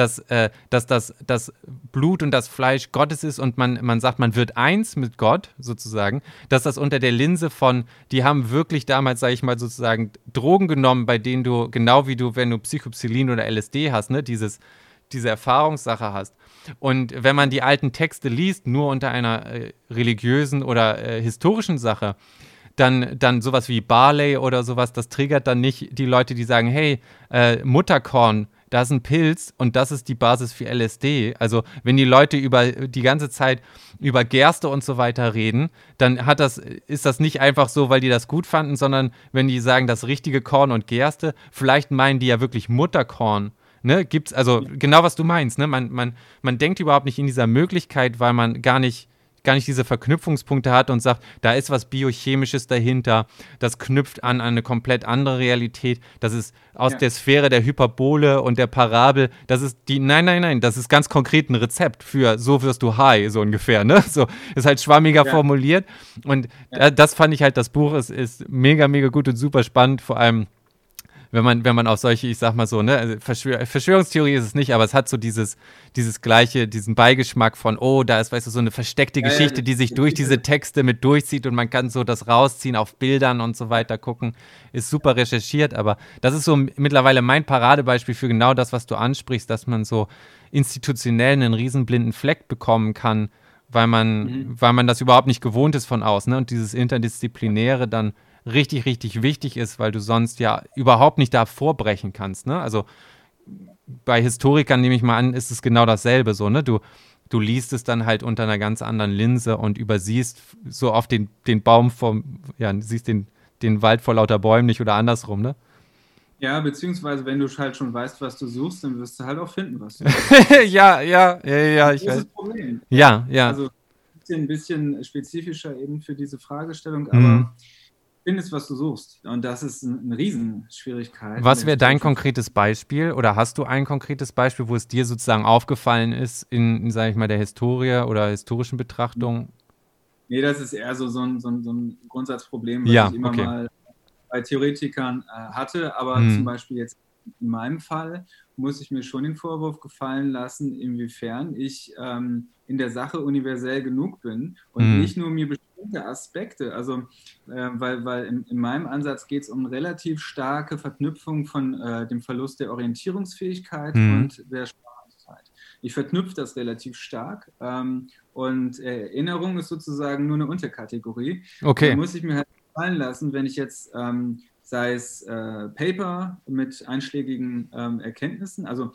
das Blut und das Fleisch Gottes ist und man sagt, man wird eins mit Gott sozusagen, dass das unter der Linse von, die haben wirklich damals, sage ich mal, sozusagen Drogen genommen, bei denen du, genau wie du, wenn du Psychopsilin oder LSD hast, ne, diese Erfahrungssache hast. Und wenn man die alten Texte liest, nur unter einer religiösen oder historischen Sache, dann sowas wie Barley oder sowas, das triggert dann nicht die Leute, die sagen, hey, Mutterkorn, da ist ein Pilz und das ist die Basis für LSD. Also wenn die Leute die ganze Zeit über Gerste und so weiter reden, dann ist das nicht einfach so, weil die das gut fanden, sondern wenn die sagen, das richtige Korn und Gerste, vielleicht meinen die ja wirklich Mutterkorn. Ne, gibt's, also genau was du meinst, ne? Man denkt überhaupt nicht in dieser Möglichkeit, weil man gar nicht diese Verknüpfungspunkte hat und sagt, da ist was Biochemisches dahinter, das knüpft an eine komplett andere Realität, das ist aus der Sphäre der Hyperbole und der Parabel, das ist nein, das ist ganz konkret ein Rezept für so wirst du high, so ungefähr, ne? So, ist halt schwammiger formuliert und das fand ich halt, das Buch ist mega, mega gut und super spannend, vor allem wenn man auf solche, ich sag mal so, ne, also Verschwörungstheorie ist es nicht, aber es hat so dieses gleiche, diesen Beigeschmack von, oh, da ist, weißt du, so eine versteckte Geschichte, die sich durch diese Texte mit durchzieht und man kann so das rausziehen auf Bildern und so weiter gucken, ist super recherchiert, aber das ist so mittlerweile mein Paradebeispiel für genau das, was du ansprichst, dass man so institutionell einen riesenblinden Fleck bekommen kann, weil man das überhaupt nicht gewohnt ist von außen, ne, und dieses Interdisziplinäre dann richtig, richtig wichtig ist, weil du sonst ja überhaupt nicht da vorbrechen kannst. Ne? Also bei Historikern, nehme ich mal an, ist es genau dasselbe so. Ne? Du liest es dann halt unter einer ganz anderen Linse und übersiehst so oft den Baum siehst den Wald vor lauter Bäumen nicht oder andersrum, ne? Ja, beziehungsweise wenn du halt schon weißt, was du suchst, dann wirst du halt auch finden, was du suchst. ja, ich weiß. Das ist das Problem. Ja. Also ein bisschen spezifischer eben für diese Fragestellung, aber findest, was du suchst. Und das ist eine Riesenschwierigkeit. Was wäre dein konkretes Beispiel oder hast du ein konkretes Beispiel, wo es dir sozusagen aufgefallen ist in sage ich mal, der Historie oder historischen Betrachtung? Nee, das ist eher so ein Grundsatzproblem, was ich immer mal bei Theoretikern hatte. Aber zum Beispiel jetzt in meinem Fall muss ich mir schon den Vorwurf gefallen lassen, inwiefern ich in der Sache universell genug bin und nicht nur mir bestimmte Aspekte, also weil in meinem Ansatz geht es um eine relativ starke Verknüpfung von dem Verlust der Orientierungsfähigkeit und der Sprachlichkeit. Ich verknüpfe das relativ stark und Erinnerung ist sozusagen nur eine Unterkategorie. Okay. Da muss ich mir halt gefallen lassen, wenn ich jetzt sei es Paper mit einschlägigen Erkenntnissen, also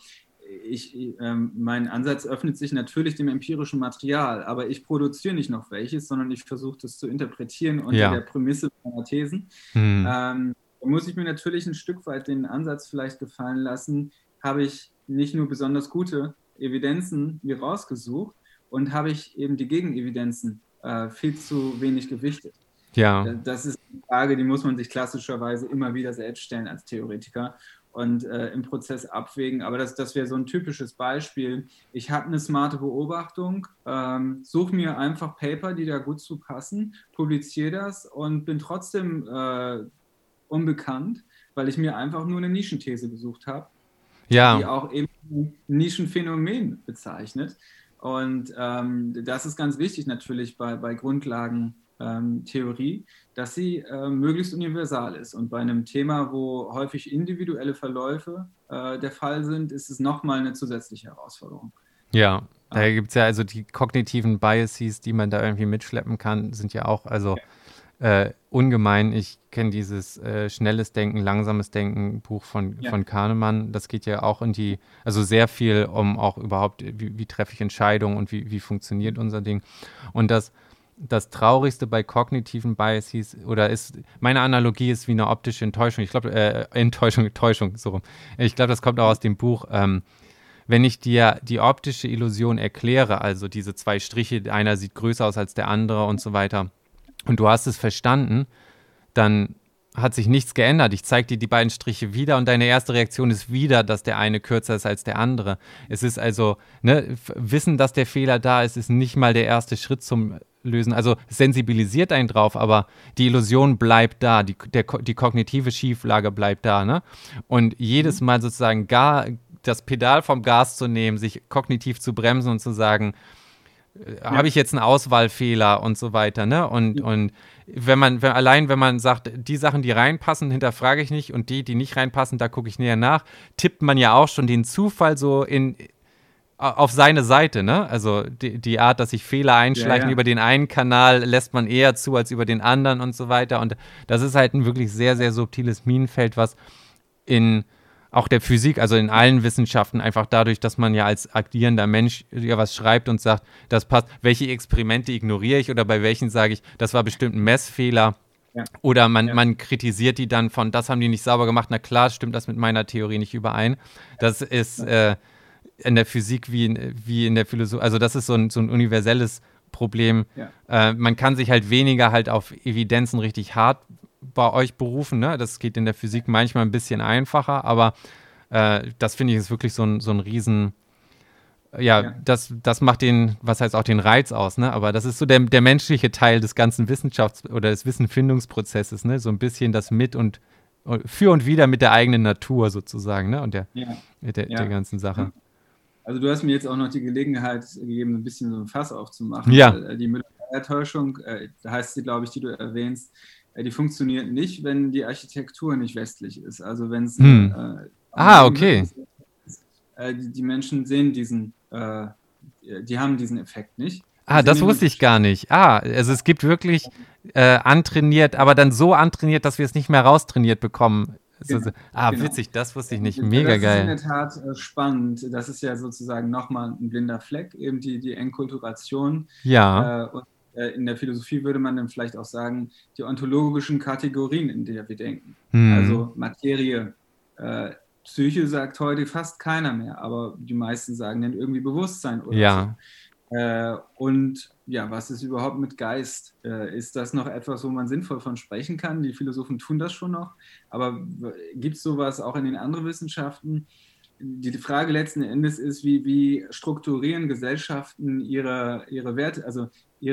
mein Ansatz öffnet sich natürlich dem empirischen Material, aber ich produziere nicht noch welches, sondern ich versuche das zu interpretieren unter der Prämisse meiner Thesen. Da muss ich mir natürlich ein Stück weit den Ansatz vielleicht gefallen lassen, habe ich nicht nur besonders gute Evidenzen mir rausgesucht und habe ich eben die Gegenevidenzen viel zu wenig gewichtet. Ja. Das ist eine Frage, die muss man sich klassischerweise immer wieder selbst stellen als Theoretiker. und im Prozess abwägen. Aber das wäre so ein typisches Beispiel. Ich habe eine smarte Beobachtung, suche mir einfach Paper, die da gut zu passen, publiziere das und bin trotzdem unbekannt, weil ich mir einfach nur eine Nischenthese gesucht habe, die auch eben ein Nischenphänomen bezeichnet. Und das ist ganz wichtig natürlich bei Grundlagentheorie, dass sie möglichst universal ist. Und bei einem Thema, wo häufig individuelle Verläufe der Fall sind, ist es nochmal eine zusätzliche Herausforderung. Ja, da gibt es ja also die kognitiven Biases, die man da irgendwie mitschleppen kann, sind ja auch ungemein. Ich kenne dieses Schnelles Denken, Langsames Denken Buch von Kahnemann. Das geht ja auch also sehr viel um auch überhaupt, wie treffe ich Entscheidungen und wie funktioniert unser Ding. Und das Traurigste bei kognitiven Biases meine Analogie ist wie eine optische Enttäuschung. Ich glaube, Täuschung, so rum. Ich glaube, das kommt auch aus dem Buch. Wenn ich dir die optische Illusion erkläre, also diese zwei Striche, einer sieht größer aus als der andere und so weiter, und du hast es verstanden, dann hat sich nichts geändert. Ich zeige dir die beiden Striche wieder und deine erste Reaktion ist wieder, dass der eine kürzer ist als der andere. Es ist also, Wissen, dass der Fehler da ist, ist nicht mal der erste Schritt zum Lösen. Also sensibilisiert einen drauf, aber die Illusion bleibt da, die kognitive Schieflage bleibt da. Ne? Und jedes Mal sozusagen das Pedal vom Gas zu nehmen, sich kognitiv zu bremsen und zu sagen, habe ich jetzt einen Auswahlfehler und so weiter, ne? Und wenn man sagt, die Sachen, die reinpassen, hinterfrage ich nicht und die nicht reinpassen, da gucke ich näher nach, tippt man ja auch schon den Zufall so auf seine Seite, ne? Also die Art, dass sich Fehler einschleichen über den einen Kanal, lässt man eher zu als über den anderen und so weiter. Und das ist halt ein wirklich sehr, sehr subtiles Minenfeld, was in auch der Physik, also in allen Wissenschaften, einfach dadurch, dass man ja als agierender Mensch ja was schreibt und sagt, das passt, welche Experimente ignoriere ich oder bei welchen sage ich, das war bestimmt ein Messfehler. Ja. Oder man kritisiert die dann von, das haben die nicht sauber gemacht, na klar, stimmt das mit meiner Theorie nicht überein. Das ist in der Physik wie in der Philosophie, also das ist so ein universelles Problem. Ja. Man kann sich halt weniger halt auf Evidenzen richtig hart bei euch berufen, ne? Das geht in der Physik manchmal ein bisschen einfacher, aber das finde ich ist wirklich so ein Riesen, das macht auch den Reiz aus, ne? Aber das ist so der menschliche Teil des ganzen Wissenschafts- oder des Wissenfindungsprozesses, ne? So ein bisschen das mit und für und wieder mit der eigenen Natur sozusagen, ne? Und der ganzen Sache. Also du hast mir jetzt auch noch die Gelegenheit gegeben, ein bisschen so ein Fass aufzumachen. Ja. Die Müller-Täuschung, heißt sie, glaube ich, die du erwähnst, die funktioniert nicht, wenn die Architektur nicht westlich ist. Also wenn es okay. Die Menschen sehen die haben diesen Effekt nicht. Das wusste ich gar nicht. Also es gibt wirklich antrainiert, aber dann so antrainiert, dass wir es nicht mehr raustrainiert bekommen. Genau. Witzig, das wusste ich nicht. Mega geil. Das ist in der Tat spannend. Das ist ja sozusagen nochmal ein blinder Fleck, eben die Enkulturation. Ja. Und in der Philosophie würde man dann vielleicht auch sagen, die ontologischen Kategorien, in der wir denken. Also Materie, Psyche sagt heute fast keiner mehr, aber die meisten sagen dann irgendwie Bewusstsein oder so. Und was ist überhaupt mit Geist? Ist das noch etwas, wo man sinnvoll von sprechen kann? Die Philosophen tun das schon noch, aber gibt es sowas auch in den anderen Wissenschaften? Die Frage letzten Endes ist, wie strukturieren Gesellschaften ihre Werte, also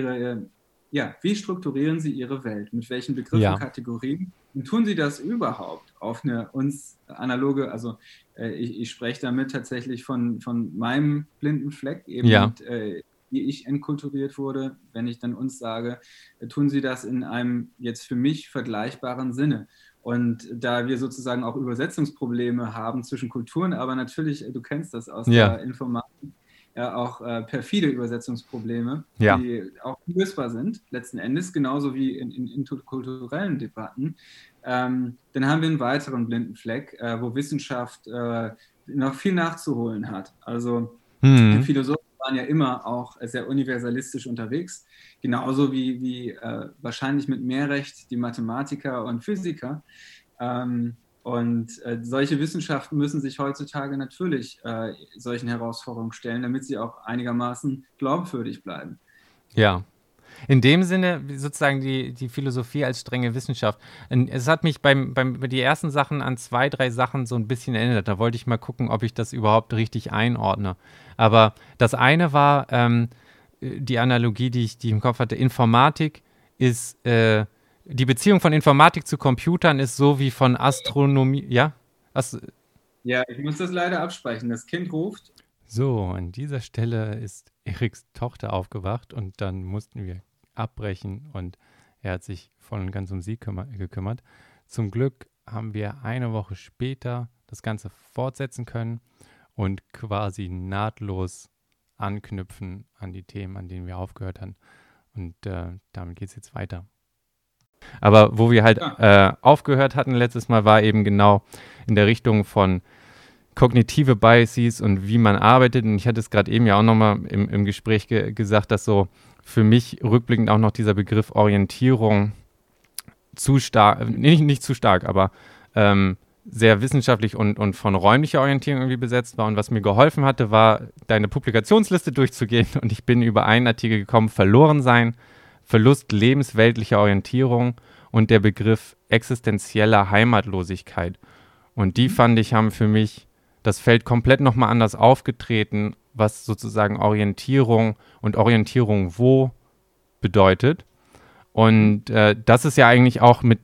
wie strukturieren sie ihre Welt? Mit welchen Begriffen, Kategorien? Und tun sie das überhaupt auf eine uns analoge, also ich spreche damit tatsächlich von meinem blinden Fleck, eben wie ich enkulturiert wurde, wenn ich dann uns sage, tun sie das in einem jetzt für mich vergleichbaren Sinne. Und da wir sozusagen auch Übersetzungsprobleme haben zwischen Kulturen, aber natürlich, du kennst das aus der Informatik, auch perfide Übersetzungsprobleme, die auch lösbar sind, letzten Endes, genauso wie in interkulturellen Debatten. Dann haben wir einen weiteren blinden Fleck, wo Wissenschaft noch viel nachzuholen hat. Also die Philosophen waren ja immer auch sehr universalistisch unterwegs, genauso wie wahrscheinlich mit mehr Recht die Mathematiker und Physiker. Und solche Wissenschaften müssen sich heutzutage natürlich solchen Herausforderungen stellen, damit sie auch einigermaßen glaubwürdig bleiben. Ja, In dem Sinne sozusagen die Philosophie als strenge Wissenschaft. Es hat mich bei die ersten Sachen an 2, 3 Sachen so ein bisschen erinnert. Da wollte ich mal gucken, ob ich das überhaupt richtig einordne. Aber das eine war die Analogie, die ich im Kopf hatte. Informatik ist, die Beziehung von Informatik zu Computern ist so wie von Astronomie, ja? Ja, ich muss das leider absprechen. Das Kind ruft. So, an dieser Stelle ist Eriks Tochter aufgewacht und dann mussten wir abbrechen und er hat sich voll und ganz um sie gekümmert. Zum Glück haben wir eine Woche später das Ganze fortsetzen können und quasi nahtlos anknüpfen an die Themen, an denen wir aufgehört haben. Und damit geht es jetzt weiter. Aber wo wir halt aufgehört hatten letztes Mal, war eben genau in der Richtung von kognitive Biases und wie man arbeitet. Und ich hatte es gerade eben ja auch nochmal im Gespräch gesagt, dass so für mich rückblickend auch noch dieser Begriff Orientierung zu stark, nicht zu stark, aber sehr wissenschaftlich und von räumlicher Orientierung irgendwie besetzt war. Und was mir geholfen hatte, war, deine Publikationsliste durchzugehen. Und ich bin über einen Artikel gekommen, Verlorensein, Verlust lebensweltlicher Orientierung und der Begriff existenzieller Heimatlosigkeit. Und die, fand ich, haben für mich das Feld komplett nochmal anders aufgetreten, was sozusagen Orientierung und Orientierung wo bedeutet. Und das ist ja eigentlich auch mit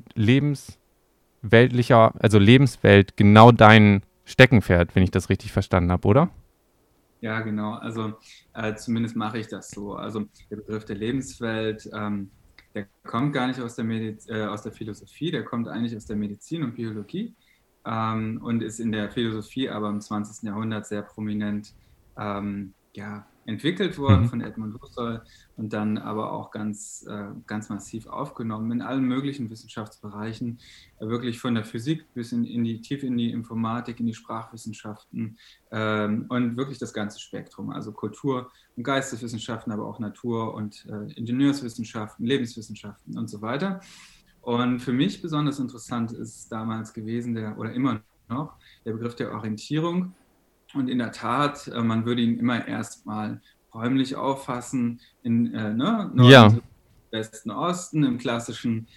Lebenswelt genau dein Steckenpferd, wenn ich das richtig verstanden habe, oder? Ja, genau. Also zumindest mache ich das so. Also der Begriff der Lebenswelt, der kommt gar nicht aus der Philosophie, der kommt eigentlich aus der Medizin und Biologie und ist in der Philosophie aber im 20. Jahrhundert sehr prominent entwickelt worden von Edmund Husserl und dann aber auch ganz massiv aufgenommen in allen möglichen Wissenschaftsbereichen, wirklich von der Physik bis tief in die Informatik, in die Sprachwissenschaften und wirklich das ganze Spektrum, also Kultur- und Geisteswissenschaften, aber auch Natur- und Ingenieurswissenschaften, Lebenswissenschaften und so weiter. Und für mich besonders interessant ist damals gewesen, oder immer noch, der Begriff der Orientierung. Und in der Tat, man würde ihn immer erstmal räumlich auffassen, in Norden, Westen, Osten, im klassischen,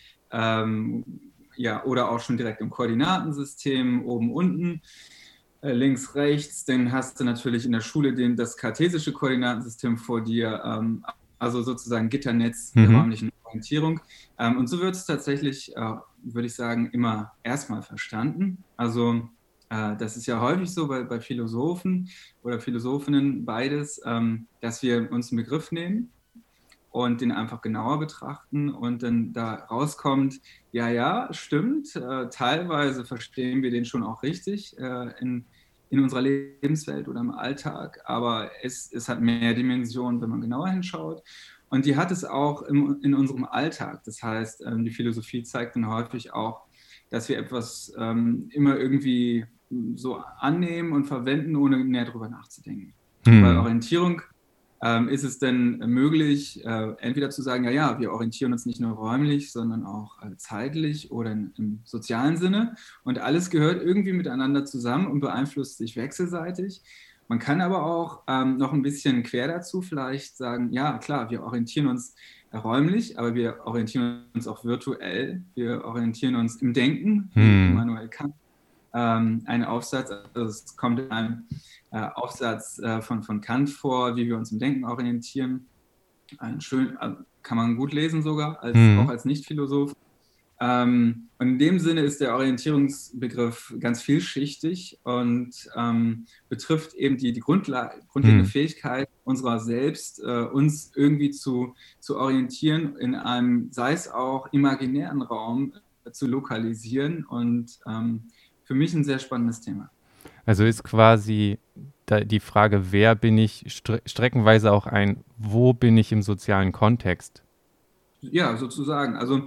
oder auch schon direkt im Koordinatensystem, oben, unten, links, rechts. Dann hast du natürlich in der Schule das kartesische Koordinatensystem vor dir, also sozusagen Gitternetz der räumlichen Orientierung. Und so wird es tatsächlich, würde ich sagen, immer erstmal verstanden. Also das ist ja häufig so bei Philosophen oder Philosophinnen beides, dass wir uns einen Begriff nehmen und den einfach genauer betrachten und dann da rauskommt, ja, stimmt, teilweise verstehen wir den schon auch richtig in unserer Lebenswelt oder im Alltag, aber es hat mehr Dimensionen, wenn man genauer hinschaut. Und die hat es auch in unserem Alltag. Das heißt, die Philosophie zeigt dann häufig auch, dass wir etwas immer irgendwie so annehmen und verwenden, ohne näher drüber nachzudenken. Bei Orientierung ist es denn möglich, entweder zu sagen, ja, wir orientieren uns nicht nur räumlich, sondern auch zeitlich oder im sozialen Sinne und alles gehört irgendwie miteinander zusammen und beeinflusst sich wechselseitig. Man kann aber auch noch ein bisschen quer dazu vielleicht sagen, ja, klar, wir orientieren uns räumlich, aber wir orientieren uns auch virtuell. Wir orientieren uns im Denken, wie Immanuel Kant. Ein Aufsatz, also es kommt in einem Aufsatz von Kant vor, wie wir uns im Denken orientieren. Kann man gut lesen sogar, auch als Nicht-Philosoph. Und in dem Sinne ist der Orientierungsbegriff ganz vielschichtig und betrifft eben die grundlegende Fähigkeit unserer selbst, uns irgendwie zu orientieren in einem, sei es auch imaginären Raum, zu lokalisieren und für mich ein sehr spannendes Thema. Also ist quasi die Frage, wer bin ich, streckenweise auch wo bin ich im sozialen Kontext? Ja, sozusagen. Also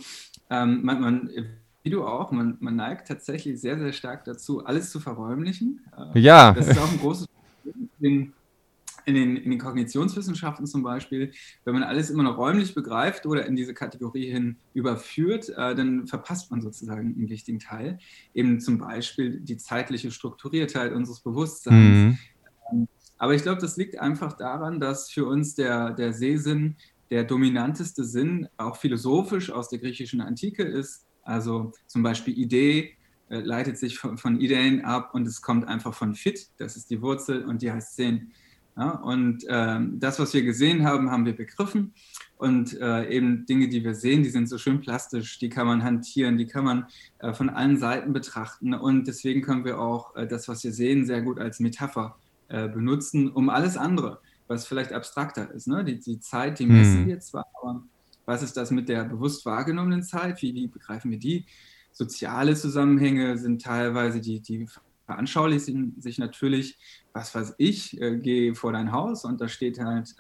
wie du auch, man neigt tatsächlich sehr, sehr stark dazu, alles zu verräumlichen. Ja. Das ist auch ein großes Problem in den Kognitionswissenschaften zum Beispiel. Wenn man alles immer noch räumlich begreift oder in diese Kategorie hin überführt, dann verpasst man sozusagen einen wichtigen Teil. Eben zum Beispiel die zeitliche Strukturiertheit unseres Bewusstseins. Aber ich glaube, das liegt einfach daran, dass für uns der Sehsinn der dominanteste Sinn, auch philosophisch aus der griechischen Antike ist. Also zum Beispiel Idee leitet sich von Ideen ab und es kommt einfach von Fit, das ist die Wurzel und die heißt Sehen. Ja, und das, was wir gesehen haben, haben wir begriffen. Und eben Dinge, die wir sehen, die sind so schön plastisch, die kann man hantieren, die kann man von allen Seiten betrachten. Und deswegen können wir auch das, was wir sehen, sehr gut als Metapher benutzen, um alles andere, was vielleicht abstrakter ist. Ne? Die Zeit, die messen wir zwar, aber was ist das mit der bewusst wahrgenommenen Zeit? Wie begreifen wir die? Soziale Zusammenhänge sind teilweise, die veranschaulichen sich natürlich, was weiß ich, gehe vor dein Haus und da steht halt,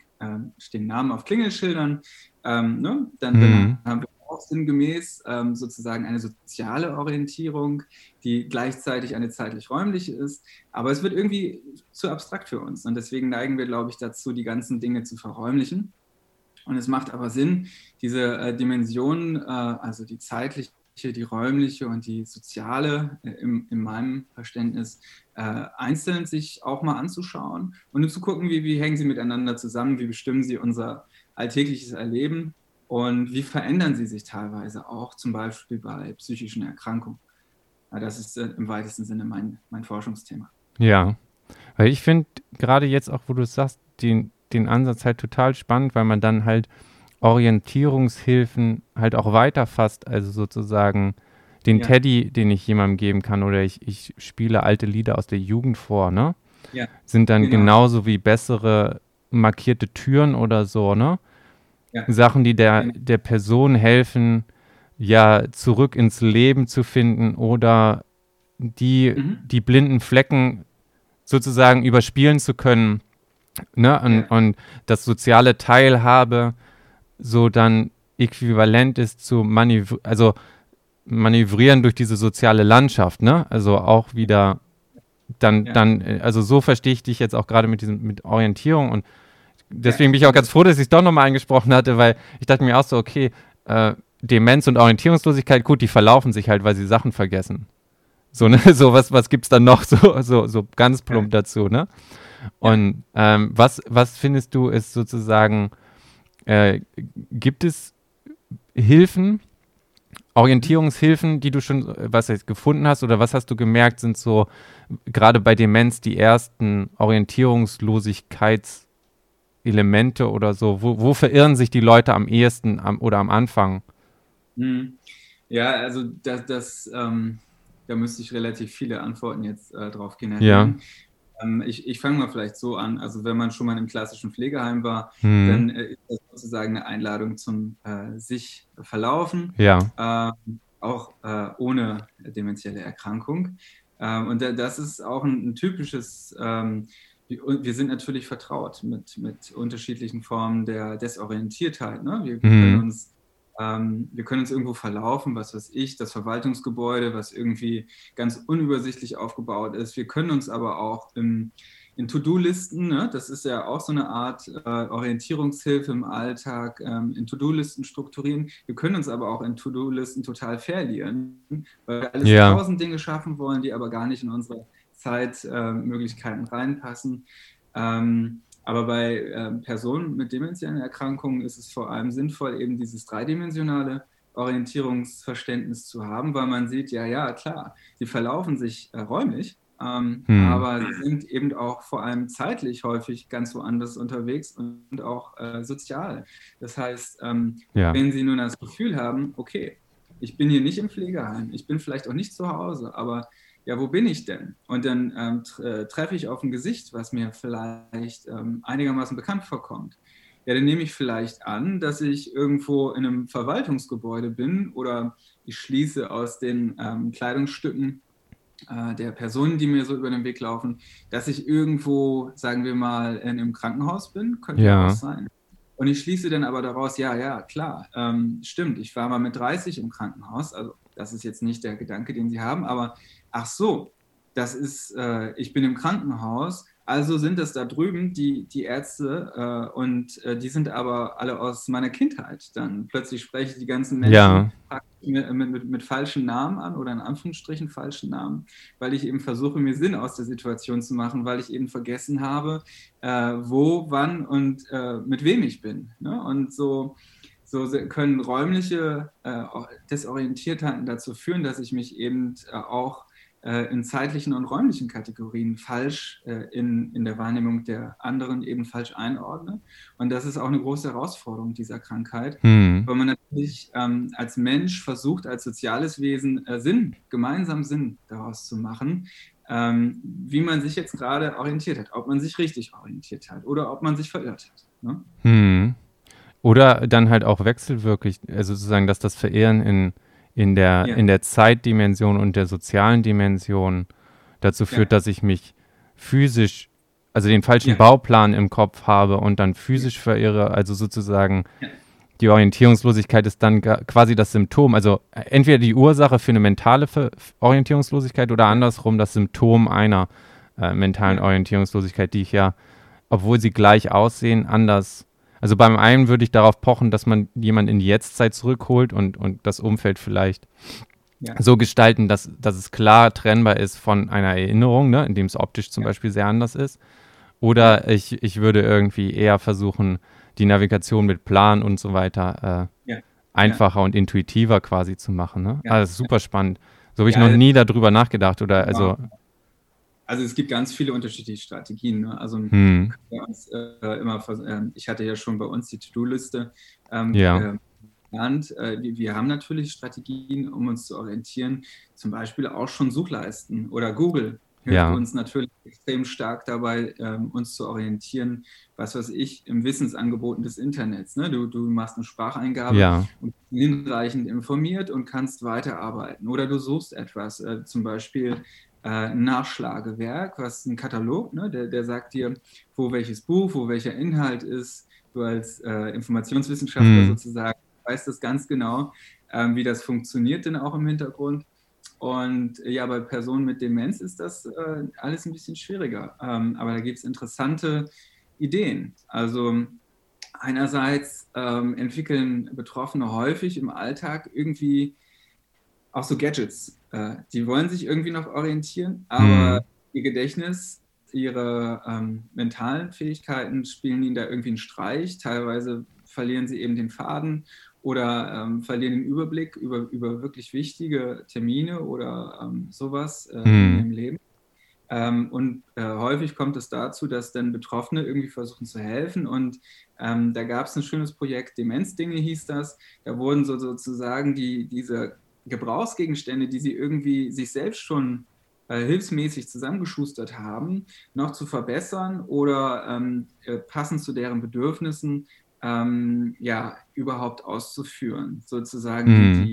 stehen Namen auf Klingelschildern. Ne? Dann haben wir auch sinngemäß sozusagen eine soziale Orientierung, die gleichzeitig eine zeitlich-räumliche ist. Aber es wird irgendwie zu abstrakt für uns. Und deswegen neigen wir, glaube ich, dazu, die ganzen Dinge zu verräumlichen. Und es macht aber Sinn, diese Dimensionen, also die zeitliche, die räumliche und die soziale, in meinem Verständnis, einzeln sich auch mal anzuschauen und zu gucken, wie hängen sie miteinander zusammen, wie bestimmen sie unser alltägliches Erleben und wie verändern sie sich teilweise auch, zum Beispiel bei psychischen Erkrankungen. Ja, das ist im weitesten Sinne mein Forschungsthema. Ja, weil ich finde gerade jetzt auch, wo du es sagst, den Ansatz halt total spannend, weil man dann halt Orientierungshilfen halt auch weiterfasst, also sozusagen den Teddy, den ich jemandem geben kann, oder ich spiele alte Lieder aus der Jugend vor, ne? Ja, sind dann genauso wie bessere markierte Türen oder so, ne? Ja. Sachen, die der Person helfen, ja, zurück ins Leben zu finden oder die blinden Flecken sozusagen überspielen zu können, ne? Und das soziale Teilhabe so dann äquivalent ist zu manövrieren durch diese soziale Landschaft, ne? Also auch wieder dann, also so verstehe ich dich jetzt auch gerade mit Orientierung und deswegen bin ich auch ganz froh, dass ich es doch nochmal angesprochen hatte, weil ich dachte mir auch so, okay, Demenz und Orientierungslosigkeit, gut, die verlaufen sich halt, weil sie Sachen vergessen. So, ne? So, was gibt's dann noch so ganz plump dazu, ne? Und was findest du ist sozusagen, gibt es Hilfen, Orientierungshilfen, die du schon gefunden hast oder was hast du gemerkt, sind so gerade bei Demenz die ersten Orientierungslosigkeitselemente oder so? Wo verirren sich die Leute am ehesten oder am Anfang? Ja, also da müsste ich relativ viele Antworten jetzt drauf generieren. Ja. Ich fange mal vielleicht so an. Also wenn man schon mal im klassischen Pflegeheim war, dann ist das sozusagen eine Einladung zum sich verlaufen, auch ohne dementielle Erkrankung. Und das ist auch ein typisches, wir sind natürlich vertraut mit unterschiedlichen Formen der Desorientiertheit. Ne? Wir können uns irgendwo verlaufen, was weiß ich, das Verwaltungsgebäude, was irgendwie ganz unübersichtlich aufgebaut ist. Wir können uns aber auch in To-Do-Listen, ne, das ist ja auch so eine Art Orientierungshilfe im Alltag, in To-Do-Listen strukturieren. Wir können uns aber auch in To-Do-Listen total verlieren, weil wir alles 1000 Dinge schaffen wollen, die aber gar nicht in unsere Zeitmöglichkeiten reinpassen. Aber bei Personen mit demenziellen Erkrankungen ist es vor allem sinnvoll, eben dieses dreidimensionale Orientierungsverständnis zu haben, weil man sieht, ja, klar, sie verlaufen sich räumlich, aber sie sind eben auch vor allem zeitlich häufig ganz woanders unterwegs und auch sozial. Das heißt, wenn sie nun das Gefühl haben, okay, ich bin hier nicht im Pflegeheim, ich bin vielleicht auch nicht zu Hause, aber ja, wo bin ich denn? Und dann treffe ich auf ein Gesicht, was mir vielleicht einigermaßen bekannt vorkommt. Ja, dann nehme ich vielleicht an, dass ich irgendwo in einem Verwaltungsgebäude bin oder ich schließe aus den Kleidungsstücken der Personen, die mir so über den Weg laufen, dass ich irgendwo, sagen wir mal, in einem Krankenhaus bin, könnte ja auch sein. Und ich schließe dann aber daraus, ja, klar, stimmt, ich war mal mit 30 im Krankenhaus, also das ist jetzt nicht der Gedanke, den Sie haben, aber ach so, das ist, ich bin im Krankenhaus, Also sind das da drüben die Ärzte und die sind aber alle aus meiner Kindheit. Dann plötzlich spreche ich die ganzen Menschen Ja. mit falschen Namen an oder in Anführungsstrichen falschen Namen, weil ich eben versuche, mir Sinn aus der Situation zu machen, weil ich eben vergessen habe, wo, wann und mit wem ich bin. Ne? Und so können räumliche Desorientiertheiten dazu führen, dass ich mich eben auch in zeitlichen und räumlichen Kategorien falsch in der Wahrnehmung der anderen eben falsch einordne. Und das ist auch eine große Herausforderung dieser Krankheit, Hm. weil man natürlich als Mensch versucht, als soziales Wesen gemeinsam Sinn daraus zu machen, wie man sich jetzt gerade orientiert hat, ob man sich richtig orientiert hat oder ob man sich verirrt hat. Ne? Hm. Oder dann halt auch wechselwirklich, also sozusagen, dass das Verehren Ja, in der Zeitdimension und der sozialen Dimension dazu führt, ja, dass ich mich physisch, also den falschen ja, Bauplan im Kopf habe und dann ja, physisch verirre. Also sozusagen, ja, die Orientierungslosigkeit ist dann quasi das Symptom. Also entweder die Ursache für eine mentale Orientierungslosigkeit oder ja, andersrum das Symptom einer mentalen ja, Orientierungslosigkeit, die ich ja, obwohl sie gleich aussehen, anders. Also beim einen würde ich darauf pochen, dass man jemanden in die Jetztzeit zurückholt und das Umfeld vielleicht ja, so gestalten, dass es klar trennbar ist von einer Erinnerung, ne, indem es optisch zum ja, Beispiel sehr anders ist. ja, Oder ich würde irgendwie eher versuchen, die Navigation mit Plan und so weiter ja, ja, einfacher und intuitiver quasi zu machen. Ne? ja, Also das ist super spannend. So habe ich noch ja, nie darüber nachgedacht. Oder genau. also, Also es gibt ganz viele unterschiedliche Strategien. Ne? Also wir hm, können ja uns ich hatte ja schon bei uns die To-Do-Liste ja, genannt. Wir haben natürlich Strategien, um uns zu orientieren, zum Beispiel auch schon Suchleisten oder Google hilft ja, uns natürlich extrem stark dabei, uns zu orientieren, was weiß ich, im Wissensangeboten des Internets. Ne? Du machst eine Spracheingabe ja, und bist hinreichend informiert und kannst weiterarbeiten. Oder du suchst etwas, zum Beispiel ein Nachschlagewerk, was ein Katalog, ne? Der sagt dir, wo welches Buch, wo welcher Inhalt ist. Du als Informationswissenschaftler hm, sozusagen weißt das ganz genau, wie das funktioniert denn auch im Hintergrund. Und ja, bei Personen mit Demenz ist das alles ein bisschen schwieriger. Aber da gibt es interessante Ideen. Also einerseits entwickeln Betroffene häufig im Alltag irgendwie auch so Gadgets. Die wollen sich irgendwie noch orientieren, aber hm, ihr Gedächtnis, ihre mentalen Fähigkeiten spielen ihnen da irgendwie einen Streich. Teilweise verlieren sie eben den Faden oder verlieren den Überblick über wirklich wichtige Termine oder sowas in hm, ihrem Leben. Und häufig kommt es dazu, dass dann Betroffene irgendwie versuchen zu helfen. Und da gab es ein schönes Projekt, Demenzdinge hieß das. Da wurden sozusagen diese Gebrauchsgegenstände, die sie irgendwie sich selbst schon hilfsmäßig zusammengeschustert haben, noch zu verbessern oder passend zu deren Bedürfnissen ja, überhaupt auszuführen. Sozusagen hm,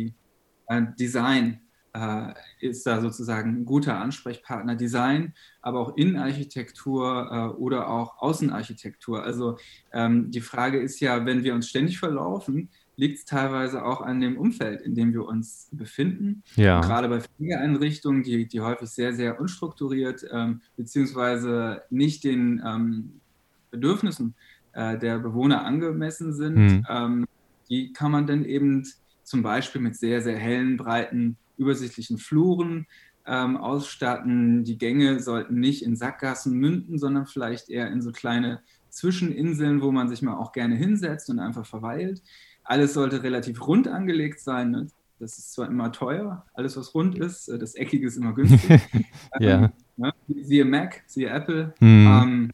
Design ist da sozusagen ein guter Ansprechpartner. Design, aber auch Innenarchitektur oder auch Außenarchitektur. Also die Frage ist ja, wenn wir uns ständig verlaufen, liegt es teilweise auch an dem Umfeld, in dem wir uns befinden. Und ja, gerade bei Pflegeeinrichtungen, die häufig sehr, sehr unstrukturiert beziehungsweise nicht den Bedürfnissen der Bewohner angemessen sind, hm, die kann man dann eben zum Beispiel mit sehr, sehr hellen, breiten, übersichtlichen Fluren ausstatten. Die Gänge sollten nicht in Sackgassen münden, sondern vielleicht eher in so kleine Zwischeninseln, wo man sich mal auch gerne hinsetzt und einfach verweilt. Alles sollte relativ rund angelegt sein. Ne? Das ist zwar immer teuer, alles was rund ist, das Eckige ist immer günstig. ja, Ne? Siehe Mac, siehe Apple. hm, Ähm,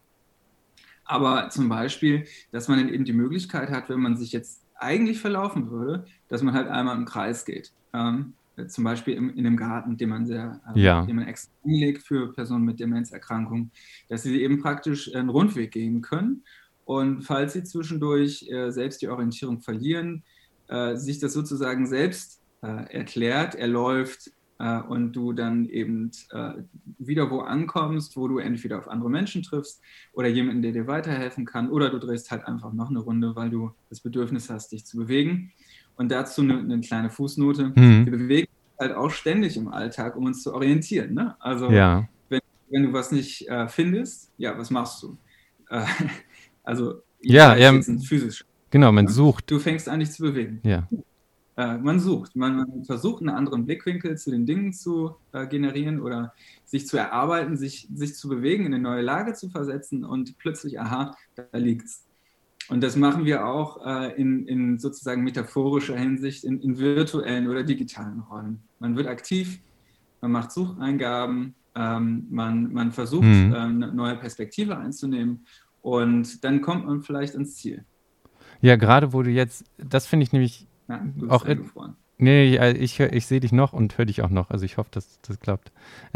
aber zum Beispiel, dass man dann eben die Möglichkeit hat, wenn man sich jetzt eigentlich verlaufen würde, dass man halt einmal im Kreis geht. Zum Beispiel in einem Garten, ja, den man extra anlegt für Personen mit Demenzerkrankungen, dass sie eben praktisch einen Rundweg gehen können. Und falls sie zwischendurch selbst die Orientierung verlieren, sich das sozusagen selbst erklärt, erläuft und du dann eben wieder wo ankommst, wo du entweder auf andere Menschen triffst oder jemanden, der dir weiterhelfen kann, oder du drehst halt einfach noch eine Runde, weil du das Bedürfnis hast, dich zu bewegen. Und dazu eine kleine Fußnote. hm, Wir bewegen uns halt auch ständig im Alltag, um uns zu orientieren. Ne? Also ja, wenn du was nicht findest, ja, was machst du? Äh, also, Ja, ist jetzt ein physisches. genau, man sucht. Du fängst an, dich zu bewegen. Ja. Man sucht, man versucht, einen anderen Blickwinkel zu den Dingen zu generieren oder sich zu erarbeiten, sich zu bewegen, in eine neue Lage zu versetzen und plötzlich, aha, da liegt's. Und das machen wir auch in sozusagen metaphorischer Hinsicht, in virtuellen oder digitalen Räumen. Man wird aktiv, man macht Sucheingaben, man versucht, eine neue Perspektive einzunehmen und dann kommt man vielleicht ans Ziel. Ja, gerade wo du jetzt, das finde ich nämlich Ja, du bist auch. eingefroren. Nee, ich sehe dich noch und höre dich auch noch. Also ich hoffe, dass das klappt.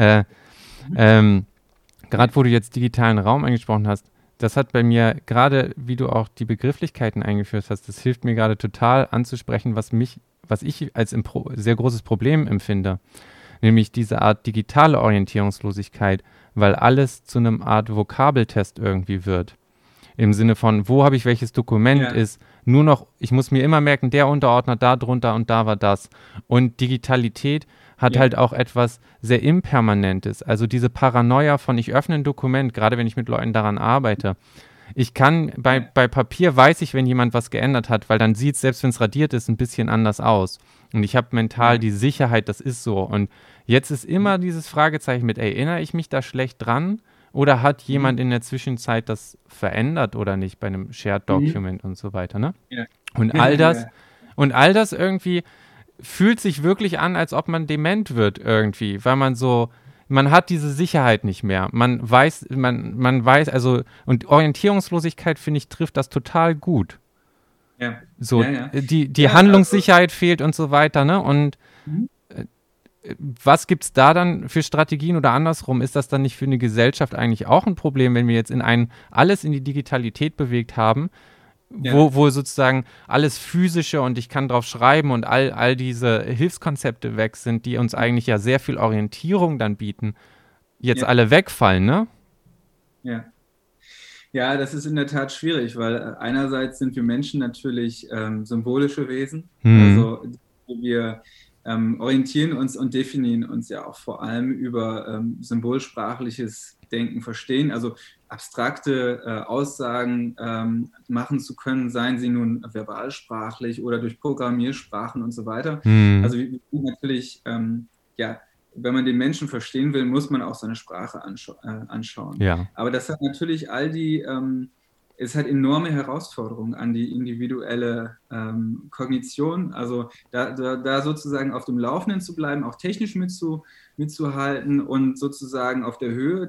Gerade wo du jetzt digitalen Raum angesprochen hast, das hat bei mir gerade, wie du auch die Begrifflichkeiten eingeführt hast, das hilft mir gerade total anzusprechen, was ich als sehr großes Problem empfinde. Nämlich diese Art digitale Orientierungslosigkeit, weil alles zu einem Art Vokabeltest irgendwie wird. Im Sinne von, wo habe ich welches Dokument ist, nur noch, ich muss mir immer merken, der Unterordner da drunter und da war das. Und Digitalität hat halt auch etwas sehr Impermanentes. Also diese Paranoia von, ich öffne ein Dokument, gerade wenn ich mit Leuten daran arbeite. Ich kann, bei Papier weiß ich, wenn jemand was geändert hat, weil dann sieht es, selbst wenn es radiert ist, ein bisschen anders aus. Und ich habe mental die Sicherheit, das ist so. Und jetzt ist immer dieses Fragezeichen mit, erinnere ich mich da schlecht dran? Oder hat jemand in der Zwischenzeit das verändert oder nicht bei einem Shared Document und so weiter, ne? Ja. Und all das irgendwie fühlt sich wirklich an, als ob man dement wird irgendwie, weil man hat diese Sicherheit nicht mehr. Man weiß, also, und Orientierungslosigkeit, finde ich, trifft das total gut. Ja. So, Ja. die Handlungssicherheit fehlt und so weiter, ne? Und was gibt es da dann für Strategien oder andersrum? Ist das dann nicht für eine Gesellschaft eigentlich auch ein Problem, wenn wir jetzt alles in die Digitalität bewegt haben, wo sozusagen alles Physische und ich kann drauf schreiben und all diese Hilfskonzepte weg sind, die uns eigentlich ja sehr viel Orientierung dann bieten, jetzt alle wegfallen, ne? Ja. Ja, das ist in der Tat schwierig, weil einerseits sind wir Menschen natürlich symbolische Wesen. Also wir orientieren uns und definieren uns ja auch vor allem über symbolsprachliches Denken, Verstehen, also abstrakte Aussagen machen zu können, seien sie nun verbalsprachlich oder durch Programmiersprachen und so weiter. Also wir natürlich, wenn man den Menschen verstehen will, muss man auch seine Sprache anschauen. Ja. Aber das hat natürlich es hat enorme Herausforderungen an die individuelle Kognition. Also da sozusagen auf dem Laufenden zu bleiben, auch technisch mitzuhalten und sozusagen auf der Höhe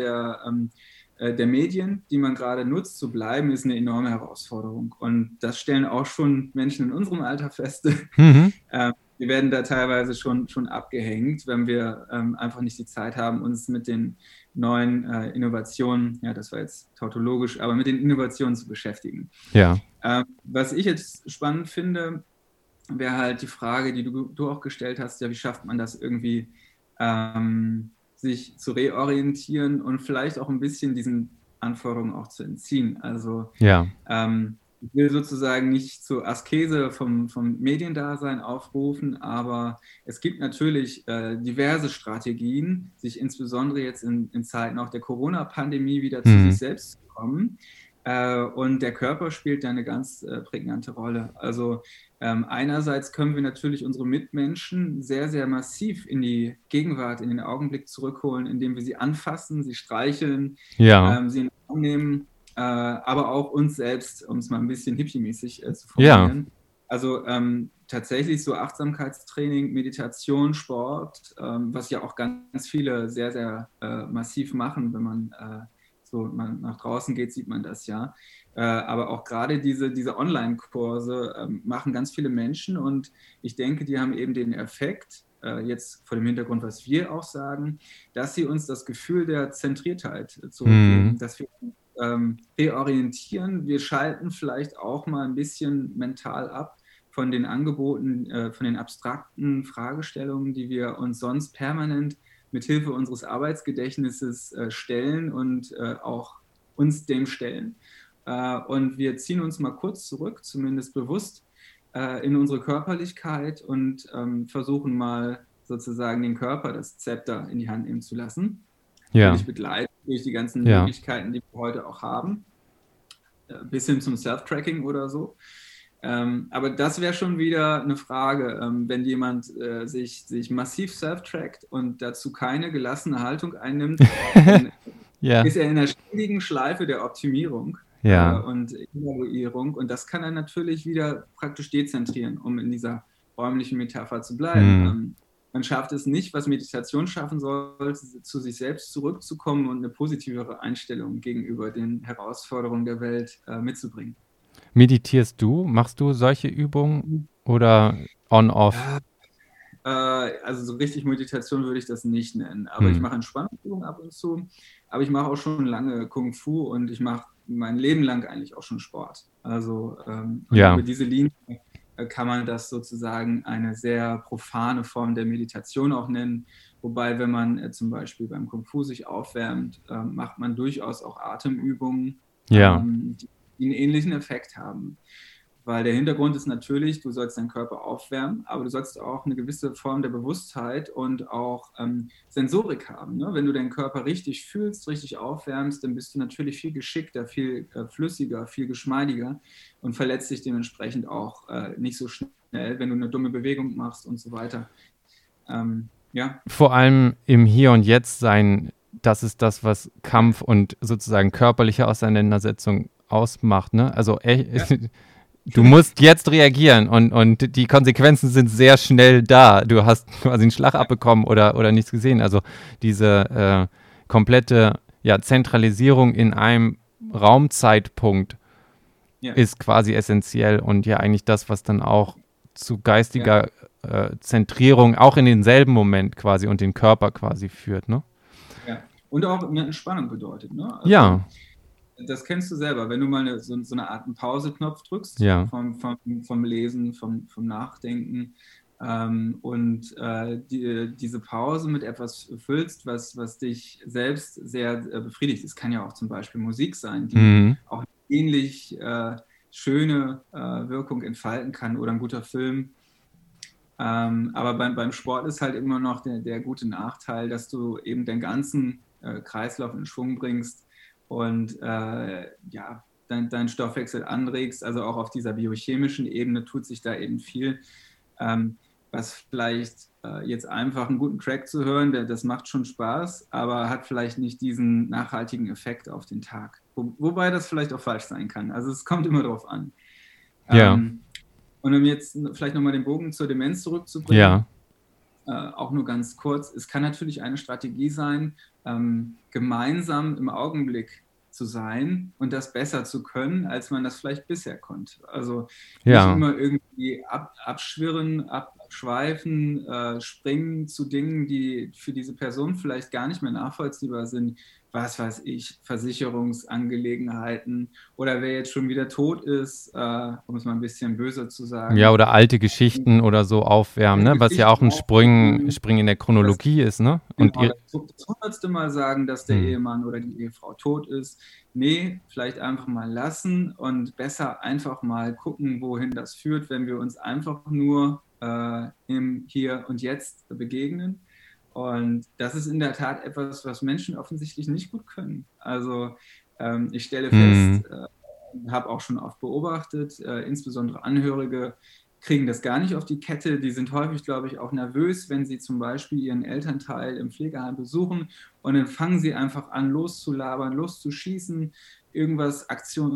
der Medien, die man gerade nutzt, zu bleiben, ist eine enorme Herausforderung. Und das stellen auch schon Menschen in unserem Alter fest. Wir werden da teilweise schon abgehängt, wenn wir einfach nicht die Zeit haben, uns mit den neuen Innovationen, ja, das war jetzt tautologisch, aber mit den Innovationen zu beschäftigen. Ja. Was ich jetzt spannend finde, wäre halt die Frage, die du auch gestellt hast, ja, wie schafft man das irgendwie, sich zu reorientieren und vielleicht auch ein bisschen diesen Anforderungen auch zu entziehen. Also ich will sozusagen nicht zur Askese vom Mediendasein aufrufen, aber es gibt natürlich diverse Strategien, sich insbesondere jetzt in Zeiten auch der Corona-Pandemie wieder zu sich selbst zu kommen. Und der Körper spielt da eine ganz prägnante Rolle. Also einerseits können wir natürlich unsere Mitmenschen sehr, sehr massiv in die Gegenwart, in den Augenblick zurückholen, indem wir sie anfassen, sie streicheln, sie in den Arm nehmen. Aber auch uns selbst, um es mal ein bisschen hippie-mäßig zu formulieren. Also tatsächlich so Achtsamkeitstraining, Meditation, Sport, was ja auch ganz viele sehr, sehr massiv machen, wenn man so nach draußen geht, sieht man das ja. Aber auch gerade diese Online-Kurse machen ganz viele Menschen und ich denke, die haben eben den Effekt, jetzt vor dem Hintergrund, was wir auch sagen, dass sie uns das Gefühl der Zentriertheit zurückgeben, dass wir reorientieren. Wir schalten vielleicht auch mal ein bisschen mental ab von den Angeboten, von den abstrakten Fragestellungen, die wir uns sonst permanent mit Hilfe unseres Arbeitsgedächtnisses stellen und auch uns dem stellen. Und wir ziehen uns mal kurz zurück, zumindest bewusst, in unsere Körperlichkeit und versuchen mal sozusagen den Körper, das Zepter in die Hand nehmen zu lassen. natürlich begleitet durch die ganzen Möglichkeiten, die wir heute auch haben, bis hin zum Self-Tracking oder so. Aber das wäre schon wieder eine Frage, wenn jemand sich massiv self-trackt und dazu keine gelassene Haltung einnimmt, dann ist er in einer ständigen Schleife der Optimierung und Evaluierung, und das kann er natürlich wieder praktisch dezentrieren, um in dieser räumlichen Metapher zu bleiben. Man schafft es nicht, was Meditation schaffen soll, zu sich selbst zurückzukommen und eine positivere Einstellung gegenüber den Herausforderungen der Welt mitzubringen. Meditierst du? Machst du solche Übungen oder on-off? Also so richtig Meditation würde ich das nicht nennen. Aber ich mache Entspannungsübungen ab und zu. Aber ich mache auch schon lange Kung Fu und ich mache mein Leben lang eigentlich auch schon Sport. Also über diese Linie kann man das sozusagen eine sehr profane Form der Meditation auch nennen. Wobei, wenn man zum Beispiel beim Kung Fu sich aufwärmt, macht man durchaus auch Atemübungen, die einen ähnlichen Effekt haben. Weil der Hintergrund ist natürlich, du sollst deinen Körper aufwärmen, aber du sollst auch eine gewisse Form der Bewusstheit und auch Sensorik haben. Ne? Wenn du deinen Körper richtig fühlst, richtig aufwärmst, dann bist du natürlich viel geschickter, viel flüssiger, viel geschmeidiger und verletzt dich dementsprechend auch nicht so schnell, wenn du eine dumme Bewegung machst und so weiter. Vor allem im Hier und Jetzt sein, das ist das, was Kampf und sozusagen körperliche Auseinandersetzung ausmacht. Ne? Also du musst jetzt reagieren und die Konsequenzen sind sehr schnell da. Du hast quasi einen Schlag abbekommen oder nichts gesehen. Also diese komplette Zentralisierung in einem Raumzeitpunkt ist quasi essentiell und eigentlich das, was dann auch zu geistiger Zentrierung auch in denselben Moment quasi und den Körper quasi führt. Ne? Ja, und auch eine Entspannung bedeutet. Ne? Also, das kennst du selber, wenn du mal so eine Art Pause-Knopf drückst vom Lesen, vom Nachdenken und diese Pause mit etwas füllst, was dich selbst sehr befriedigt. Es kann ja auch zum Beispiel Musik sein, die auch eine ähnlich schöne Wirkung entfalten kann, oder ein guter Film. Aber beim Sport ist halt immer noch der gute Nachteil, dass du eben den ganzen Kreislauf in Schwung bringst und deinen Stoffwechsel anregst. Also auch auf dieser biochemischen Ebene tut sich da eben viel, was vielleicht jetzt einfach einen guten Track zu hören, das macht schon Spaß, aber hat vielleicht nicht diesen nachhaltigen Effekt auf den Tag. Wobei das vielleicht auch falsch sein kann. Also es kommt immer drauf an. Und um jetzt vielleicht nochmal den Bogen zur Demenz zurückzubringen, auch nur ganz kurz, es kann natürlich eine Strategie sein, gemeinsam im Augenblick zu sein und das besser zu können, als man das vielleicht bisher konnte. Also nicht immer irgendwie abschwirren, abschweifen, springen zu Dingen, die für diese Person vielleicht gar nicht mehr nachvollziehbar sind. Was weiß ich, Versicherungsangelegenheiten oder wer jetzt schon wieder tot ist, um es mal ein bisschen böser zu sagen. Ja, oder alte Geschichten oder so aufwärmen, ne? Was ja auch ein Springen in der Chronologie ist, ne? Und das 100. Mal sagen, dass der Ehemann oder die Ehefrau tot ist. Nee, vielleicht einfach mal lassen und besser einfach mal gucken, wohin das führt, wenn wir uns einfach nur im Hier und Jetzt begegnen. Und das ist in der Tat etwas, was Menschen offensichtlich nicht gut können. Also ich stelle fest, habe auch schon oft beobachtet, insbesondere Angehörige kriegen das gar nicht auf die Kette. Die sind häufig, glaube ich, auch nervös, wenn sie zum Beispiel ihren Elternteil im Pflegeheim besuchen und dann fangen sie einfach an, loszulabern, loszuschießen, irgendwas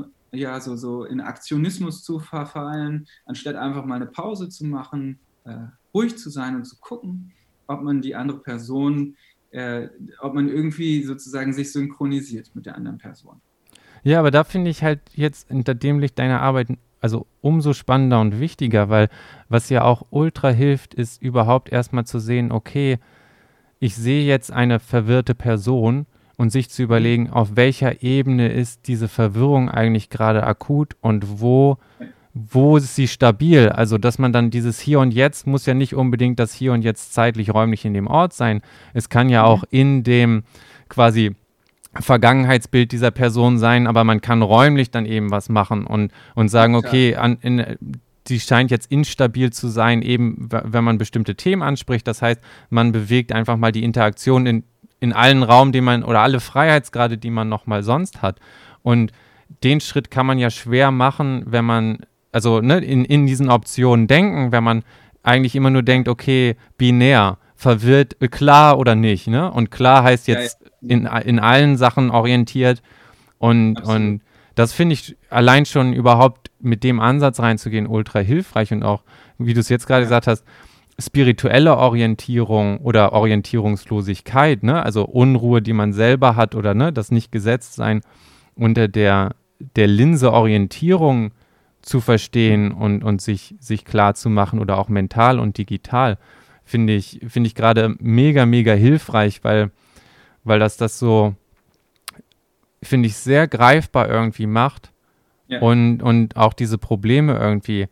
so in Aktionismus zu verfallen, anstatt einfach mal eine Pause zu machen, ruhig zu sein und zu gucken, ob man die andere Person, ob man irgendwie sozusagen sich synchronisiert mit der anderen Person. Ja, aber da finde ich halt jetzt hinter dem Licht deiner Arbeit also umso spannender und wichtiger, weil was ja auch ultra hilft, ist überhaupt erstmal zu sehen, okay, ich sehe jetzt eine verwirrte Person und sich zu überlegen, auf welcher Ebene ist diese Verwirrung eigentlich gerade akut und wo ist sie stabil? Also, dass man dann dieses Hier und Jetzt muss ja nicht unbedingt das Hier und Jetzt zeitlich, räumlich in dem Ort sein. Es kann ja auch in dem quasi Vergangenheitsbild dieser Person sein, aber man kann räumlich dann eben was machen und sagen, okay, die scheint jetzt instabil zu sein, eben wenn man bestimmte Themen anspricht. Das heißt, man bewegt einfach mal die Interaktion in allen Raum, den man, oder alle Freiheitsgrade, die man nochmal sonst hat. Und den Schritt kann man ja schwer machen, wenn man, also ne, in diesen Optionen denken, wenn man eigentlich immer nur denkt, okay, binär, verwirrt, klar oder nicht, ne? Und klar heißt jetzt in allen Sachen orientiert und das finde ich allein schon überhaupt mit dem Ansatz reinzugehen ultra hilfreich und auch, wie du es jetzt gerade gesagt hast, spirituelle Orientierung oder Orientierungslosigkeit, ne? Also Unruhe, die man selber hat oder ne, das Nicht-Gesetzt-Sein unter der Linse Orientierung zu verstehen und sich klar zu machen oder auch mental und digital, finde ich gerade mega, mega hilfreich, weil das so, finde ich, sehr greifbar irgendwie macht und auch diese Probleme irgendwie,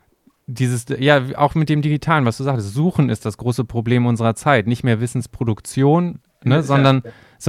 ja, auch mit dem Digitalen, was du sagst, Suchen ist das große Problem unserer Zeit, nicht mehr Wissensproduktion, ne, sondern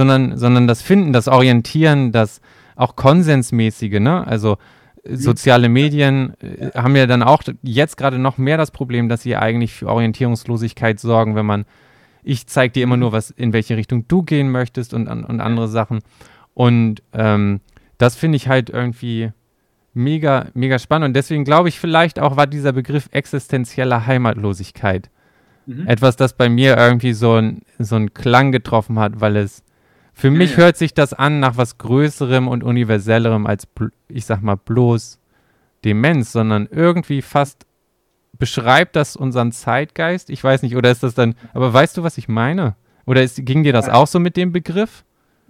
das Finden, das Orientieren, das auch Konsensmäßige, ne, also soziale Medien haben ja dann auch jetzt gerade noch mehr das Problem, dass sie eigentlich für Orientierungslosigkeit sorgen, wenn ich zeige dir immer nur, in welche Richtung du gehen möchtest und andere Sachen. Und das finde ich halt irgendwie mega, mega spannend. Und deswegen glaube ich, vielleicht auch war dieser Begriff existenzielle Heimatlosigkeit etwas, das bei mir irgendwie so einen Klang getroffen hat, weil es für mich hört sich das an nach was Größerem und Universellerem als, ich sag mal, bloß Demenz, sondern irgendwie fast beschreibt das unseren Zeitgeist. Ich weiß nicht, oder ist das dann, aber weißt du, was ich meine? Oder ging dir das auch so mit dem Begriff?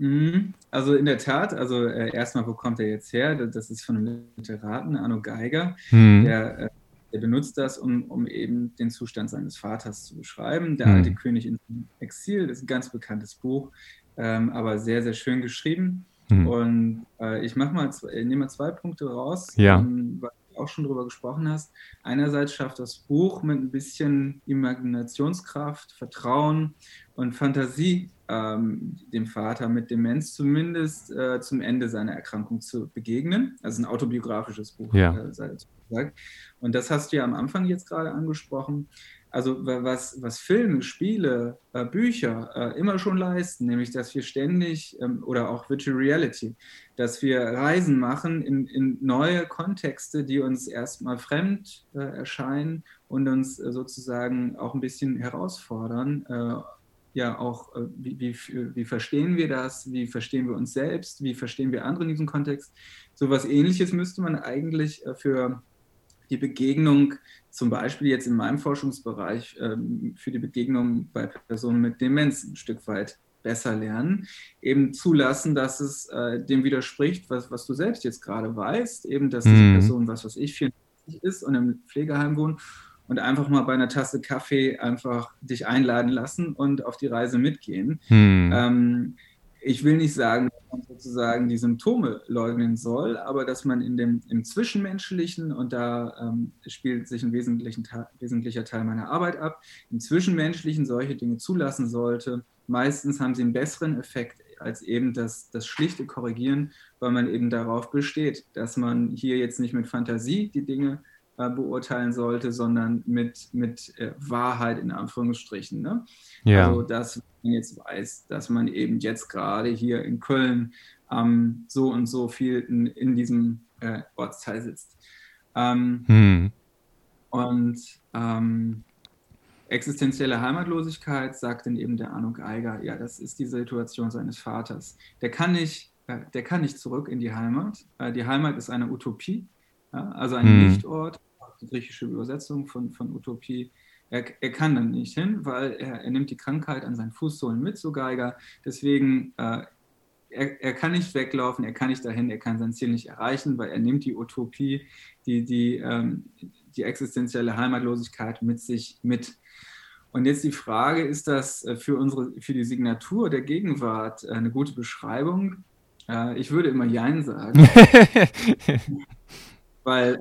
Also in der Tat, also erstmal, wo kommt er jetzt her? Das ist von einem Literaten, Arno Geiger, der benutzt das, um eben den Zustand seines Vaters zu beschreiben. Der alte König in Exil, das ist ein ganz bekanntes Buch, aber sehr, sehr schön geschrieben. Und ich nehme mal 2 Punkte raus, weil du auch schon drüber gesprochen hast. Einerseits schafft das Buch mit ein bisschen Imaginationskraft, Vertrauen und Fantasie dem Vater mit Demenz zumindest zum Ende seiner Erkrankung zu begegnen. Also ein autobiografisches Buch, sei dazu gesagt. Und das hast du ja am Anfang jetzt gerade angesprochen. Also was Filme, Spiele, Bücher immer schon leisten, nämlich dass wir ständig, oder auch Virtual Reality, dass wir Reisen machen in neue Kontexte, die uns erstmal fremd erscheinen und uns sozusagen auch ein bisschen herausfordern. Auch, wie verstehen wir das? Wie verstehen wir uns selbst? Wie verstehen wir andere in diesem Kontext? So etwas Ähnliches müsste man eigentlich für die Begegnung, zum Beispiel jetzt in meinem Forschungsbereich, für die Begegnung bei Personen mit Demenz ein Stück weit besser lernen, eben zulassen, dass es dem widerspricht, was du selbst jetzt gerade weißt, eben, dass diese Person, was weiß ich, 84 ist und im Pflegeheim wohnt und einfach mal bei einer Tasse Kaffee einfach dich einladen lassen und auf die Reise mitgehen. Ich will nicht sagen, dass man sozusagen die Symptome leugnen soll, aber dass man im Zwischenmenschlichen, und da spielt sich ein wesentlicher Teil meiner Arbeit ab, im Zwischenmenschlichen solche Dinge zulassen sollte. Meistens haben sie einen besseren Effekt als eben das schlichte Korrigieren, weil man eben darauf besteht, dass man hier jetzt nicht mit Fantasie die Dinge beurteilen sollte, sondern mit Wahrheit in Anführungsstrichen. Ne? Also, dass man jetzt weiß, dass man eben jetzt gerade hier in Köln so und so viel in diesem Ortsteil sitzt. Und existenzielle Heimatlosigkeit, sagt dann eben der Arno Geiger, ja, das ist die Situation seines Vaters. Der kann nicht zurück in die Heimat. Die Heimat ist eine Utopie, also ein Nichtort, die griechische Übersetzung von Utopie. Er kann dann nicht hin, weil er nimmt die Krankheit an seinen Fußsohlen mit, so Geiger. Deswegen, er kann nicht weglaufen, er kann nicht dahin, er kann sein Ziel nicht erreichen, weil er nimmt die Utopie, die existenzielle Heimatlosigkeit mit sich mit. Und jetzt die Frage, ist das für die Signatur der Gegenwart eine gute Beschreibung? Ich würde immer Jein sagen. Weil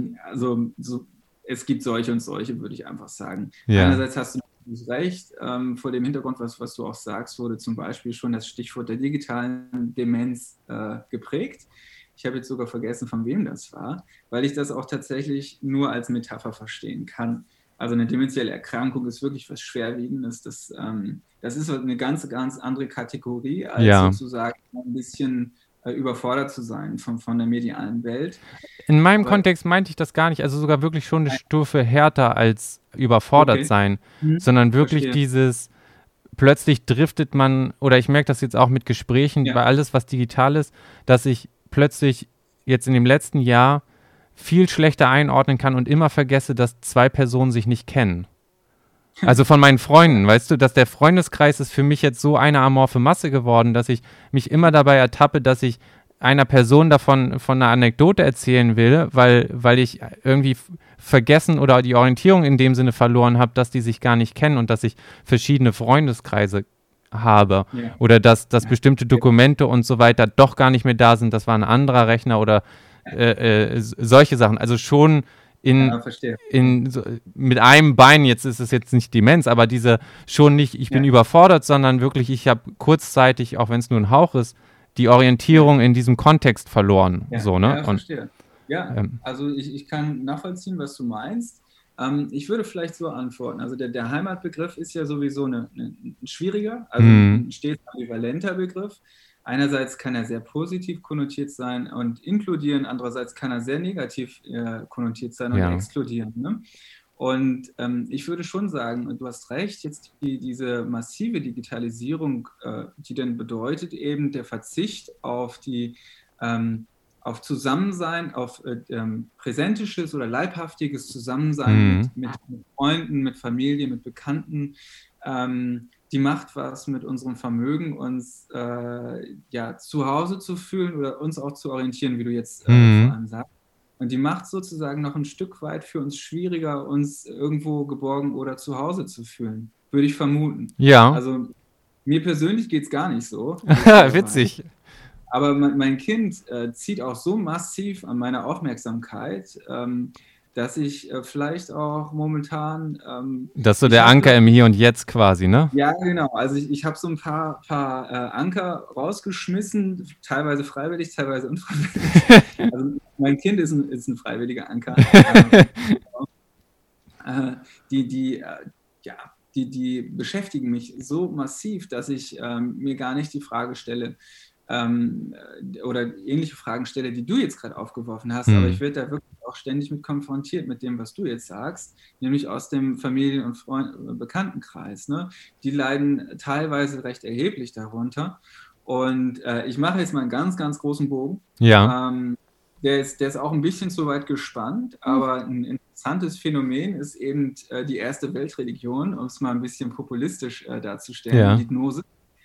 es gibt solche und solche, würde ich einfach sagen. Einerseits hast du recht, vor dem Hintergrund, was du auch sagst, wurde zum Beispiel schon das Stichwort der digitalen Demenz geprägt. Ich habe jetzt sogar vergessen, von wem das war, weil ich das auch tatsächlich nur als Metapher verstehen kann. Also eine dementielle Erkrankung ist wirklich was Schwerwiegendes. Das ist eine ganz, ganz andere Kategorie, als Ja. sozusagen ein bisschen überfordert zu sein von der medialen Welt. In meinem Aber Kontext meinte ich das gar nicht, also sogar wirklich schon eine Stufe härter als überfordert okay, sein, sondern wirklich verstehe. dieses, plötzlich driftet man, oder ich merke das jetzt auch mit Gesprächen, Ja, bei alles, was digital ist, dass ich plötzlich jetzt in dem letzten Jahr viel schlechter einordnen kann und immer vergesse, dass zwei Personen sich nicht kennen. Also von meinen Freunden, weißt du, dass der Freundeskreis ist für mich jetzt so eine amorphe Masse geworden, dass ich mich immer dabei ertappe, dass ich einer Person davon von einer Anekdote erzählen will, weil ich irgendwie vergessen oder die Orientierung in dem Sinne verloren habe, dass die sich gar nicht kennen und dass ich verschiedene Freundeskreise habe ja, oder dass ja, bestimmte Dokumente und so weiter doch gar nicht mehr da sind, das war ein anderer Rechner oder solche Sachen. Also schon ja, verstehe. mit einem Bein, jetzt ist es jetzt nicht Demenz, aber diese schon nicht, ich bin Ja, überfordert, sondern wirklich, ich habe kurzzeitig, auch wenn es nur ein Hauch ist, die ja, Orientierung in diesem Kontext verloren. ja, So, ne? ja, Und verstehe. Ja, also ich kann nachvollziehen, was du meinst. Ich würde vielleicht so antworten. Also der Heimatbegriff ist ja sowieso ein schwieriger, also ein stets ambivalenter Begriff. Einerseits kann er sehr positiv konnotiert sein und inkludieren, andererseits kann er sehr negativ konnotiert sein und ja. exkludieren. Ne? Und ich würde schon sagen, und du hast recht, jetzt diese massive Digitalisierung, die dann bedeutet eben der Verzicht auf Zusammensein, auf präsentisches oder leibhaftiges Zusammensein mit Freunden, mit Familie, mit Bekannten. Die macht was mit unserem Vermögen, uns ja, zu Hause zu fühlen oder uns auch zu orientieren, wie du jetzt vor allem sagst. Und die macht sozusagen noch ein Stück weit für uns schwieriger, uns irgendwo geborgen oder zu Hause zu fühlen, würde ich vermuten. Ja. Also mir persönlich geht es gar nicht so, lustigerweise. Witzig. Aber mein Kind zieht auch so massiv an meiner Aufmerksamkeit, dass ich vielleicht auch momentan, Das ist so ich der habe, Anker glaube im Hier und Jetzt quasi, ne? ja, genau. Also ich habe so ein paar Anker rausgeschmissen, teilweise freiwillig, teilweise unfreiwillig. Also mein Kind ist ein freiwilliger Anker. Ja, die beschäftigen mich so massiv, dass ich mir gar nicht die Frage stelle oder ähnliche Fragen stelle, die du jetzt gerade aufgeworfen hast. Aber ich werde da wirklich auch ständig mit konfrontiert mit dem, was du jetzt sagst, nämlich aus dem Familien- und Bekanntenkreis. Ne? Die leiden teilweise recht erheblich darunter. Und ich mache jetzt mal einen ganz, ganz großen Bogen. Ja. Der ist auch ein bisschen zu weit gespannt, aber ein interessantes Phänomen ist eben die erste Weltreligion, um es mal ein bisschen populistisch darzustellen, Ja. die Gnose,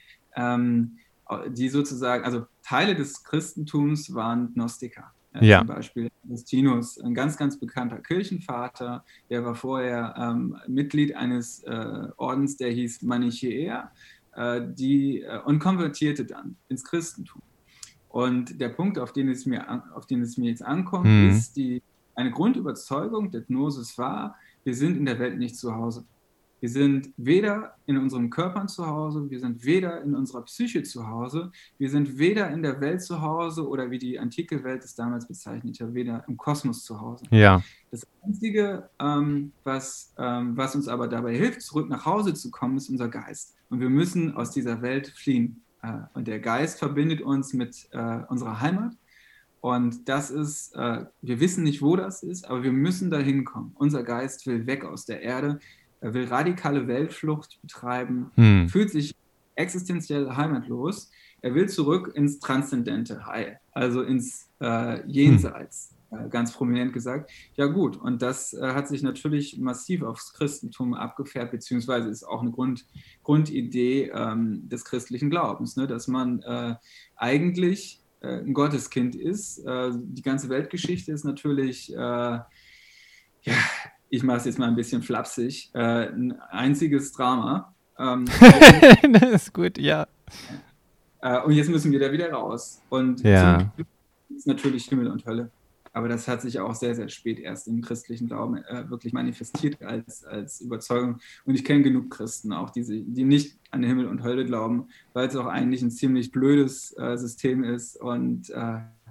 die sozusagen, also Teile des Christentums waren Gnostiker. Ja. Zum Beispiel Augustinus, ein ganz, ganz bekannter Kirchenvater, der war vorher Mitglied eines Ordens, der hieß Manichäer, und konvertierte dann ins Christentum. Und der Punkt, auf den es mir jetzt ankommt, ist eine Grundüberzeugung der Gnosis war, wir sind in der Welt nicht zu Hause. Wir sind weder in unseren Körpern zu Hause, wir sind weder in unserer Psyche zu Hause, wir sind weder in der Welt zu Hause oder wie die antike Welt es damals bezeichnete, weder im Kosmos zu Hause. Ja. Das Einzige, was uns aber dabei hilft, zurück nach Hause zu kommen, ist unser Geist. Und wir müssen aus dieser Welt fliehen. Und der Geist verbindet uns mit unserer Heimat. Und das ist, wir wissen nicht, wo das ist, aber wir müssen da hinkommen. Unser Geist will weg aus der Erde, er will radikale Weltflucht betreiben, fühlt sich existenziell heimatlos. Er will zurück ins transzendente Heil, also ins Jenseits, ganz prominent gesagt. Ja gut, und das hat sich natürlich massiv aufs Christentum abgefärbt, beziehungsweise ist auch eine Grundidee des christlichen Glaubens, ne? Dass man eigentlich ein Gotteskind ist. Die ganze Weltgeschichte ist natürlich, ja, ich mache es jetzt mal ein bisschen flapsig, ein einziges Drama. Das ist gut, ja. Und jetzt müssen wir da wieder raus. Und Ja. zum Glück ist natürlich Himmel und Hölle. Aber das hat sich auch sehr, sehr spät erst im christlichen Glauben wirklich manifestiert als Überzeugung. Und ich kenne genug Christen auch, die nicht an Himmel und Hölle glauben, weil es auch eigentlich ein ziemlich blödes System ist und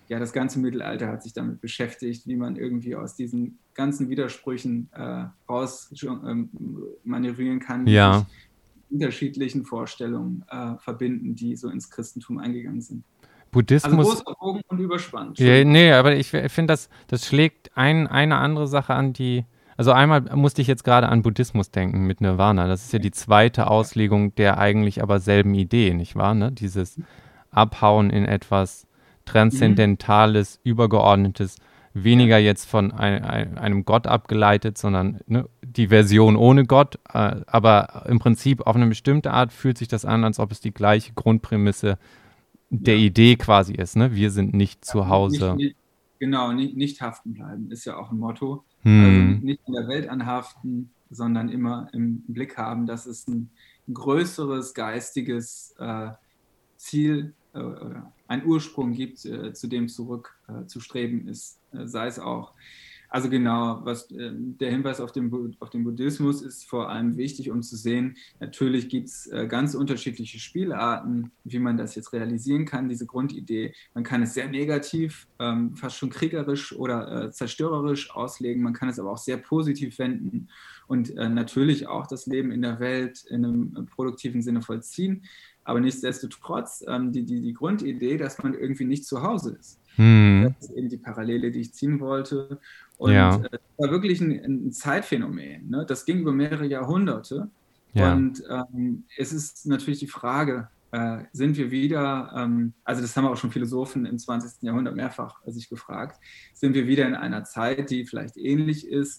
ja, das ganze Mittelalter hat sich damit beschäftigt, wie man irgendwie aus diesen ganzen Widersprüchen raus manövrieren kann, die sich unterschiedlichen Vorstellungen verbinden, die so ins Christentum eingegangen sind. Buddhismus. Also großer Bogen und überspannt. Ja, nee, aber ich finde, das schlägt eine andere Sache an, also einmal musste ich jetzt gerade an Buddhismus denken mit Nirvana. Das ist ja die zweite Auslegung der eigentlich aber selben Idee, nicht wahr? Ne? Dieses Abhauen in etwas Transzendentales, Übergeordnetes, weniger jetzt von einem Gott abgeleitet, sondern ne, die Version ohne Gott. Aber im Prinzip auf eine bestimmte Art fühlt sich das an, als ob es die gleiche Grundprämisse der Idee quasi ist. Ne? Wir sind nicht zu Hause. Nicht haften bleiben, ist ja auch ein Motto. Also nicht in der Welt anhaften, sondern immer im Blick haben, dass es ein größeres geistiges Ziel oder ein Ursprung gibt, zu dem zurück zu streben ist. Sei es auch, also genau, der Hinweis auf den Buddhismus ist vor allem wichtig, um zu sehen, natürlich gibt es ganz unterschiedliche Spielarten, wie man das jetzt realisieren kann, diese Grundidee. Man kann es sehr negativ, fast schon kriegerisch oder zerstörerisch auslegen, man kann es aber auch sehr positiv wenden und natürlich auch das Leben in der Welt in einem produktiven Sinne vollziehen. Aber nichtsdestotrotz, die Grundidee, dass man irgendwie nicht zu Hause ist. Das ist eben die Parallele, die ich ziehen wollte. Und das war wirklich ein Zeitphänomen. Ne? Das ging über mehrere Jahrhunderte. Ja. Und es ist natürlich die Frage, sind wir wieder, also das haben auch schon Philosophen im 20. Jahrhundert mehrfach sich gefragt, sind wir wieder in einer Zeit, die vielleicht ähnlich ist?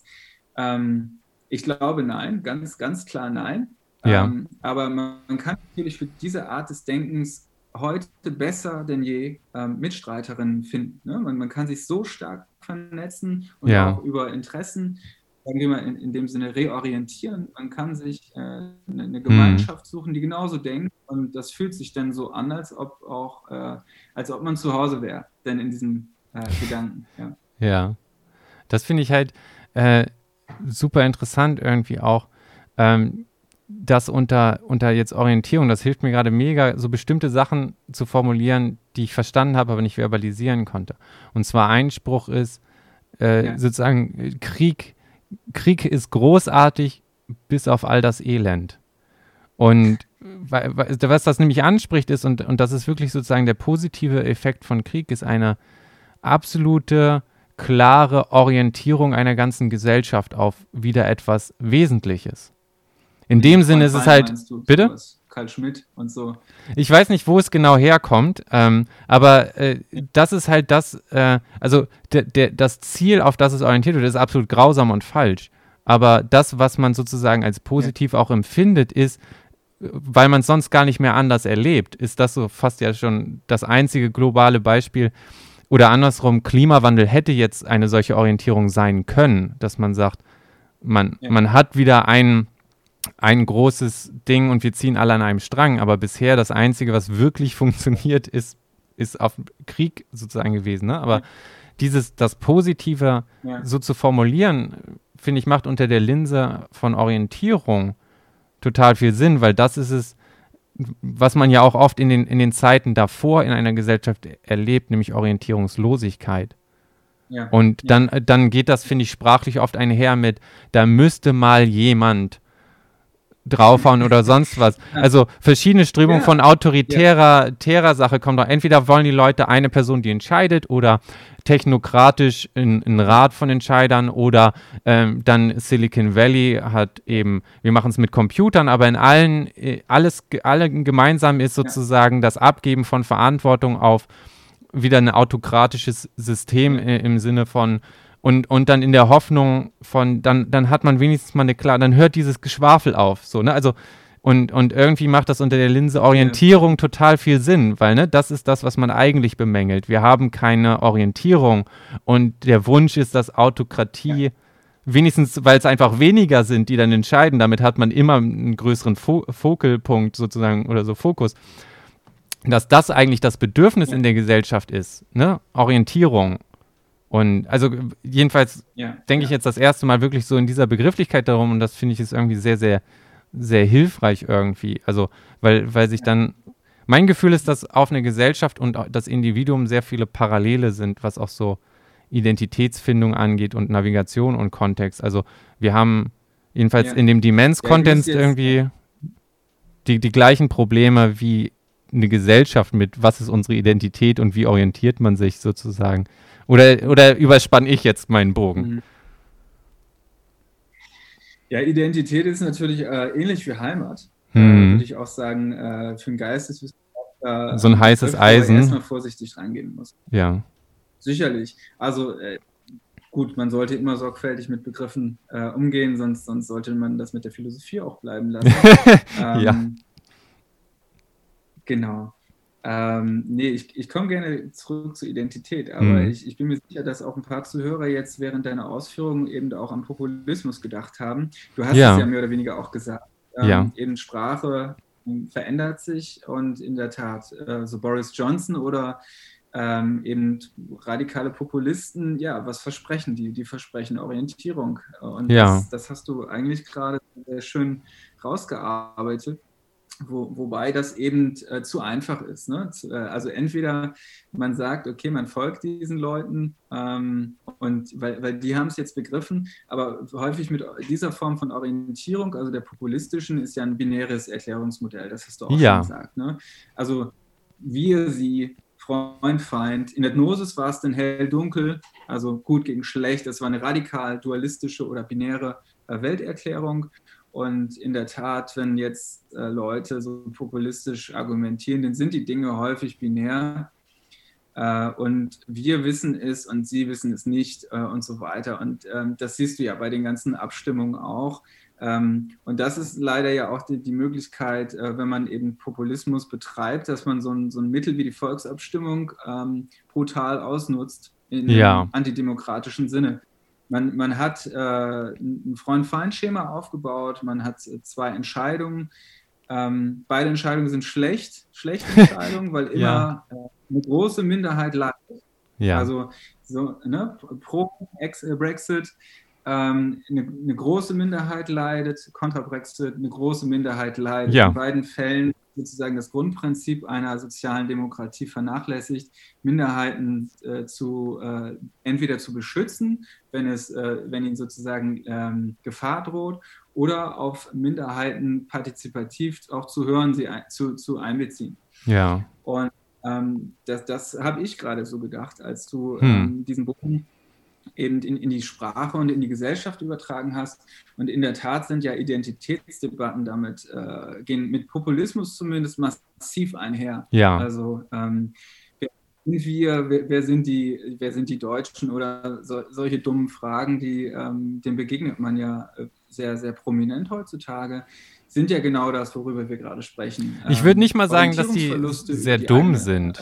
Ich glaube nein, ganz, ganz klar nein. Ja. Aber man kann natürlich für diese Art des Denkens heute besser denn je Mitstreiterinnen finden. Ne? Man kann sich so stark vernetzen und auch über Interessen, sagen wir mal, in dem Sinne reorientieren. Man kann sich eine Gemeinschaft suchen, die genauso denkt, und das fühlt sich dann so an, als ob man zu Hause wäre, denn in diesem Gedanken. Ja, das finde ich halt super interessant irgendwie auch. Das unter jetzt Orientierung, das hilft mir gerade mega, so bestimmte Sachen zu formulieren, die ich verstanden habe, aber nicht verbalisieren konnte. Und zwar ein Spruch ist sozusagen, Krieg ist großartig bis auf all das Elend. Und was das nämlich anspricht ist, und das ist wirklich sozusagen der positive Effekt von Krieg, ist eine absolute, klare Orientierung einer ganzen Gesellschaft auf wieder etwas Wesentliches. In dem Sinne ist es halt, bitte? Karl Schmidt und so. Ich weiß nicht, wo es genau herkommt, aber das ist halt das, also das Ziel, auf das es orientiert wird, ist absolut grausam und falsch. Aber das, was man sozusagen als positiv auch empfindet, ist, weil man es sonst gar nicht mehr anders erlebt, ist das so fast ja schon das einzige globale Beispiel. Oder andersrum, Klimawandel hätte jetzt eine solche Orientierung sein können, dass man sagt, man hat wieder ein großes Ding und wir ziehen alle an einem Strang, aber bisher das Einzige, was wirklich funktioniert, ist auf Krieg sozusagen gewesen. Ne? Aber das Positive so zu formulieren, finde ich, macht unter der Linse von Orientierung total viel Sinn, weil das ist es, was man ja auch oft in den Zeiten davor in einer Gesellschaft erlebt, nämlich Orientierungslosigkeit. Ja. Und dann geht das, finde ich, sprachlich oft einher mit, da müsste mal jemand draufhauen oder sonst was. Also verschiedene Strömungen von autoritärer Sache kommen doch. Entweder wollen die Leute eine Person, die entscheidet, oder technokratisch ein Rat von Entscheidern, oder dann Silicon Valley hat eben, wir machen es mit Computern, aber in alle gemeinsam ist sozusagen das Abgeben von Verantwortung auf wieder ein autokratisches System im Sinne von und dann in der Hoffnung von, dann hat man wenigstens mal dann hört dieses Geschwafel auf, so, ne, also und irgendwie macht das unter der Linse Orientierung total viel Sinn, weil, ne, das ist das, was man eigentlich bemängelt. Wir haben keine Orientierung und der Wunsch ist, dass Autokratie, wenigstens, weil es einfach weniger sind, die dann entscheiden, damit hat man immer einen größeren Fokalpunkt sozusagen oder so Fokus, dass das eigentlich das Bedürfnis in der Gesellschaft ist, ne, Orientierung. Und also jedenfalls denke ich jetzt das erste Mal wirklich so in dieser Begrifflichkeit darum, und das finde ich ist irgendwie sehr, sehr, sehr hilfreich irgendwie. Also weil sich dann, Mein Gefühl ist, dass auf eine Gesellschaft und das Individuum sehr viele Parallele sind, was auch so Identitätsfindung angeht und Navigation und Kontext. Also wir haben jedenfalls in dem Demenz-Kontext irgendwie die gleichen Probleme wie eine Gesellschaft mit, was ist unsere Identität und wie orientiert man sich sozusagen. Oder überspanne ich jetzt meinen Bogen? Ja, Identität ist natürlich ähnlich wie Heimat. Würde ich auch sagen, für einen Geisteswissenschaftler so ein heißes Eisen. Erstmal vorsichtig reingehen muss. Ja. Sicherlich. Also gut, man sollte immer sorgfältig mit Begriffen umgehen, sonst sollte man das mit der Philosophie auch bleiben lassen. Ja. Genau. Nee, ich komme gerne zurück zur Identität, aber ich bin mir sicher, dass auch ein paar Zuhörer jetzt während deiner Ausführungen eben auch an Populismus gedacht haben. Du hast es ja mehr oder weniger auch gesagt. Eben Sprache verändert sich und in der Tat, so Boris Johnson oder eben radikale Populisten, ja, was versprechen die? Die versprechen Orientierung. Und das hast du eigentlich gerade sehr schön rausgearbeitet. Wobei das eben zu einfach ist. Ne? Also entweder man sagt, okay, man folgt diesen Leuten und weil die haben es jetzt begriffen, aber häufig mit dieser Form von Orientierung, also der populistischen, ist ja ein binäres Erklärungsmodell, das hast du auch schon gesagt. Ne? Also wir, sie, Freund, Feind. In der Gnosis war es dann hell-dunkel, also gut gegen schlecht. Das war eine radikal dualistische oder binäre Welterklärung. Und in der Tat, wenn jetzt Leute so populistisch argumentieren, dann sind die Dinge häufig binär. Und wir wissen es und sie wissen es nicht und so weiter. Und das siehst du ja bei den ganzen Abstimmungen auch. Und das ist leider ja auch die Möglichkeit, wenn man eben Populismus betreibt, dass man so ein Mittel wie die Volksabstimmung brutal ausnutzt in einem antidemokratischen Sinne. Man hat ein Freund-Feind-Schema aufgebaut, man hat zwei Entscheidungen. Beide Entscheidungen sind schlechte Entscheidungen, weil immer eine große Minderheit leidet. Also so, ne, pro Brexit eine große Minderheit leidet, kontra Brexit eine große Minderheit leidet. In beiden Fällen sozusagen das Grundprinzip einer sozialen Demokratie vernachlässigt, Minderheiten entweder zu beschützen, wenn ihnen sozusagen Gefahr droht, oder auf Minderheiten partizipativ auch zu hören, sie zu einbeziehen. Ja. Und das habe ich gerade so gedacht, als du diesen Bogen eben in die Sprache und in die Gesellschaft übertragen hast. Und in der Tat sind ja Identitätsdebatten damit, gehen mit Populismus zumindest massiv einher. Ja. Also wer sind die Deutschen oder solche dummen Fragen, denen begegnet man ja sehr, sehr prominent heutzutage, sind ja genau das, worüber wir gerade sprechen. Ich würde nicht mal sagen, dass die sehr dumm sind.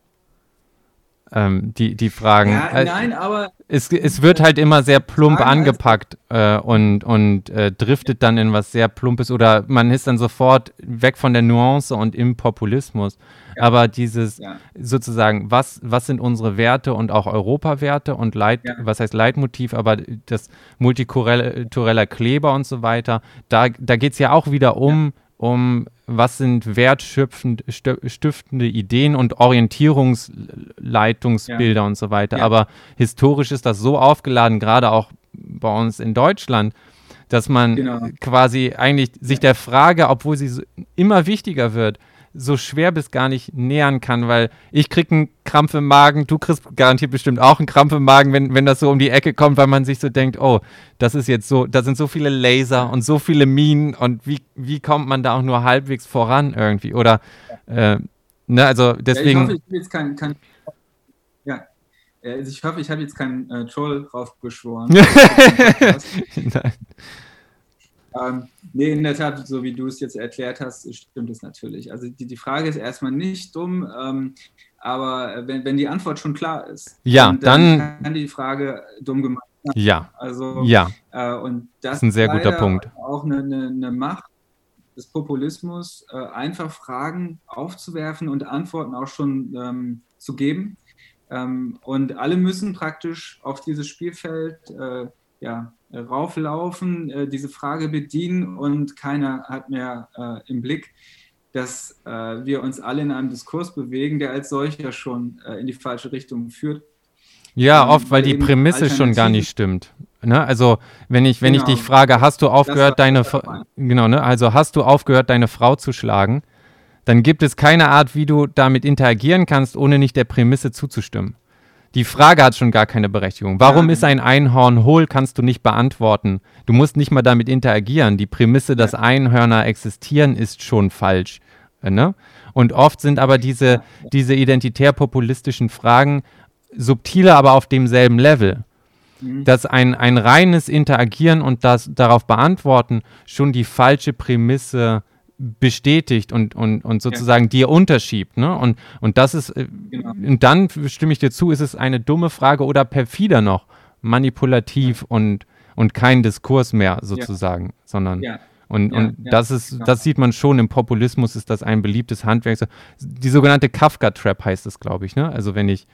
Die Fragen. Ja, nein, aber es wird halt immer sehr plump angepackt und driftet dann in was sehr Plumpes oder man ist dann sofort weg von der Nuance und im Populismus. Ja. Aber dieses sozusagen, was sind unsere Werte und auch Europawerte und was heißt Leitmotiv, aber das multikultureller Kleber und so weiter, da geht es ja auch wieder um was sind wertstiftende Ideen und Orientierungsleitungsbilder und so weiter. Aber historisch ist das so aufgeladen, gerade auch bei uns in Deutschland, dass man quasi eigentlich sich der Frage, obwohl sie immer wichtiger wird, so schwer bis gar nicht nähern kann, weil ich kriege einen Krampf im Magen, du kriegst garantiert bestimmt auch einen Krampf im Magen, wenn das so um die Ecke kommt, weil man sich so denkt, oh, das ist jetzt so, da sind so viele Laser und so viele Minen und wie kommt man da auch nur halbwegs voran irgendwie, oder, also deswegen... ich hoffe, ich habe jetzt keinen Troll raufbeschworen. Nein. Nee, in der Tat, so wie du es jetzt erklärt hast, stimmt es natürlich. Also die Frage ist erstmal nicht dumm, aber wenn die Antwort schon klar ist, dann kann die Frage dumm gemeint sein. Ja. Also, und das ist ein sehr guter Punkt. Auch eine Macht des Populismus, einfach Fragen aufzuwerfen und Antworten auch schon zu geben. Und alle müssen praktisch auf dieses Spielfeld rauflaufen, diese Frage bedienen und keiner hat mehr im Blick, dass wir uns alle in einem Diskurs bewegen, der als solcher schon in die falsche Richtung führt. Ja, oft, weil die Prämisse schon gar nicht stimmt. Ne? Also, wenn ich dich frage, hast du aufgehört, hast du aufgehört, deine Frau zu schlagen, dann gibt es keine Art, wie du damit interagieren kannst, ohne nicht der Prämisse zuzustimmen. Die Frage hat schon gar keine Berechtigung. Warum ist ein Einhorn hohl, kannst du nicht beantworten. Du musst nicht mal damit interagieren. Die Prämisse, dass Einhörner existieren, ist schon falsch. Ne? Und oft sind aber diese identitär-populistischen Fragen subtiler, aber auf demselben Level. Dass ein reines Interagieren und das darauf beantworten schon die falsche Prämisse bestätigt und sozusagen dir unterschiebt. Ne? Und das ist, und dann stimme ich dir zu, ist es eine dumme Frage oder perfider noch, manipulativ und kein Diskurs mehr sozusagen, sondern das sieht man schon im Populismus, ist das ein beliebtes Handwerk. Die sogenannte Kafka-Trap heißt es, glaube ich. Ne? Also wenn ich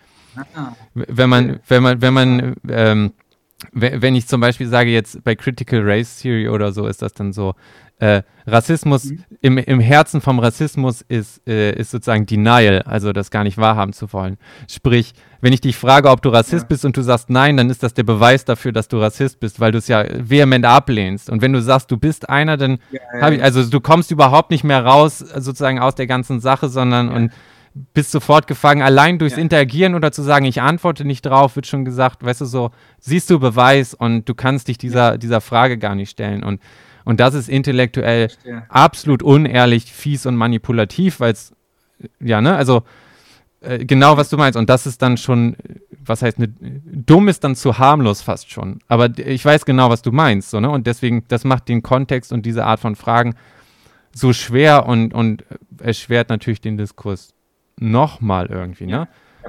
zum Beispiel sage jetzt bei Critical Race Theory oder so, ist das dann so, Rassismus, im Herzen vom Rassismus ist sozusagen Denial, also das gar nicht wahrhaben zu wollen. Sprich, wenn ich dich frage, ob du Rassist bist und du sagst nein, dann ist das der Beweis dafür, dass du Rassist bist, weil du es ja vehement ablehnst. Und wenn du sagst, du bist einer, dann also du kommst überhaupt nicht mehr raus, sozusagen aus der ganzen Sache, sondern und bist sofort gefangen, allein durchs Interagieren oder zu sagen, ich antworte nicht drauf, wird schon gesagt, weißt du, so, siehst du Beweis und du kannst dich dieser Frage gar nicht stellen. Und das ist intellektuell absolut unehrlich, fies und manipulativ, weil es, also genau, was du meinst. Und das ist dann schon, was heißt, dumm ist dann zu harmlos fast schon. Aber ich weiß genau, was du meinst. So, ne? Und deswegen, das macht den Kontext und diese Art von Fragen so schwer und erschwert natürlich den Diskurs nochmal irgendwie, ne?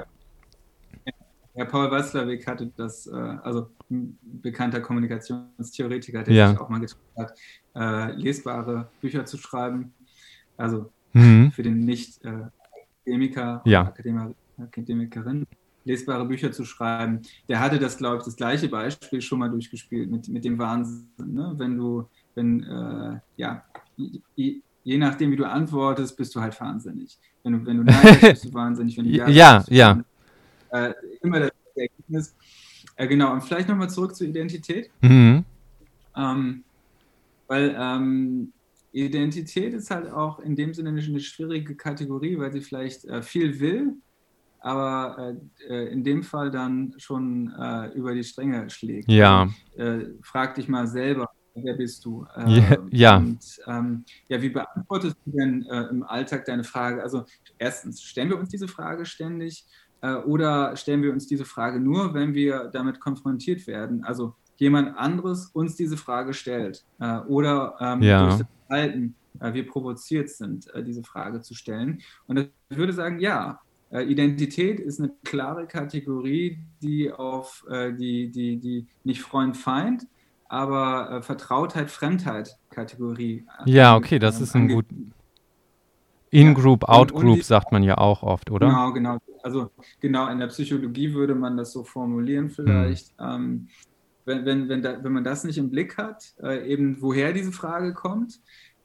Ja, Paul Watzlawick hatte das, also ein bekannter Kommunikationstheoretiker, der sich auch mal getraut hat, lesbare Bücher zu schreiben, also für den Nicht-Akademiker oder Akademikerin lesbare Bücher zu schreiben. Der hatte das, glaube ich, das gleiche Beispiel schon mal durchgespielt mit dem Wahnsinn. Ne? Je nachdem, wie du antwortest, bist du halt wahnsinnig. Wenn du nein sagst, bist du wahnsinnig. Wenn du sagst, immer das Ergebnis. Genau, und vielleicht nochmal zurück zur Identität. Weil Identität ist halt auch in dem Sinne eine schwierige Kategorie, weil sie vielleicht viel will, aber in dem Fall dann schon über die Stränge schlägt. Ja. Also, frag dich mal selber, wer bist du? Und wie beantwortest du denn im Alltag deine Frage? Also erstens, stellen wir uns diese Frage ständig oder stellen wir uns diese Frage nur, wenn wir damit konfrontiert werden? Also jemand anderes uns diese Frage stellt oder durch das Verhalten wir provoziert sind, diese Frage zu stellen. Und ich würde sagen, ja, Identität ist eine klare Kategorie, die auf die nicht Freund-Feind, aber Vertrautheit-Fremdheit-Kategorie. Ja, okay, das ist ein gut. In-Group, Out-Group sagt man ja auch oft, oder? Genau. Also genau, in der Psychologie würde man das so formulieren vielleicht. Wenn man das nicht im Blick hat, eben woher diese Frage kommt,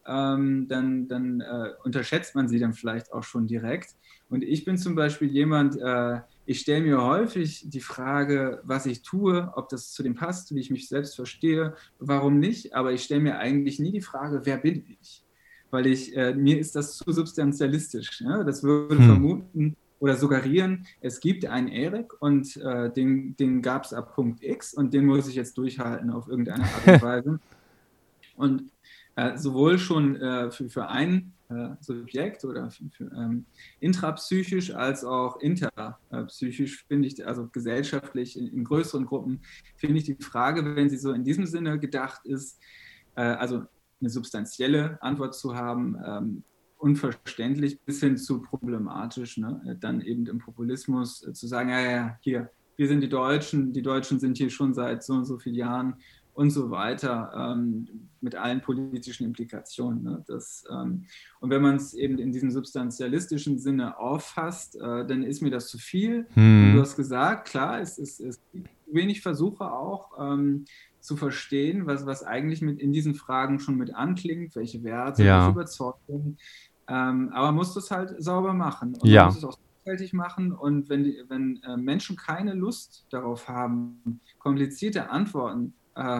dann unterschätzt man sie dann vielleicht auch schon direkt. Und ich bin zum Beispiel jemand, ich stelle mir häufig die Frage, was ich tue, ob das zu dem passt, wie ich mich selbst verstehe, warum nicht, aber ich stelle mir eigentlich nie die Frage, wer bin ich? Weil mir ist das zu substantialistisch. Ja? Das würde vermuten oder suggerieren, es gibt einen Erik und den gab es ab Punkt X und den muss ich jetzt durchhalten auf irgendeine Art und Weise. Und sowohl schon für ein Subjekt oder intrapsychisch als auch interpsychisch finde ich, also gesellschaftlich in größeren Gruppen, finde ich die Frage, wenn sie so in diesem Sinne gedacht ist, also eine substanzielle Antwort zu haben, unverständlich bis hin zu problematisch, ne? Dann eben im Populismus zu sagen, hier, wir sind die Deutschen sind hier schon seit so und so vielen Jahren und so weiter, mit allen politischen Implikationen. Ne? Und wenn man es eben in diesem substantialistischen Sinne auffasst, dann ist mir das zu viel. Und du hast gesagt, klar, es gibt wenig Versuche auch zu verstehen, was eigentlich in diesen Fragen schon mit anklingt, welche Werte, welche Überzeugungen. Aber man muss das halt sauber machen und Ja. man muss es auch sorgfältig machen. Und wenn Menschen keine Lust darauf haben, komplizierte Antworten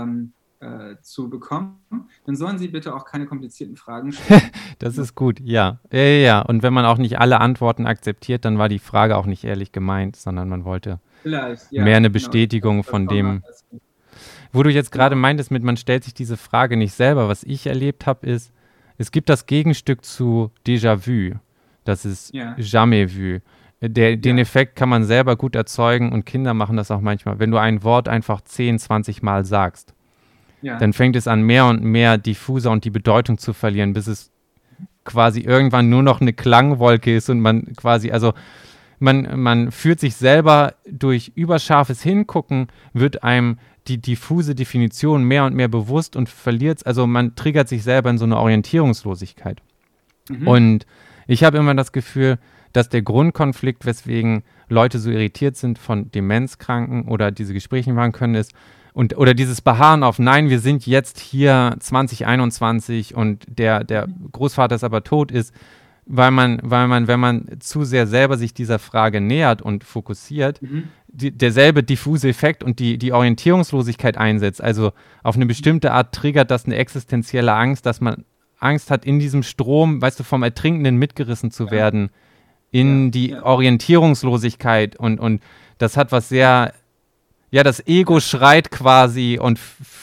zu bekommen, dann sollen sie bitte auch keine komplizierten Fragen stellen. Das ist gut, ja. Ja. Und wenn man auch nicht alle Antworten akzeptiert, dann war die Frage auch nicht ehrlich gemeint, sondern man wollte Vielleicht, ja, mehr eine genau. Bestätigung von dem, Das wo du jetzt gerade meintest mit, man stellt sich diese Frage nicht selber. Was ich erlebt habe, ist, es gibt das Gegenstück zu Déjà-vu. Das ist Ja. Jamais vu. Den Ja. Effekt kann man selber gut erzeugen und Kinder machen das auch manchmal. Wenn du ein Wort einfach 10, 20 Mal sagst, Ja. dann fängt es an, mehr und mehr diffuser und die Bedeutung zu verlieren, bis es quasi irgendwann nur noch eine Klangwolke ist und man quasi, also man führt sich selber durch überscharfes Hingucken, wird einem die diffuse Definition mehr und mehr bewusst und verliert, also man triggert sich selber in so eine Orientierungslosigkeit. Und ich habe immer das Gefühl, dass der Grundkonflikt, weswegen Leute so irritiert sind von Demenzkranken oder diese Gespräche machen können, ist, oder dieses Beharren auf, nein, wir sind jetzt hier 2021 und der Großvater ist aber tot, ist, weil man, wenn man zu sehr selber sich dieser Frage nähert und fokussiert, derselbe diffuse Effekt und die Orientierungslosigkeit einsetzt. Also auf eine bestimmte Art triggert das eine existenzielle Angst, dass man Angst hat, in diesem Strom, weißt du, vom Ertrinkenden mitgerissen zu werden, in die Orientierungslosigkeit und das hat was sehr, das Ego schreit quasi und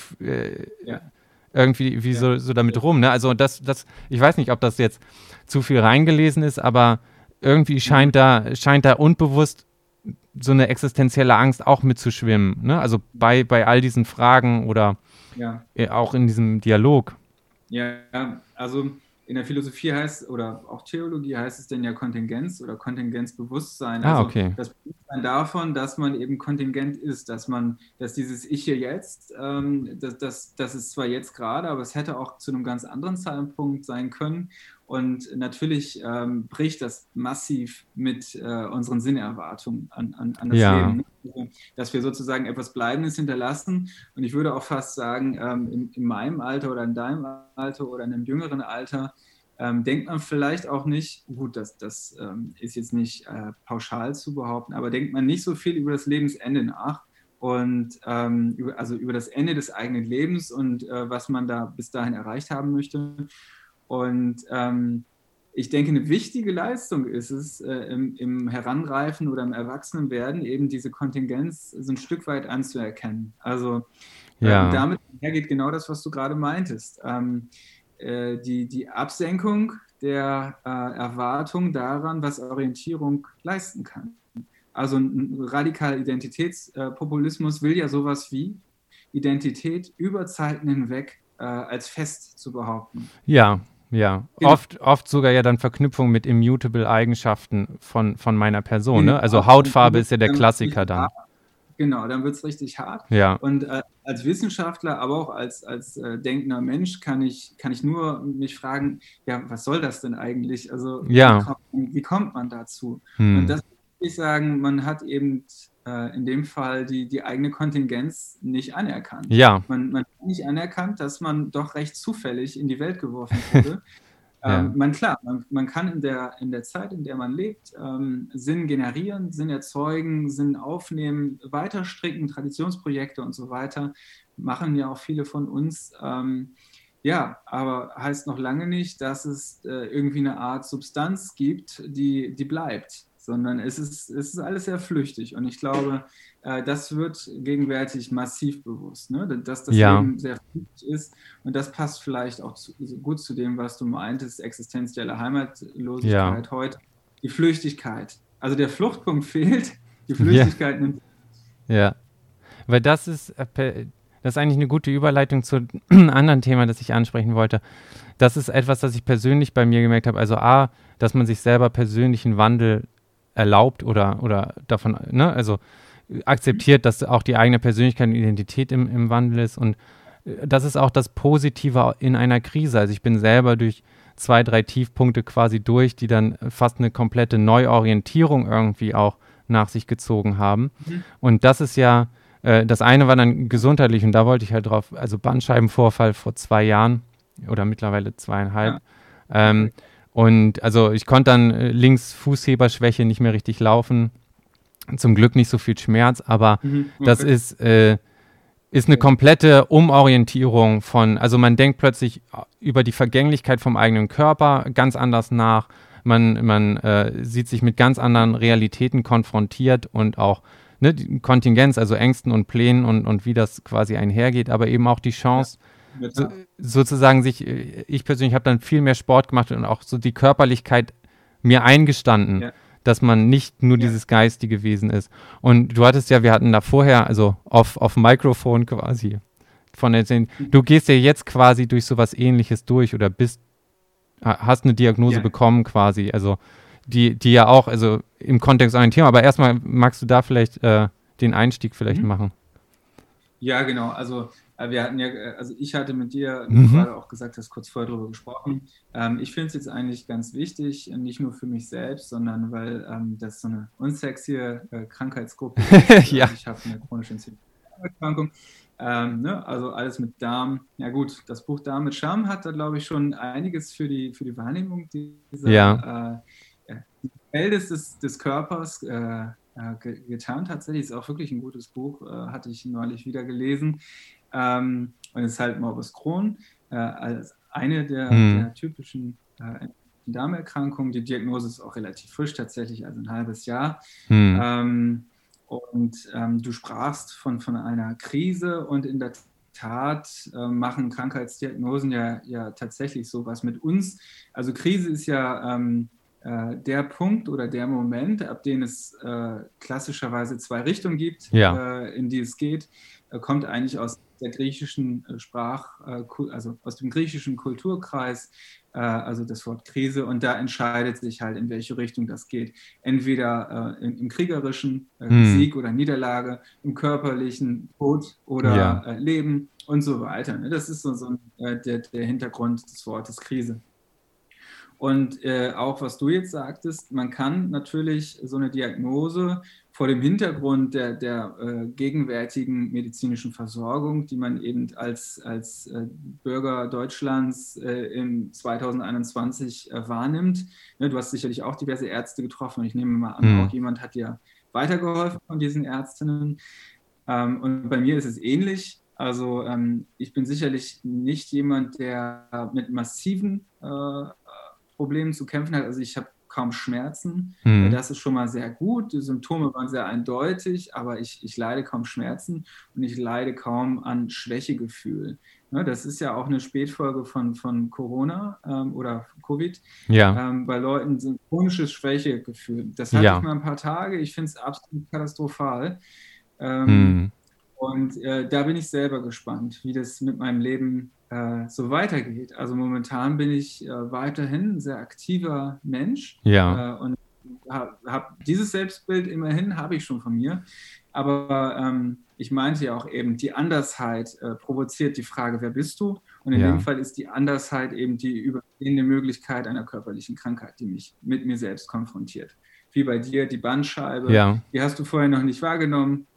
irgendwie wie so damit rum, ne? Also das, ich weiß nicht, ob das jetzt zu viel reingelesen ist, aber irgendwie scheint da unbewusst so eine existenzielle Angst auch mitzuschwimmen, ne? Also bei all diesen Fragen oder auch in diesem Dialog. Ja, also in der Philosophie oder auch Theologie heißt es denn ja Kontingenz oder Kontingenzbewusstsein. Also okay. das Bewusstsein davon, dass man eben kontingent ist, dass dieses Ich hier jetzt, das ist zwar jetzt gerade, aber es hätte auch zu einem ganz anderen Zeitpunkt sein können. Und natürlich bricht das massiv mit unseren Sinnerwartungen an das Leben. Also, dass wir sozusagen etwas Bleibendes hinterlassen. Und ich würde auch fast sagen, in meinem Alter oder in deinem Alter oder in einem jüngeren Alter denkt man vielleicht auch nicht, gut, das ist jetzt nicht pauschal zu behaupten, aber denkt man nicht so viel über das Lebensende nach. Und über das Ende des eigenen Lebens und was man da bis dahin erreicht haben möchte. Und ich denke, eine wichtige Leistung ist es, im Heranreifen oder im Erwachsenenwerden eben diese Kontingenz so ein Stück weit anzuerkennen. Also damit hergeht genau das, was du gerade meintest. Die Absenkung der Erwartung daran, was Orientierung leisten kann. Also ein radikaler Identitätspopulismus will ja sowas wie Identität über Zeiten hinweg als fest zu behaupten. Ja. Genau. Oft sogar ja dann Verknüpfung mit immutable Eigenschaften von meiner Person. Genau. Ne? Also Hautfarbe ist ja der Klassiker dann. Genau, dann wird es richtig hart. Ja. Und als Wissenschaftler, aber auch als denkender Mensch kann ich nur mich fragen, ja, was soll das denn eigentlich? Also wie kommt man dazu? Und das würde ich sagen, man hat eben in dem Fall die eigene Kontingenz nicht anerkannt. Ja. Man hat nicht anerkannt, dass man doch recht zufällig in die Welt geworfen wurde. Man kann in der Zeit, in der man lebt, Sinn generieren, Sinn erzeugen, Sinn aufnehmen, weiter stricken, Traditionsprojekte und so weiter, machen ja auch viele von uns. Aber heißt noch lange nicht, dass es irgendwie eine Art Substanz gibt, die bleibt, sondern es ist alles sehr flüchtig. Und ich glaube, das wird gegenwärtig massiv bewusst, ne? Dass das Leben sehr flüchtig ist. Und das passt vielleicht auch gut zu dem, was du meintest, existenzielle Heimatlosigkeit heute. Die Flüchtigkeit. Also der Fluchtpunkt fehlt, die Flüchtigkeit nimmt. Ja, weil das ist eigentlich eine gute Überleitung zu einem anderen Thema, das ich ansprechen wollte. Das ist etwas, das ich persönlich bei mir gemerkt habe. Also dass man sich selber persönlichen Wandel erlaubt oder davon, ne, also akzeptiert, dass auch die eigene Persönlichkeit und Identität im Wandel ist. Und das ist auch das Positive in einer Krise. Also ich bin selber durch 2, 3 Tiefpunkte quasi durch, die dann fast eine komplette Neuorientierung irgendwie auch nach sich gezogen haben. Und das ist ja, das eine war dann gesundheitlich und da wollte ich halt drauf, also Bandscheibenvorfall vor 2 Jahren oder mittlerweile 2,5. Und also ich konnte dann links Fußheberschwäche nicht mehr richtig laufen. Zum Glück nicht so viel Schmerz, aber das Okay. ist eine komplette Umorientierung also man denkt plötzlich über die Vergänglichkeit vom eigenen Körper ganz anders nach. Man sieht sich mit ganz anderen Realitäten konfrontiert und auch ne, die Kontingenz, also Ängsten und Plänen und wie das quasi einhergeht, aber eben auch die Ja, Chance, so, total. sozusagen ich persönlich habe dann viel mehr Sport gemacht und auch so die Körperlichkeit mir eingestanden, Ja, dass man nicht nur ja. dieses geistige Wesen ist. Und wir hatten da vorher, also auf Mikrofon quasi von erzählen, du gehst ja jetzt quasi durch sowas Ähnliches durch oder hast eine Diagnose Ja. bekommen quasi, also die ja auch, also im Kontext orientieren, aber erstmal magst du da vielleicht den Einstieg vielleicht Mhm. machen. Ja, genau. Also wir hatten ja, also ich hatte mit dir, wie du Mhm. gerade auch gesagt hast, kurz vorher darüber gesprochen. Ich finde es jetzt eigentlich ganz wichtig, nicht nur für mich selbst, sondern weil das so eine unsexy Krankheitsgruppe ist. Ja. Also ich habe eine chronische entzündliche Darmerkrankung. Ne? Also alles mit Darm. Ja gut, das Buch Darm mit Charme hat da, glaube ich, schon einiges für die Wahrnehmung Ja. dieses Feldes des Körpers getan. Tatsächlich ist auch wirklich ein gutes Buch, hatte ich neulich wieder gelesen. Und es ist halt Morbus Crohn als eine der typischen Darmerkrankungen. Die Diagnose ist auch relativ frisch, tatsächlich, also ein halbes Jahr. Du sprachst von einer Krise und in der Tat machen Krankheitsdiagnosen ja tatsächlich sowas mit uns. Also Krise ist ja der Punkt oder der Moment, ab dem es klassischerweise zwei Richtungen gibt, Ja. in die es geht, kommt eigentlich aus der griechischen also aus dem griechischen Kulturkreis, also das Wort Krise, und da entscheidet sich halt, in welche Richtung das geht. Entweder im kriegerischen Sieg oder Niederlage, im körperlichen Tod Ja. oder Leben und so weiter. Ne? Das ist der Hintergrund des Wortes Krise. Und auch was du jetzt sagtest, man kann natürlich so eine Diagnose vor dem Hintergrund der gegenwärtigen medizinischen Versorgung, die man eben als Bürger Deutschlands im 2021 wahrnimmt. Ne, du hast sicherlich auch diverse Ärzte getroffen und ich nehme mal an, auch jemand hat dir weitergeholfen von diesen Ärztinnen. Und bei mir ist es ähnlich. Also ich bin sicherlich nicht jemand, der mit massiven Problemen zu kämpfen hat. Also ich habe kaum Schmerzen. Das ist schon mal sehr gut. Die Symptome waren sehr eindeutig, aber ich leide kaum Schmerzen und ich leide kaum an Schwächegefühl. Ne, das ist ja auch eine Spätfolge von Corona oder Covid. Ja. Bei Leuten sind chronisches Schwächegefühl. Das hatte ich Ja. mal ein paar Tage. Ich finde es absolut katastrophal. Ähm, da bin ich selber gespannt, wie das mit meinem Leben so weitergeht. Also momentan bin ich weiterhin ein sehr aktiver Mensch Ja. und habe dieses Selbstbild immerhin, habe ich schon von mir. Aber ich meinte ja auch eben, die Andersheit provoziert die Frage, wer bist du? Und in dem Ja. Fall ist die Andersheit eben die übersehende Möglichkeit einer körperlichen Krankheit, die mich mit mir selbst konfrontiert. Wie bei dir, die Bandscheibe, Ja. die hast du vorher noch nicht wahrgenommen,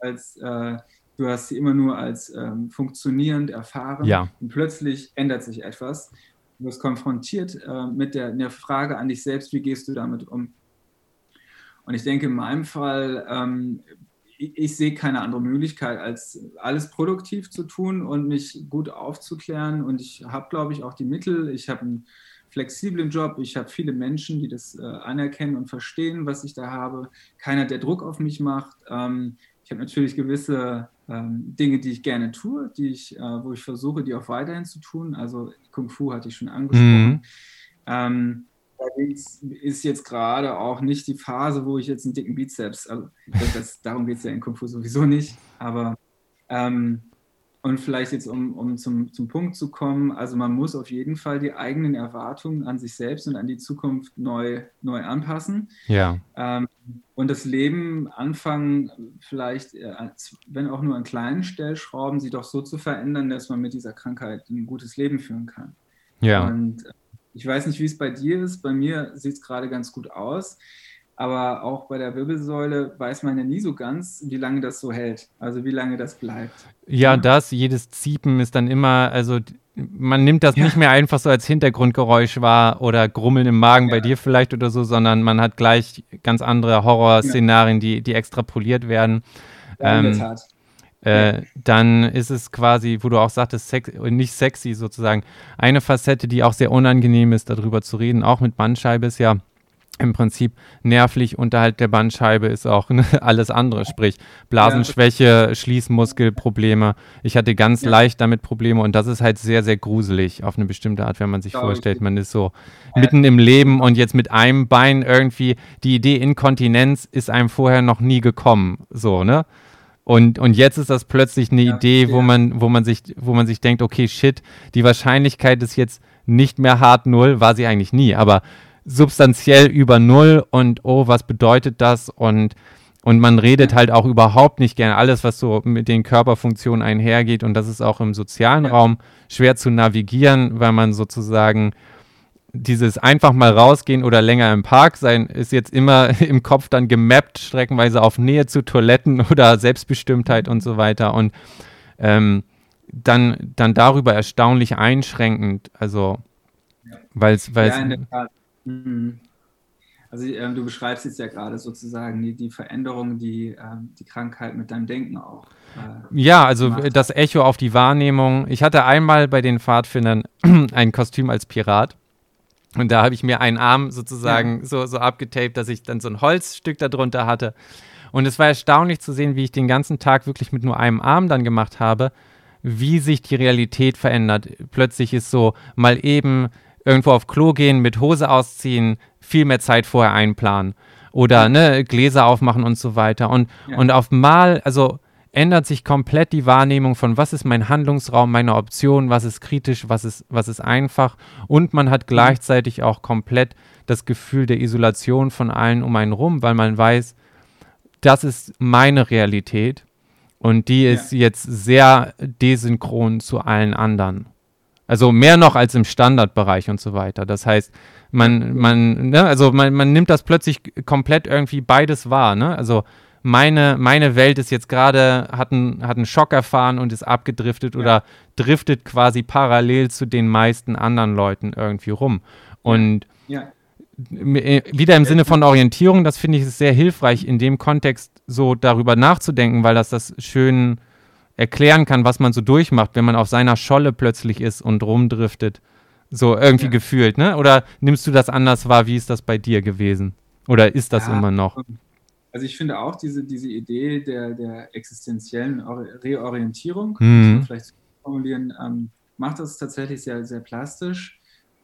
du hast sie immer nur als funktionierend erfahren Ja. und plötzlich ändert sich etwas. Du wirst konfrontiert mit der Frage an dich selbst, wie gehst du damit um? Und ich denke, in meinem Fall, ich sehe keine andere Möglichkeit, als alles produktiv zu tun und mich gut aufzuklären. Und ich habe, glaube ich, auch die Mittel. Ich habe einen flexiblen Job. Ich habe viele Menschen, die das anerkennen und verstehen, was ich da habe. Keiner, der Druck auf mich macht. Ich habe natürlich gewisse Dinge, die ich gerne tue, wo ich versuche, die auch weiterhin zu tun. Also Kung Fu hatte ich schon angesprochen. Allerdings ist jetzt gerade auch nicht die Phase, wo ich jetzt einen dicken Bizeps, also darum geht es ja in Kung Fu sowieso nicht, aber und vielleicht jetzt, um zum Punkt zu kommen, also man muss auf jeden Fall die eigenen Erwartungen an sich selbst und an die Zukunft neu anpassen. Ja. Und das Leben anfangen, vielleicht, wenn auch nur an kleinen Stellschrauben, sie doch so zu verändern, dass man mit dieser Krankheit ein gutes Leben führen kann. Ja. Und ich weiß nicht, wie es bei dir ist. Bei mir sieht es gerade ganz gut aus. Aber auch bei der Wirbelsäule weiß man ja nie so ganz, wie lange das so hält. Also wie lange das bleibt. Ja, jedes Ziepen ist dann immer, also man nimmt das nicht mehr einfach so als Hintergrundgeräusch wahr oder Grummeln im Magen bei dir vielleicht oder so, sondern man hat gleich ganz andere Horrorszenarien, die extrapoliert werden. Ja, in der Tat. Dann ist es quasi, wo du auch sagtest, nicht sexy sozusagen. Eine Facette, die auch sehr unangenehm ist, darüber zu reden, auch mit Bandscheibe, ist ja im Prinzip nervlich unterhalb der Bandscheibe ist auch alles andere, sprich Blasenschwäche, Schließmuskelprobleme. Ich hatte ganz leicht damit Probleme und das ist halt sehr, sehr gruselig auf eine bestimmte Art, wenn man sich vorstellt, man ist so mitten im Leben und jetzt mit einem Bein irgendwie, die Idee Inkontinenz ist einem vorher noch nie gekommen, so, ne? Und jetzt ist das plötzlich eine Idee, wo man sich denkt, okay, shit, die Wahrscheinlichkeit ist jetzt nicht mehr hart null, war sie eigentlich nie, aber substanziell über null und oh, was bedeutet das? Und man redet halt auch überhaupt nicht gerne alles, was so mit den Körperfunktionen einhergeht und das ist auch im sozialen Raum schwer zu navigieren, weil man sozusagen dieses einfach mal rausgehen oder länger im Park sein, ist jetzt immer im Kopf dann gemappt, streckenweise auf Nähe zu Toiletten oder Selbstbestimmtheit und so weiter und dann darüber erstaunlich einschränkend, also weil es in der Tat. Also du beschreibst jetzt ja gerade sozusagen die Veränderung, die Krankheit mit deinem Denken auch. Ja, also das Echo auf die Wahrnehmung. Ich hatte einmal bei den Pfadfindern ein Kostüm als Pirat und da habe ich mir einen Arm sozusagen so abgetaped, dass ich dann so ein Holzstück darunter hatte und es war erstaunlich zu sehen, wie ich den ganzen Tag wirklich mit nur einem Arm dann gemacht habe, wie sich die Realität verändert. Plötzlich ist so mal eben irgendwo auf Klo gehen, mit Hose ausziehen, viel mehr Zeit vorher einplanen oder Gläser aufmachen und so weiter. Und auf Mal, also ändert sich komplett die Wahrnehmung von, was ist mein Handlungsraum, meine Option, was ist kritisch, was ist einfach. Und man hat gleichzeitig auch komplett das Gefühl der Isolation von allen um einen rum, weil man weiß, das ist meine Realität und die ist jetzt sehr desynchron zu allen anderen. Also mehr noch als im Standardbereich und so weiter. Das heißt, man nimmt das plötzlich komplett irgendwie beides wahr. Ne? Also meine Welt ist jetzt gerade, hat einen Schock erfahren und ist abgedriftet oder driftet quasi parallel zu den meisten anderen Leuten irgendwie rum. Und wieder im Sinne von Orientierung, das finde ich ist sehr hilfreich, in dem Kontext so darüber nachzudenken, weil das schön erklären kann, was man so durchmacht, wenn man auf seiner Scholle plötzlich ist und rumdriftet. So irgendwie gefühlt, ne? Oder nimmst du das anders wahr? Wie ist das bei dir gewesen? Oder ist das immer noch? Also ich finde auch diese Idee der existenziellen Reorientierung, muss man vielleicht formulieren, macht das tatsächlich sehr, sehr plastisch.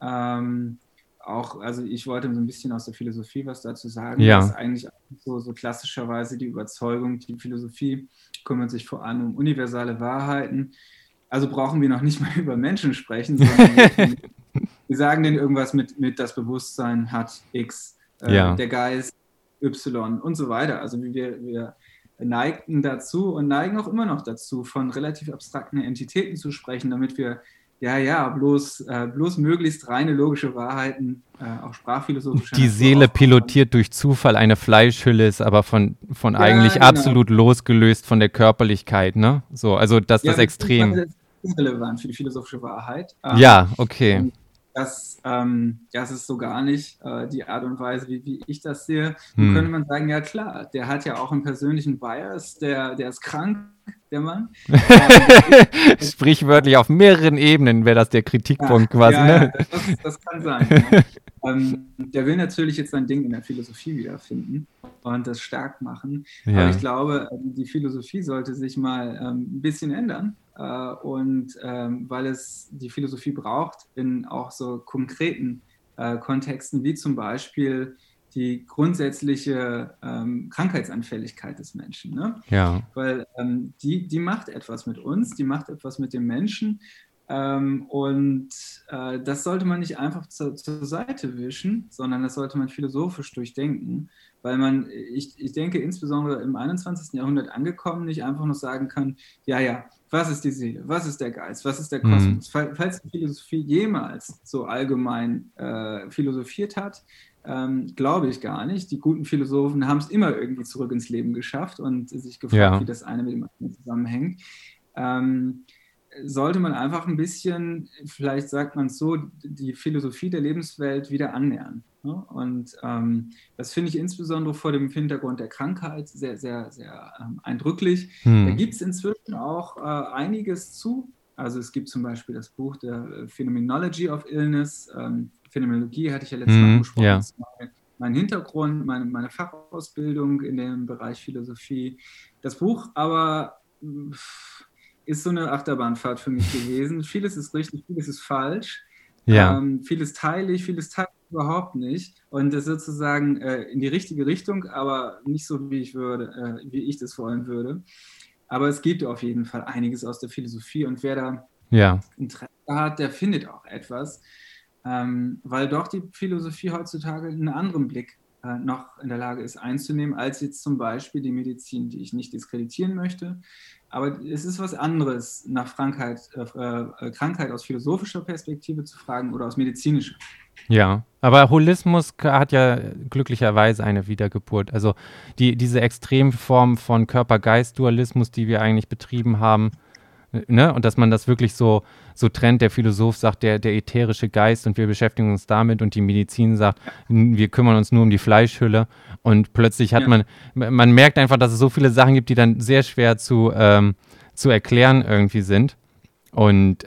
Auch, also ich wollte so ein bisschen aus der Philosophie was dazu sagen. Das ist eigentlich so klassischerweise die Überzeugung, die Philosophie kümmert sich vor allem um universale Wahrheiten. Also brauchen wir noch nicht mal über Menschen sprechen, sondern wir sagen denen irgendwas mit das Bewusstsein hat X, der Geist Y und so weiter. Also wir neigten dazu und neigen auch immer noch dazu, von relativ abstrakten Entitäten zu sprechen, damit wir bloß möglichst reine logische Wahrheiten, auch sprachphilosophische. Die Seele pilotiert durch Zufall eine Fleischhülle, ist aber von eigentlich absolut losgelöst von der Körperlichkeit, ne? So, also das Extrem. Das ist relevant für die philosophische Wahrheit. Okay. Das ist so gar nicht die Art und Weise, wie ich das sehe. Nun könnte man sagen, ja klar, der hat ja auch einen persönlichen Bias, der ist krank, der Mann. Sprichwörtlich auf mehreren Ebenen wäre das der Kritikpunkt quasi. Ne? Das kann sein. Der will natürlich jetzt sein Ding in der Philosophie wiederfinden und das stark machen. Aber ich glaube, die Philosophie sollte sich mal ein bisschen ändern. Weil es die Philosophie braucht in auch so konkreten Kontexten, wie zum Beispiel die grundsätzliche Krankheitsanfälligkeit des Menschen. Ne? Ja. Weil die macht etwas mit uns, die macht etwas mit dem Menschen. Das sollte man nicht einfach zur Seite wischen, sondern das sollte man philosophisch durchdenken, weil ich denke, insbesondere im 21. Jahrhundert angekommen, nicht einfach nur sagen kann, was ist die Seele, was ist der Geist, was ist der Kosmos? Falls die Philosophie jemals so allgemein philosophiert hat, glaube ich gar nicht. Die guten Philosophen haben es immer irgendwie zurück ins Leben geschafft und sich gefragt, wie das eine mit dem anderen zusammenhängt. sollte man einfach ein bisschen, vielleicht sagt man es so, die Philosophie der Lebenswelt wieder annähern. Ne? Und das finde ich insbesondere vor dem Hintergrund der Krankheit sehr, sehr, sehr eindrücklich. Da gibt es inzwischen auch einiges zu. Also es gibt zum Beispiel das Buch der Phenomenology of Illness. Phänomenologie hatte ich ja letztes Mal angesprochen. Ja. Das ist mein Hintergrund, meine Fachausbildung in dem Bereich Philosophie. Das Buch aber ist so eine Achterbahnfahrt für mich gewesen. Vieles ist richtig, vieles ist falsch. Ja. Vieles teile ich überhaupt nicht. Und das sozusagen in die richtige Richtung, aber nicht so, wie ich das wollen würde. Aber es gibt auf jeden Fall einiges aus der Philosophie. Und wer da Interesse hat, der findet auch etwas. Weil doch die Philosophie heutzutage einen anderen Blick noch in der Lage ist einzunehmen, als jetzt zum Beispiel die Medizin, die ich nicht diskreditieren möchte. Aber es ist was anderes, nach Krankheit aus philosophischer Perspektive zu fragen oder aus medizinischer. Ja, aber Holismus hat ja glücklicherweise eine Wiedergeburt. Also diese Extremform von Körper-Geist-Dualismus, die wir eigentlich betrieben haben, ne? Und dass man das wirklich so trennt. Der Philosoph sagt, der ätherische Geist, und wir beschäftigen uns damit, und die Medizin sagt, wir kümmern uns nur um die Fleischhülle, und plötzlich hat man merkt einfach, dass es so viele Sachen gibt, die dann sehr schwer zu erklären irgendwie sind. Und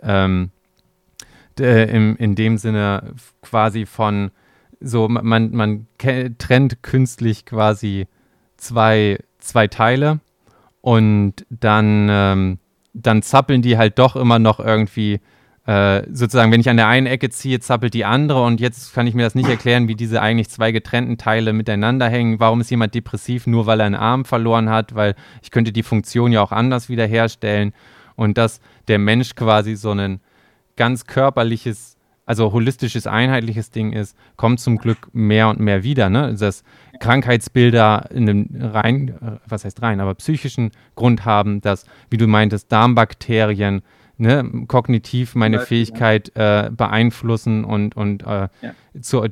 in dem Sinne quasi von so, man trennt künstlich quasi zwei Teile, und dann zappeln die halt doch immer noch irgendwie, sozusagen, wenn ich an der einen Ecke ziehe, zappelt die andere, und jetzt kann ich mir das nicht erklären, wie diese eigentlich zwei getrennten Teile miteinander hängen. Warum ist jemand depressiv, nur weil er einen Arm verloren hat? Weil ich könnte die Funktion ja auch anders wiederherstellen, und dass der Mensch quasi so ein ganz körperliches, also holistisches, einheitliches Ding ist, kommt zum Glück mehr und mehr wieder, ne? Also dass Krankheitsbilder in einem aber psychischen Grund haben, dass, wie du meintest, Darmbakterien, ne, kognitiv meine Fähigkeit beeinflussen und zur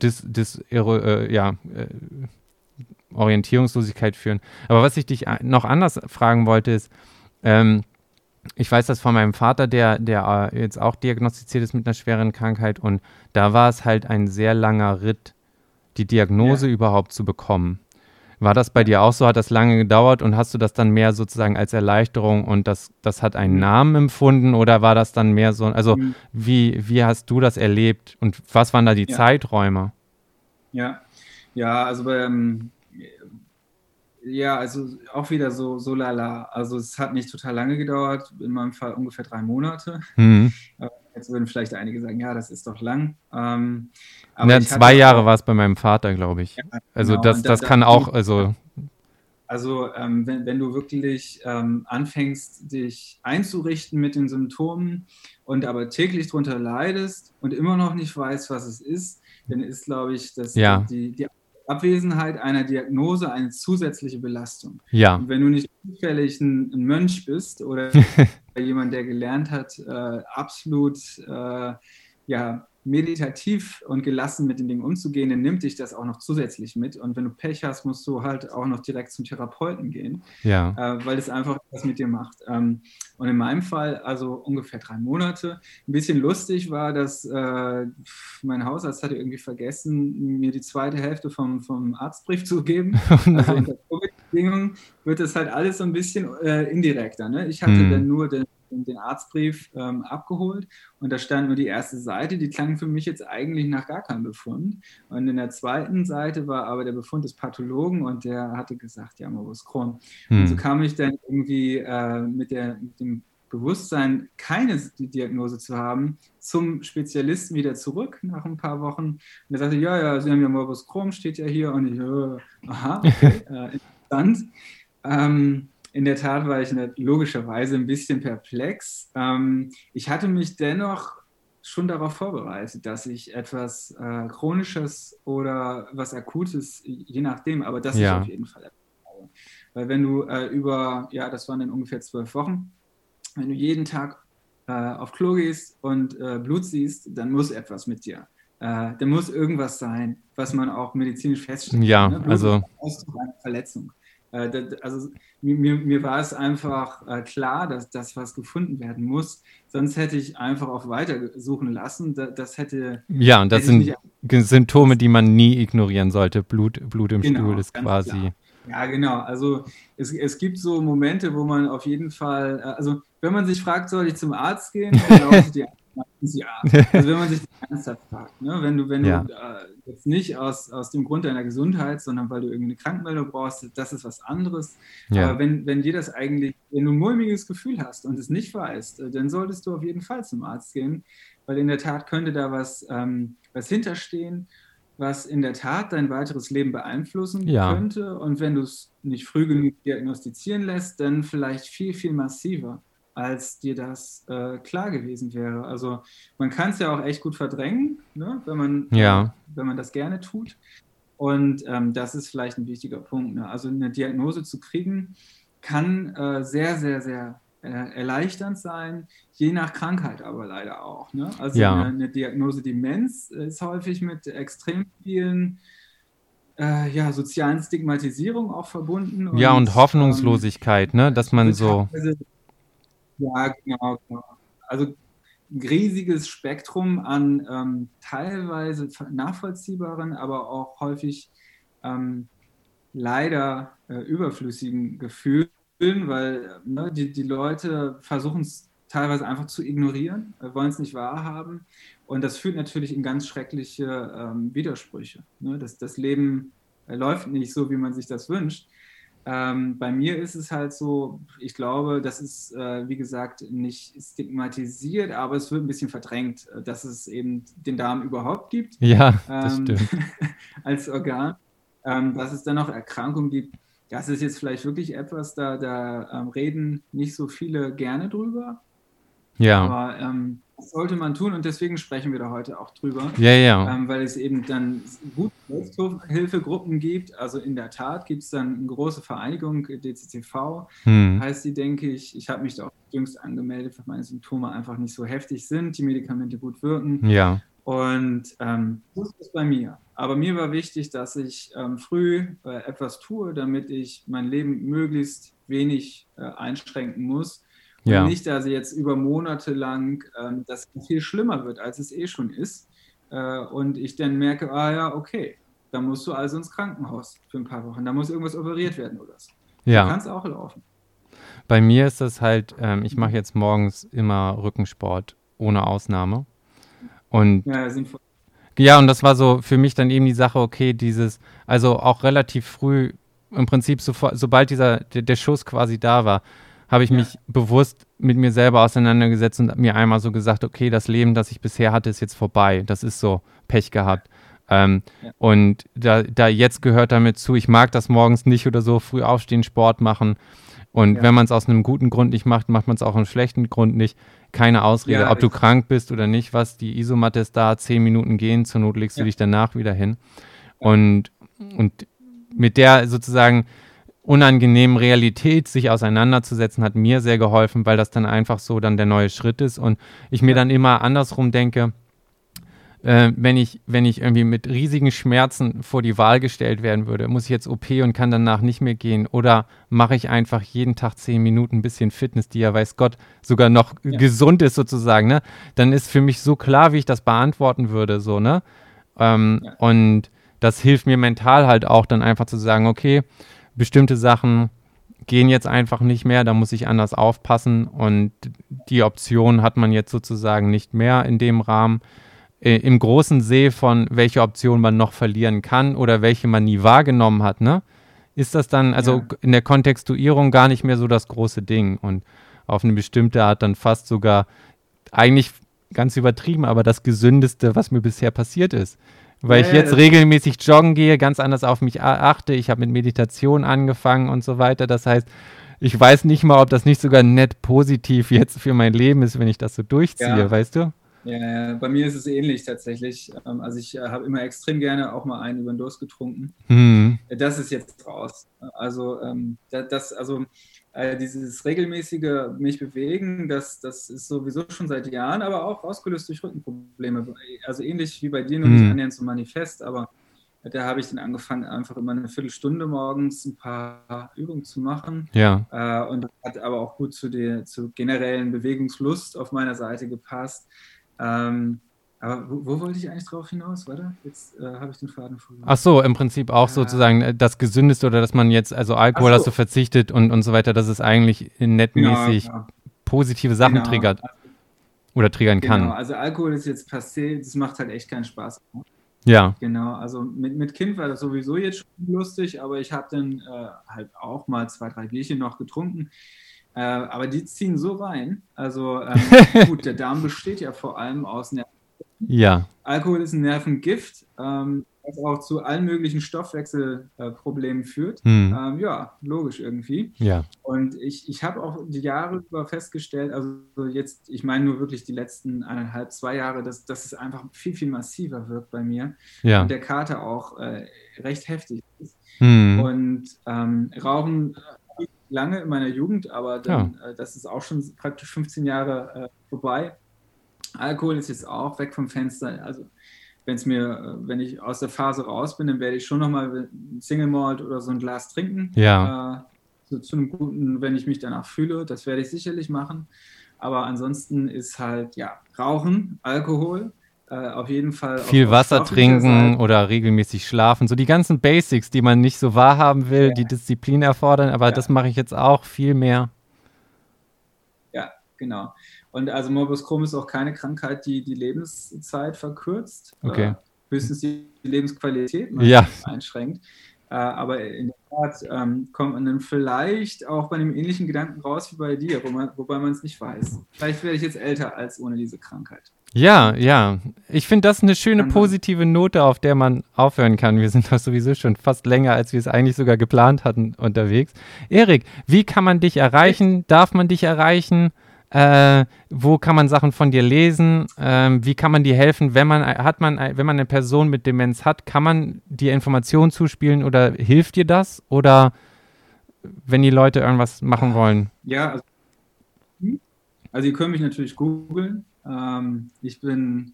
Orientierungslosigkeit führen. Aber was ich dich noch anders fragen wollte, ist, ich weiß das von meinem Vater, der jetzt auch diagnostiziert ist mit einer schweren Krankheit, und da war es halt ein sehr langer Ritt, die Diagnose überhaupt zu bekommen. War das bei dir auch so? Hat das lange gedauert, und hast du das dann mehr sozusagen als Erleichterung, und das hat einen Namen empfunden, oder war das dann mehr so, also wie hast du das erlebt, und was waren da die Zeiträume? Also also auch wieder so lala. Also es hat nicht total lange gedauert, in meinem Fall ungefähr 3 Monate. Jetzt würden vielleicht einige sagen, ja, das ist doch lang. Aber 2 Jahre war es bei meinem Vater, glaube ich. Ja, also genau. das kann auch, also... Also wenn du wirklich anfängst, dich einzurichten mit den Symptomen und aber täglich darunter leidest und immer noch nicht weißt, was es ist, dann ist, glaube ich, die Abwesenheit einer Diagnose eine zusätzliche Belastung. Ja. Und wenn du nicht zufällig ein Mönch bist oder jemand, der gelernt hat, absolut meditativ und gelassen mit den Dingen umzugehen, dann nimmt dich das auch noch zusätzlich mit. Und wenn du Pech hast, musst du halt auch noch direkt zum Therapeuten gehen, weil es einfach was mit dir macht. Und in meinem Fall, also ungefähr 3 Monate. Ein bisschen lustig war, dass mein Hausarzt hatte irgendwie vergessen, mir die zweite Hälfte vom Arztbrief zu geben. Also unter Covid-Bedingungen wird das halt alles so ein bisschen indirekter. Ne? Ich hatte dann nur den Arztbrief abgeholt, und da stand nur die erste Seite, die klang für mich jetzt eigentlich nach gar keinem Befund. Und in der zweiten Seite war aber der Befund des Pathologen, und der hatte gesagt, ja, Morbus Crohn. Und so kam ich dann irgendwie mit dem Bewusstsein, keine Diagnose zu haben, zum Spezialisten wieder zurück nach ein paar Wochen. Und er sagte, ja, Sie haben ja Morbus Crohn, steht ja hier. Und ich, aha, okay, interessant. In der Tat war ich logischerweise ein bisschen perplex. Ich hatte mich dennoch schon darauf vorbereitet, dass ich etwas Chronisches oder was Akutes, je nachdem, aber das ist auf jeden Fall erfolgt. Weil wenn du das waren dann ungefähr 12 Wochen, wenn du jeden Tag auf Klo gehst und Blut siehst, dann muss etwas mit dir. Da muss irgendwas sein, was man auch medizinisch feststellt. Ja, ne? also Ausdruck einer Verletzung. Also mir war es einfach klar, dass das was gefunden werden muss. Sonst hätte ich einfach auch weiter suchen lassen. Das hätte, Ja, und das hätte ich nicht. sind Symptome, die man nie ignorieren sollte. Blut im Stuhl Genau, ist ganz klar. quasi. Ja, genau. Also es gibt so Momente, wo man auf jeden Fall, also wenn man sich fragt, soll ich zum Arzt gehen, dann lautet die Antwort meistens ja. Also wenn man sich das ernsthaft fragt, ne? Wenn du Ja, jetzt nicht aus dem Grund deiner Gesundheit, sondern weil du irgendeine Krankmeldung brauchst, das ist was anderes. ja, Aber wenn dir das eigentlich, wenn du ein mulmiges Gefühl hast und es nicht weißt, dann solltest du auf jeden Fall zum Arzt gehen, weil in der Tat könnte da was hinterstehen, was in der Tat dein weiteres Leben beeinflussen ja, könnte. Und wenn du es nicht früh genug diagnostizieren lässt, dann vielleicht viel, viel massiver, als dir das klar gewesen wäre. Also man kann es ja auch echt gut verdrängen, ne, ja, wenn man das gerne tut. Und das ist vielleicht ein wichtiger Punkt. Ne? Also eine Diagnose zu kriegen, kann sehr, sehr, sehr erleichternd sein, je nach Krankheit aber leider auch. Ne? Also ja. eine Diagnose Demenz ist häufig mit extrem vielen ja, sozialen Stigmatisierungen auch verbunden Ja, und und Hoffnungslosigkeit, ne? Dass man wird so, teilweise, ja, genau, genau. Also ein riesiges Spektrum an teilweise nachvollziehbaren, aber auch häufig ähm, leider überflüssigen Gefühlen, weil ne, die Leute versuchen es teilweise einfach zu ignorieren, wollen es nicht wahrhaben. Und das führt natürlich in ganz schreckliche Widersprüche. Ne? Das Leben läuft nicht so, wie man sich das wünscht. Bei mir ist es halt so, ich glaube, das ist, wie gesagt, nicht stigmatisiert, aber es wird ein bisschen verdrängt, dass es eben den Darm überhaupt gibt ja, das ähm, stimmt. als Organ, dass es dann noch Erkrankungen gibt. Das ist jetzt vielleicht wirklich etwas, da reden nicht so viele gerne drüber, Ja, aber das sollte man tun und deswegen sprechen wir da heute auch drüber, ja, ja. weil es eben dann gute Selbsthilfegruppen gibt. Also in der Tat gibt es dann eine große Vereinigung, DCCV Hm. heißt die, denke ich. Ich habe mich da auch jüngst angemeldet, weil meine Symptome einfach nicht so heftig sind, die Medikamente gut wirken. Ja, Und so ist es bei mir. Aber mir war wichtig, dass ich früh etwas tue, damit ich mein Leben möglichst wenig einschränken muss und ja, nicht, dass jetzt über Monate lang das viel schlimmer wird, als es eh schon ist. Und ich dann merke, ah ja, okay, da musst du also ins Krankenhaus für ein paar Wochen. Da muss irgendwas operiert werden oder so. So ja. kann es auch laufen. Bei mir ist das halt, ich mache jetzt morgens immer Rückensport, ohne Ausnahme. Und Ja, sinnvoll. ja, und das war so für mich dann eben die Sache, okay, also auch relativ früh, im Prinzip sobald der Schuss quasi da war, habe ich Ja, mich bewusst mit mir selber auseinandergesetzt und mir einmal so gesagt, okay, das Leben, das ich bisher hatte, ist jetzt vorbei. Das ist so, Pech gehabt. Ähm, ja, und da jetzt gehört damit zu, ich mag das morgens nicht oder so, früh aufstehen, Sport machen. Und wenn ja, man es aus einem guten Grund nicht macht, macht man es auch aus einem schlechten Grund nicht. Keine Ausrede, ja, ob du richtig. krank bist oder nicht, was, die Isomatte ist da, 10 Minuten gehen, zur Not legst du Ja, dich danach wieder hin. ja, Und mit der sozusagen unangenehmen Realität sich auseinanderzusetzen, hat mir sehr geholfen, weil das dann einfach so dann der neue Schritt ist und ich mir ja, dann immer andersrum denke, wenn ich irgendwie mit riesigen Schmerzen vor die Wahl gestellt werden würde, muss ich jetzt OP und kann danach nicht mehr gehen oder mache ich einfach jeden Tag 10 Minuten ein bisschen Fitness, die ja weiß Gott sogar noch ja, gesund ist sozusagen, ne? Dann ist für mich so klar, wie ich das beantworten würde, so, ne? ja, Und das hilft mir mental halt auch dann einfach zu sagen, okay, bestimmte Sachen gehen jetzt einfach nicht mehr, da muss ich anders aufpassen und die Option hat man jetzt sozusagen nicht mehr in dem Rahmen im großen See von welche Option man noch verlieren kann oder welche man nie wahrgenommen hat, ne? Ist das dann, also ja. in der Kontextuierung gar nicht mehr so das große Ding und auf eine bestimmte Art dann fast sogar eigentlich ganz übertrieben, aber das Gesündeste, was mir bisher passiert ist. Weil Ja, ich ja, jetzt regelmäßig joggen gehe, ganz anders auf mich achte. Ich habe mit Meditation angefangen und so weiter. Das heißt, ich weiß nicht mal, ob das nicht sogar nett positiv jetzt für mein Leben ist, wenn ich das so durchziehe, ja. weißt du? Ja, ja, bei mir ist es ähnlich tatsächlich. Also ich habe immer extrem gerne auch mal einen über den Durst getrunken. Hm. Das ist jetzt raus. Also dieses regelmäßige mich bewegen, das ist sowieso schon seit Jahren, aber auch ausgelöst durch Rückenprobleme. Also ähnlich wie bei dir, nur nicht Hm. annähernd so manifest, aber Da habe ich dann angefangen, einfach immer eine Viertelstunde morgens ein paar Übungen zu machen. Ja. Und das hat aber auch gut zur generellen Bewegungslust auf meiner Seite gepasst. Aber wo wollte ich eigentlich drauf hinaus? Warte, jetzt habe ich den Faden verloren. Ach so, im Prinzip auch sozusagen das Gesündeste oder dass man jetzt, also Alkohol hast du verzichtet und so weiter, dass es eigentlich nettmäßig positive Sachen triggert oder triggern kann. Genau, also Alkohol ist jetzt passé, das macht halt echt keinen Spaß. Ja. Genau, also mit Kind war das sowieso jetzt schon lustig, aber ich habe dann halt auch mal 2, 3 Bierchen noch getrunken. Aber die ziehen so rein. Also gut, der Darm besteht ja vor allem aus Nerven. Ja. Alkohol ist ein Nervengift, was auch zu allen möglichen Stoffwechselproblemen führt. Ja, logisch irgendwie. Ja. Und ich habe auch die Jahre über festgestellt, also jetzt, ich meine nur wirklich die letzten 1,5, 2 Jahre, dass es einfach viel, viel massiver wirkt bei mir. Ja. Und der Kater auch recht heftig ist. Und Rauchen lange in meiner Jugend, aber dann, das ist auch schon praktisch 15 Jahre vorbei. Alkohol ist jetzt auch weg vom Fenster. Also wenn ich aus der Phase raus bin, dann werde ich schon nochmal ein Single Malt oder so ein Glas trinken. Ja. So zu einem guten, wenn ich mich danach fühle, das werde ich sicherlich machen. Aber ansonsten ist halt, ja, Rauchen, Alkohol, auf jeden Fall. Viel Wasser trinken oder regelmäßig schlafen. So die ganzen Basics, die man nicht so wahrhaben will, die Disziplin erfordern, aber das mache ich jetzt auch viel mehr. Ja, genau. Und also Morbus Crohn ist auch keine Krankheit, die die Lebenszeit verkürzt. Okay. Höchstens die Lebensqualität einschränkt. Aber in der Tat kommt man dann vielleicht auch bei einem ähnlichen Gedanken raus wie bei dir, wobei man es nicht weiß. Vielleicht werde ich jetzt älter als ohne diese Krankheit. Ja, ja. Ich finde das eine schöne positive Note, auf der man aufhören kann. Wir sind doch sowieso schon fast länger, als wir es eigentlich sogar geplant hatten, unterwegs. Erik, wie kann man dich erreichen? Darf man dich erreichen? Wo kann man Sachen von dir lesen? Wie kann man dir helfen, wenn man eine Person mit Demenz hat? Kann man dir Informationen zuspielen oder hilft dir das? Oder wenn die Leute irgendwas machen wollen? Ja, also ihr könnt mich natürlich googeln. Ich bin,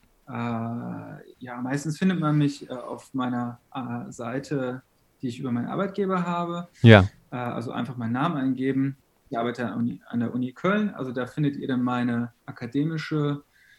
meistens findet man mich auf meiner Seite, die ich über meinen Arbeitgeber habe. Ja. Also einfach meinen Namen eingeben. Ich arbeite an der Uni Köln, also da findet ihr dann meine akademische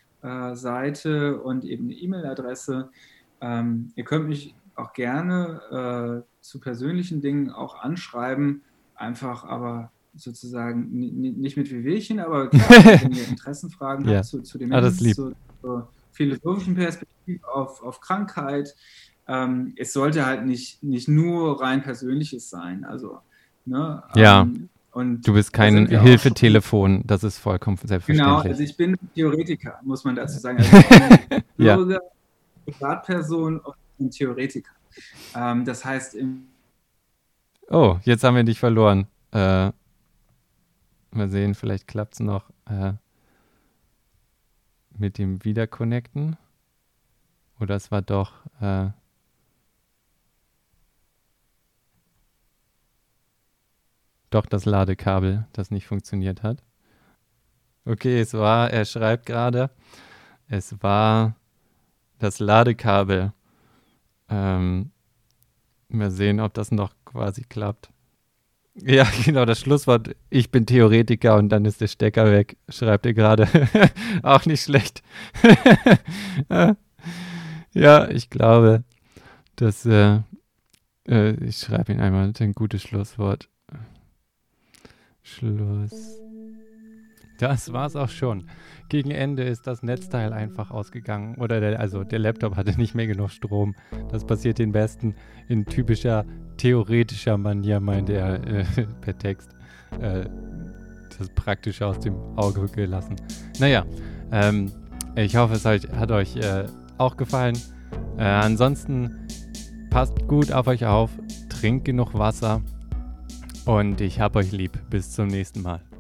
Seite und eben eine E-Mail-Adresse. Ihr könnt mich auch gerne zu persönlichen Dingen auch anschreiben, einfach aber sozusagen nicht mit Wehwehchen, aber klar, wenn ihr Interessenfragen habt zu dem zur philosophischen Perspektive auf Krankheit. Es sollte halt nicht nur rein Persönliches sein. Also, ne? Und du bist kein Hilfetelefon, das ist vollkommen selbstverständlich. Genau, also ich bin Theoretiker, muss man dazu sagen. Also ich bin Bürger, Privatperson und ein Theoretiker. Das heißt... Oh, jetzt haben wir dich verloren. Mal sehen, vielleicht klappt es noch mit dem Wiederconnecten. Oder es war doch... Doch das Ladekabel, das nicht funktioniert hat. Okay, er schreibt gerade, es war das Ladekabel. Mal sehen, ob das noch quasi klappt. Ja, genau, das Schlusswort, ich bin Theoretiker und dann ist der Stecker weg, schreibt er gerade. Auch nicht schlecht. Ja, ich glaube, dass ich schreibe ihn einmal, das ist ein gutes Schlusswort. Schluss. Das war's auch schon. Gegen Ende ist das Netzteil einfach ausgegangen. Oder der Laptop hatte nicht mehr genug Strom. Das passiert den Besten in typischer theoretischer Manier, meinte er per Text. Das Praktische aus dem Auge gelassen. Naja, ich hoffe, es hat euch auch gefallen. Ansonsten passt gut auf euch auf. Trinkt genug Wasser. Und ich hab euch lieb. Bis zum nächsten Mal.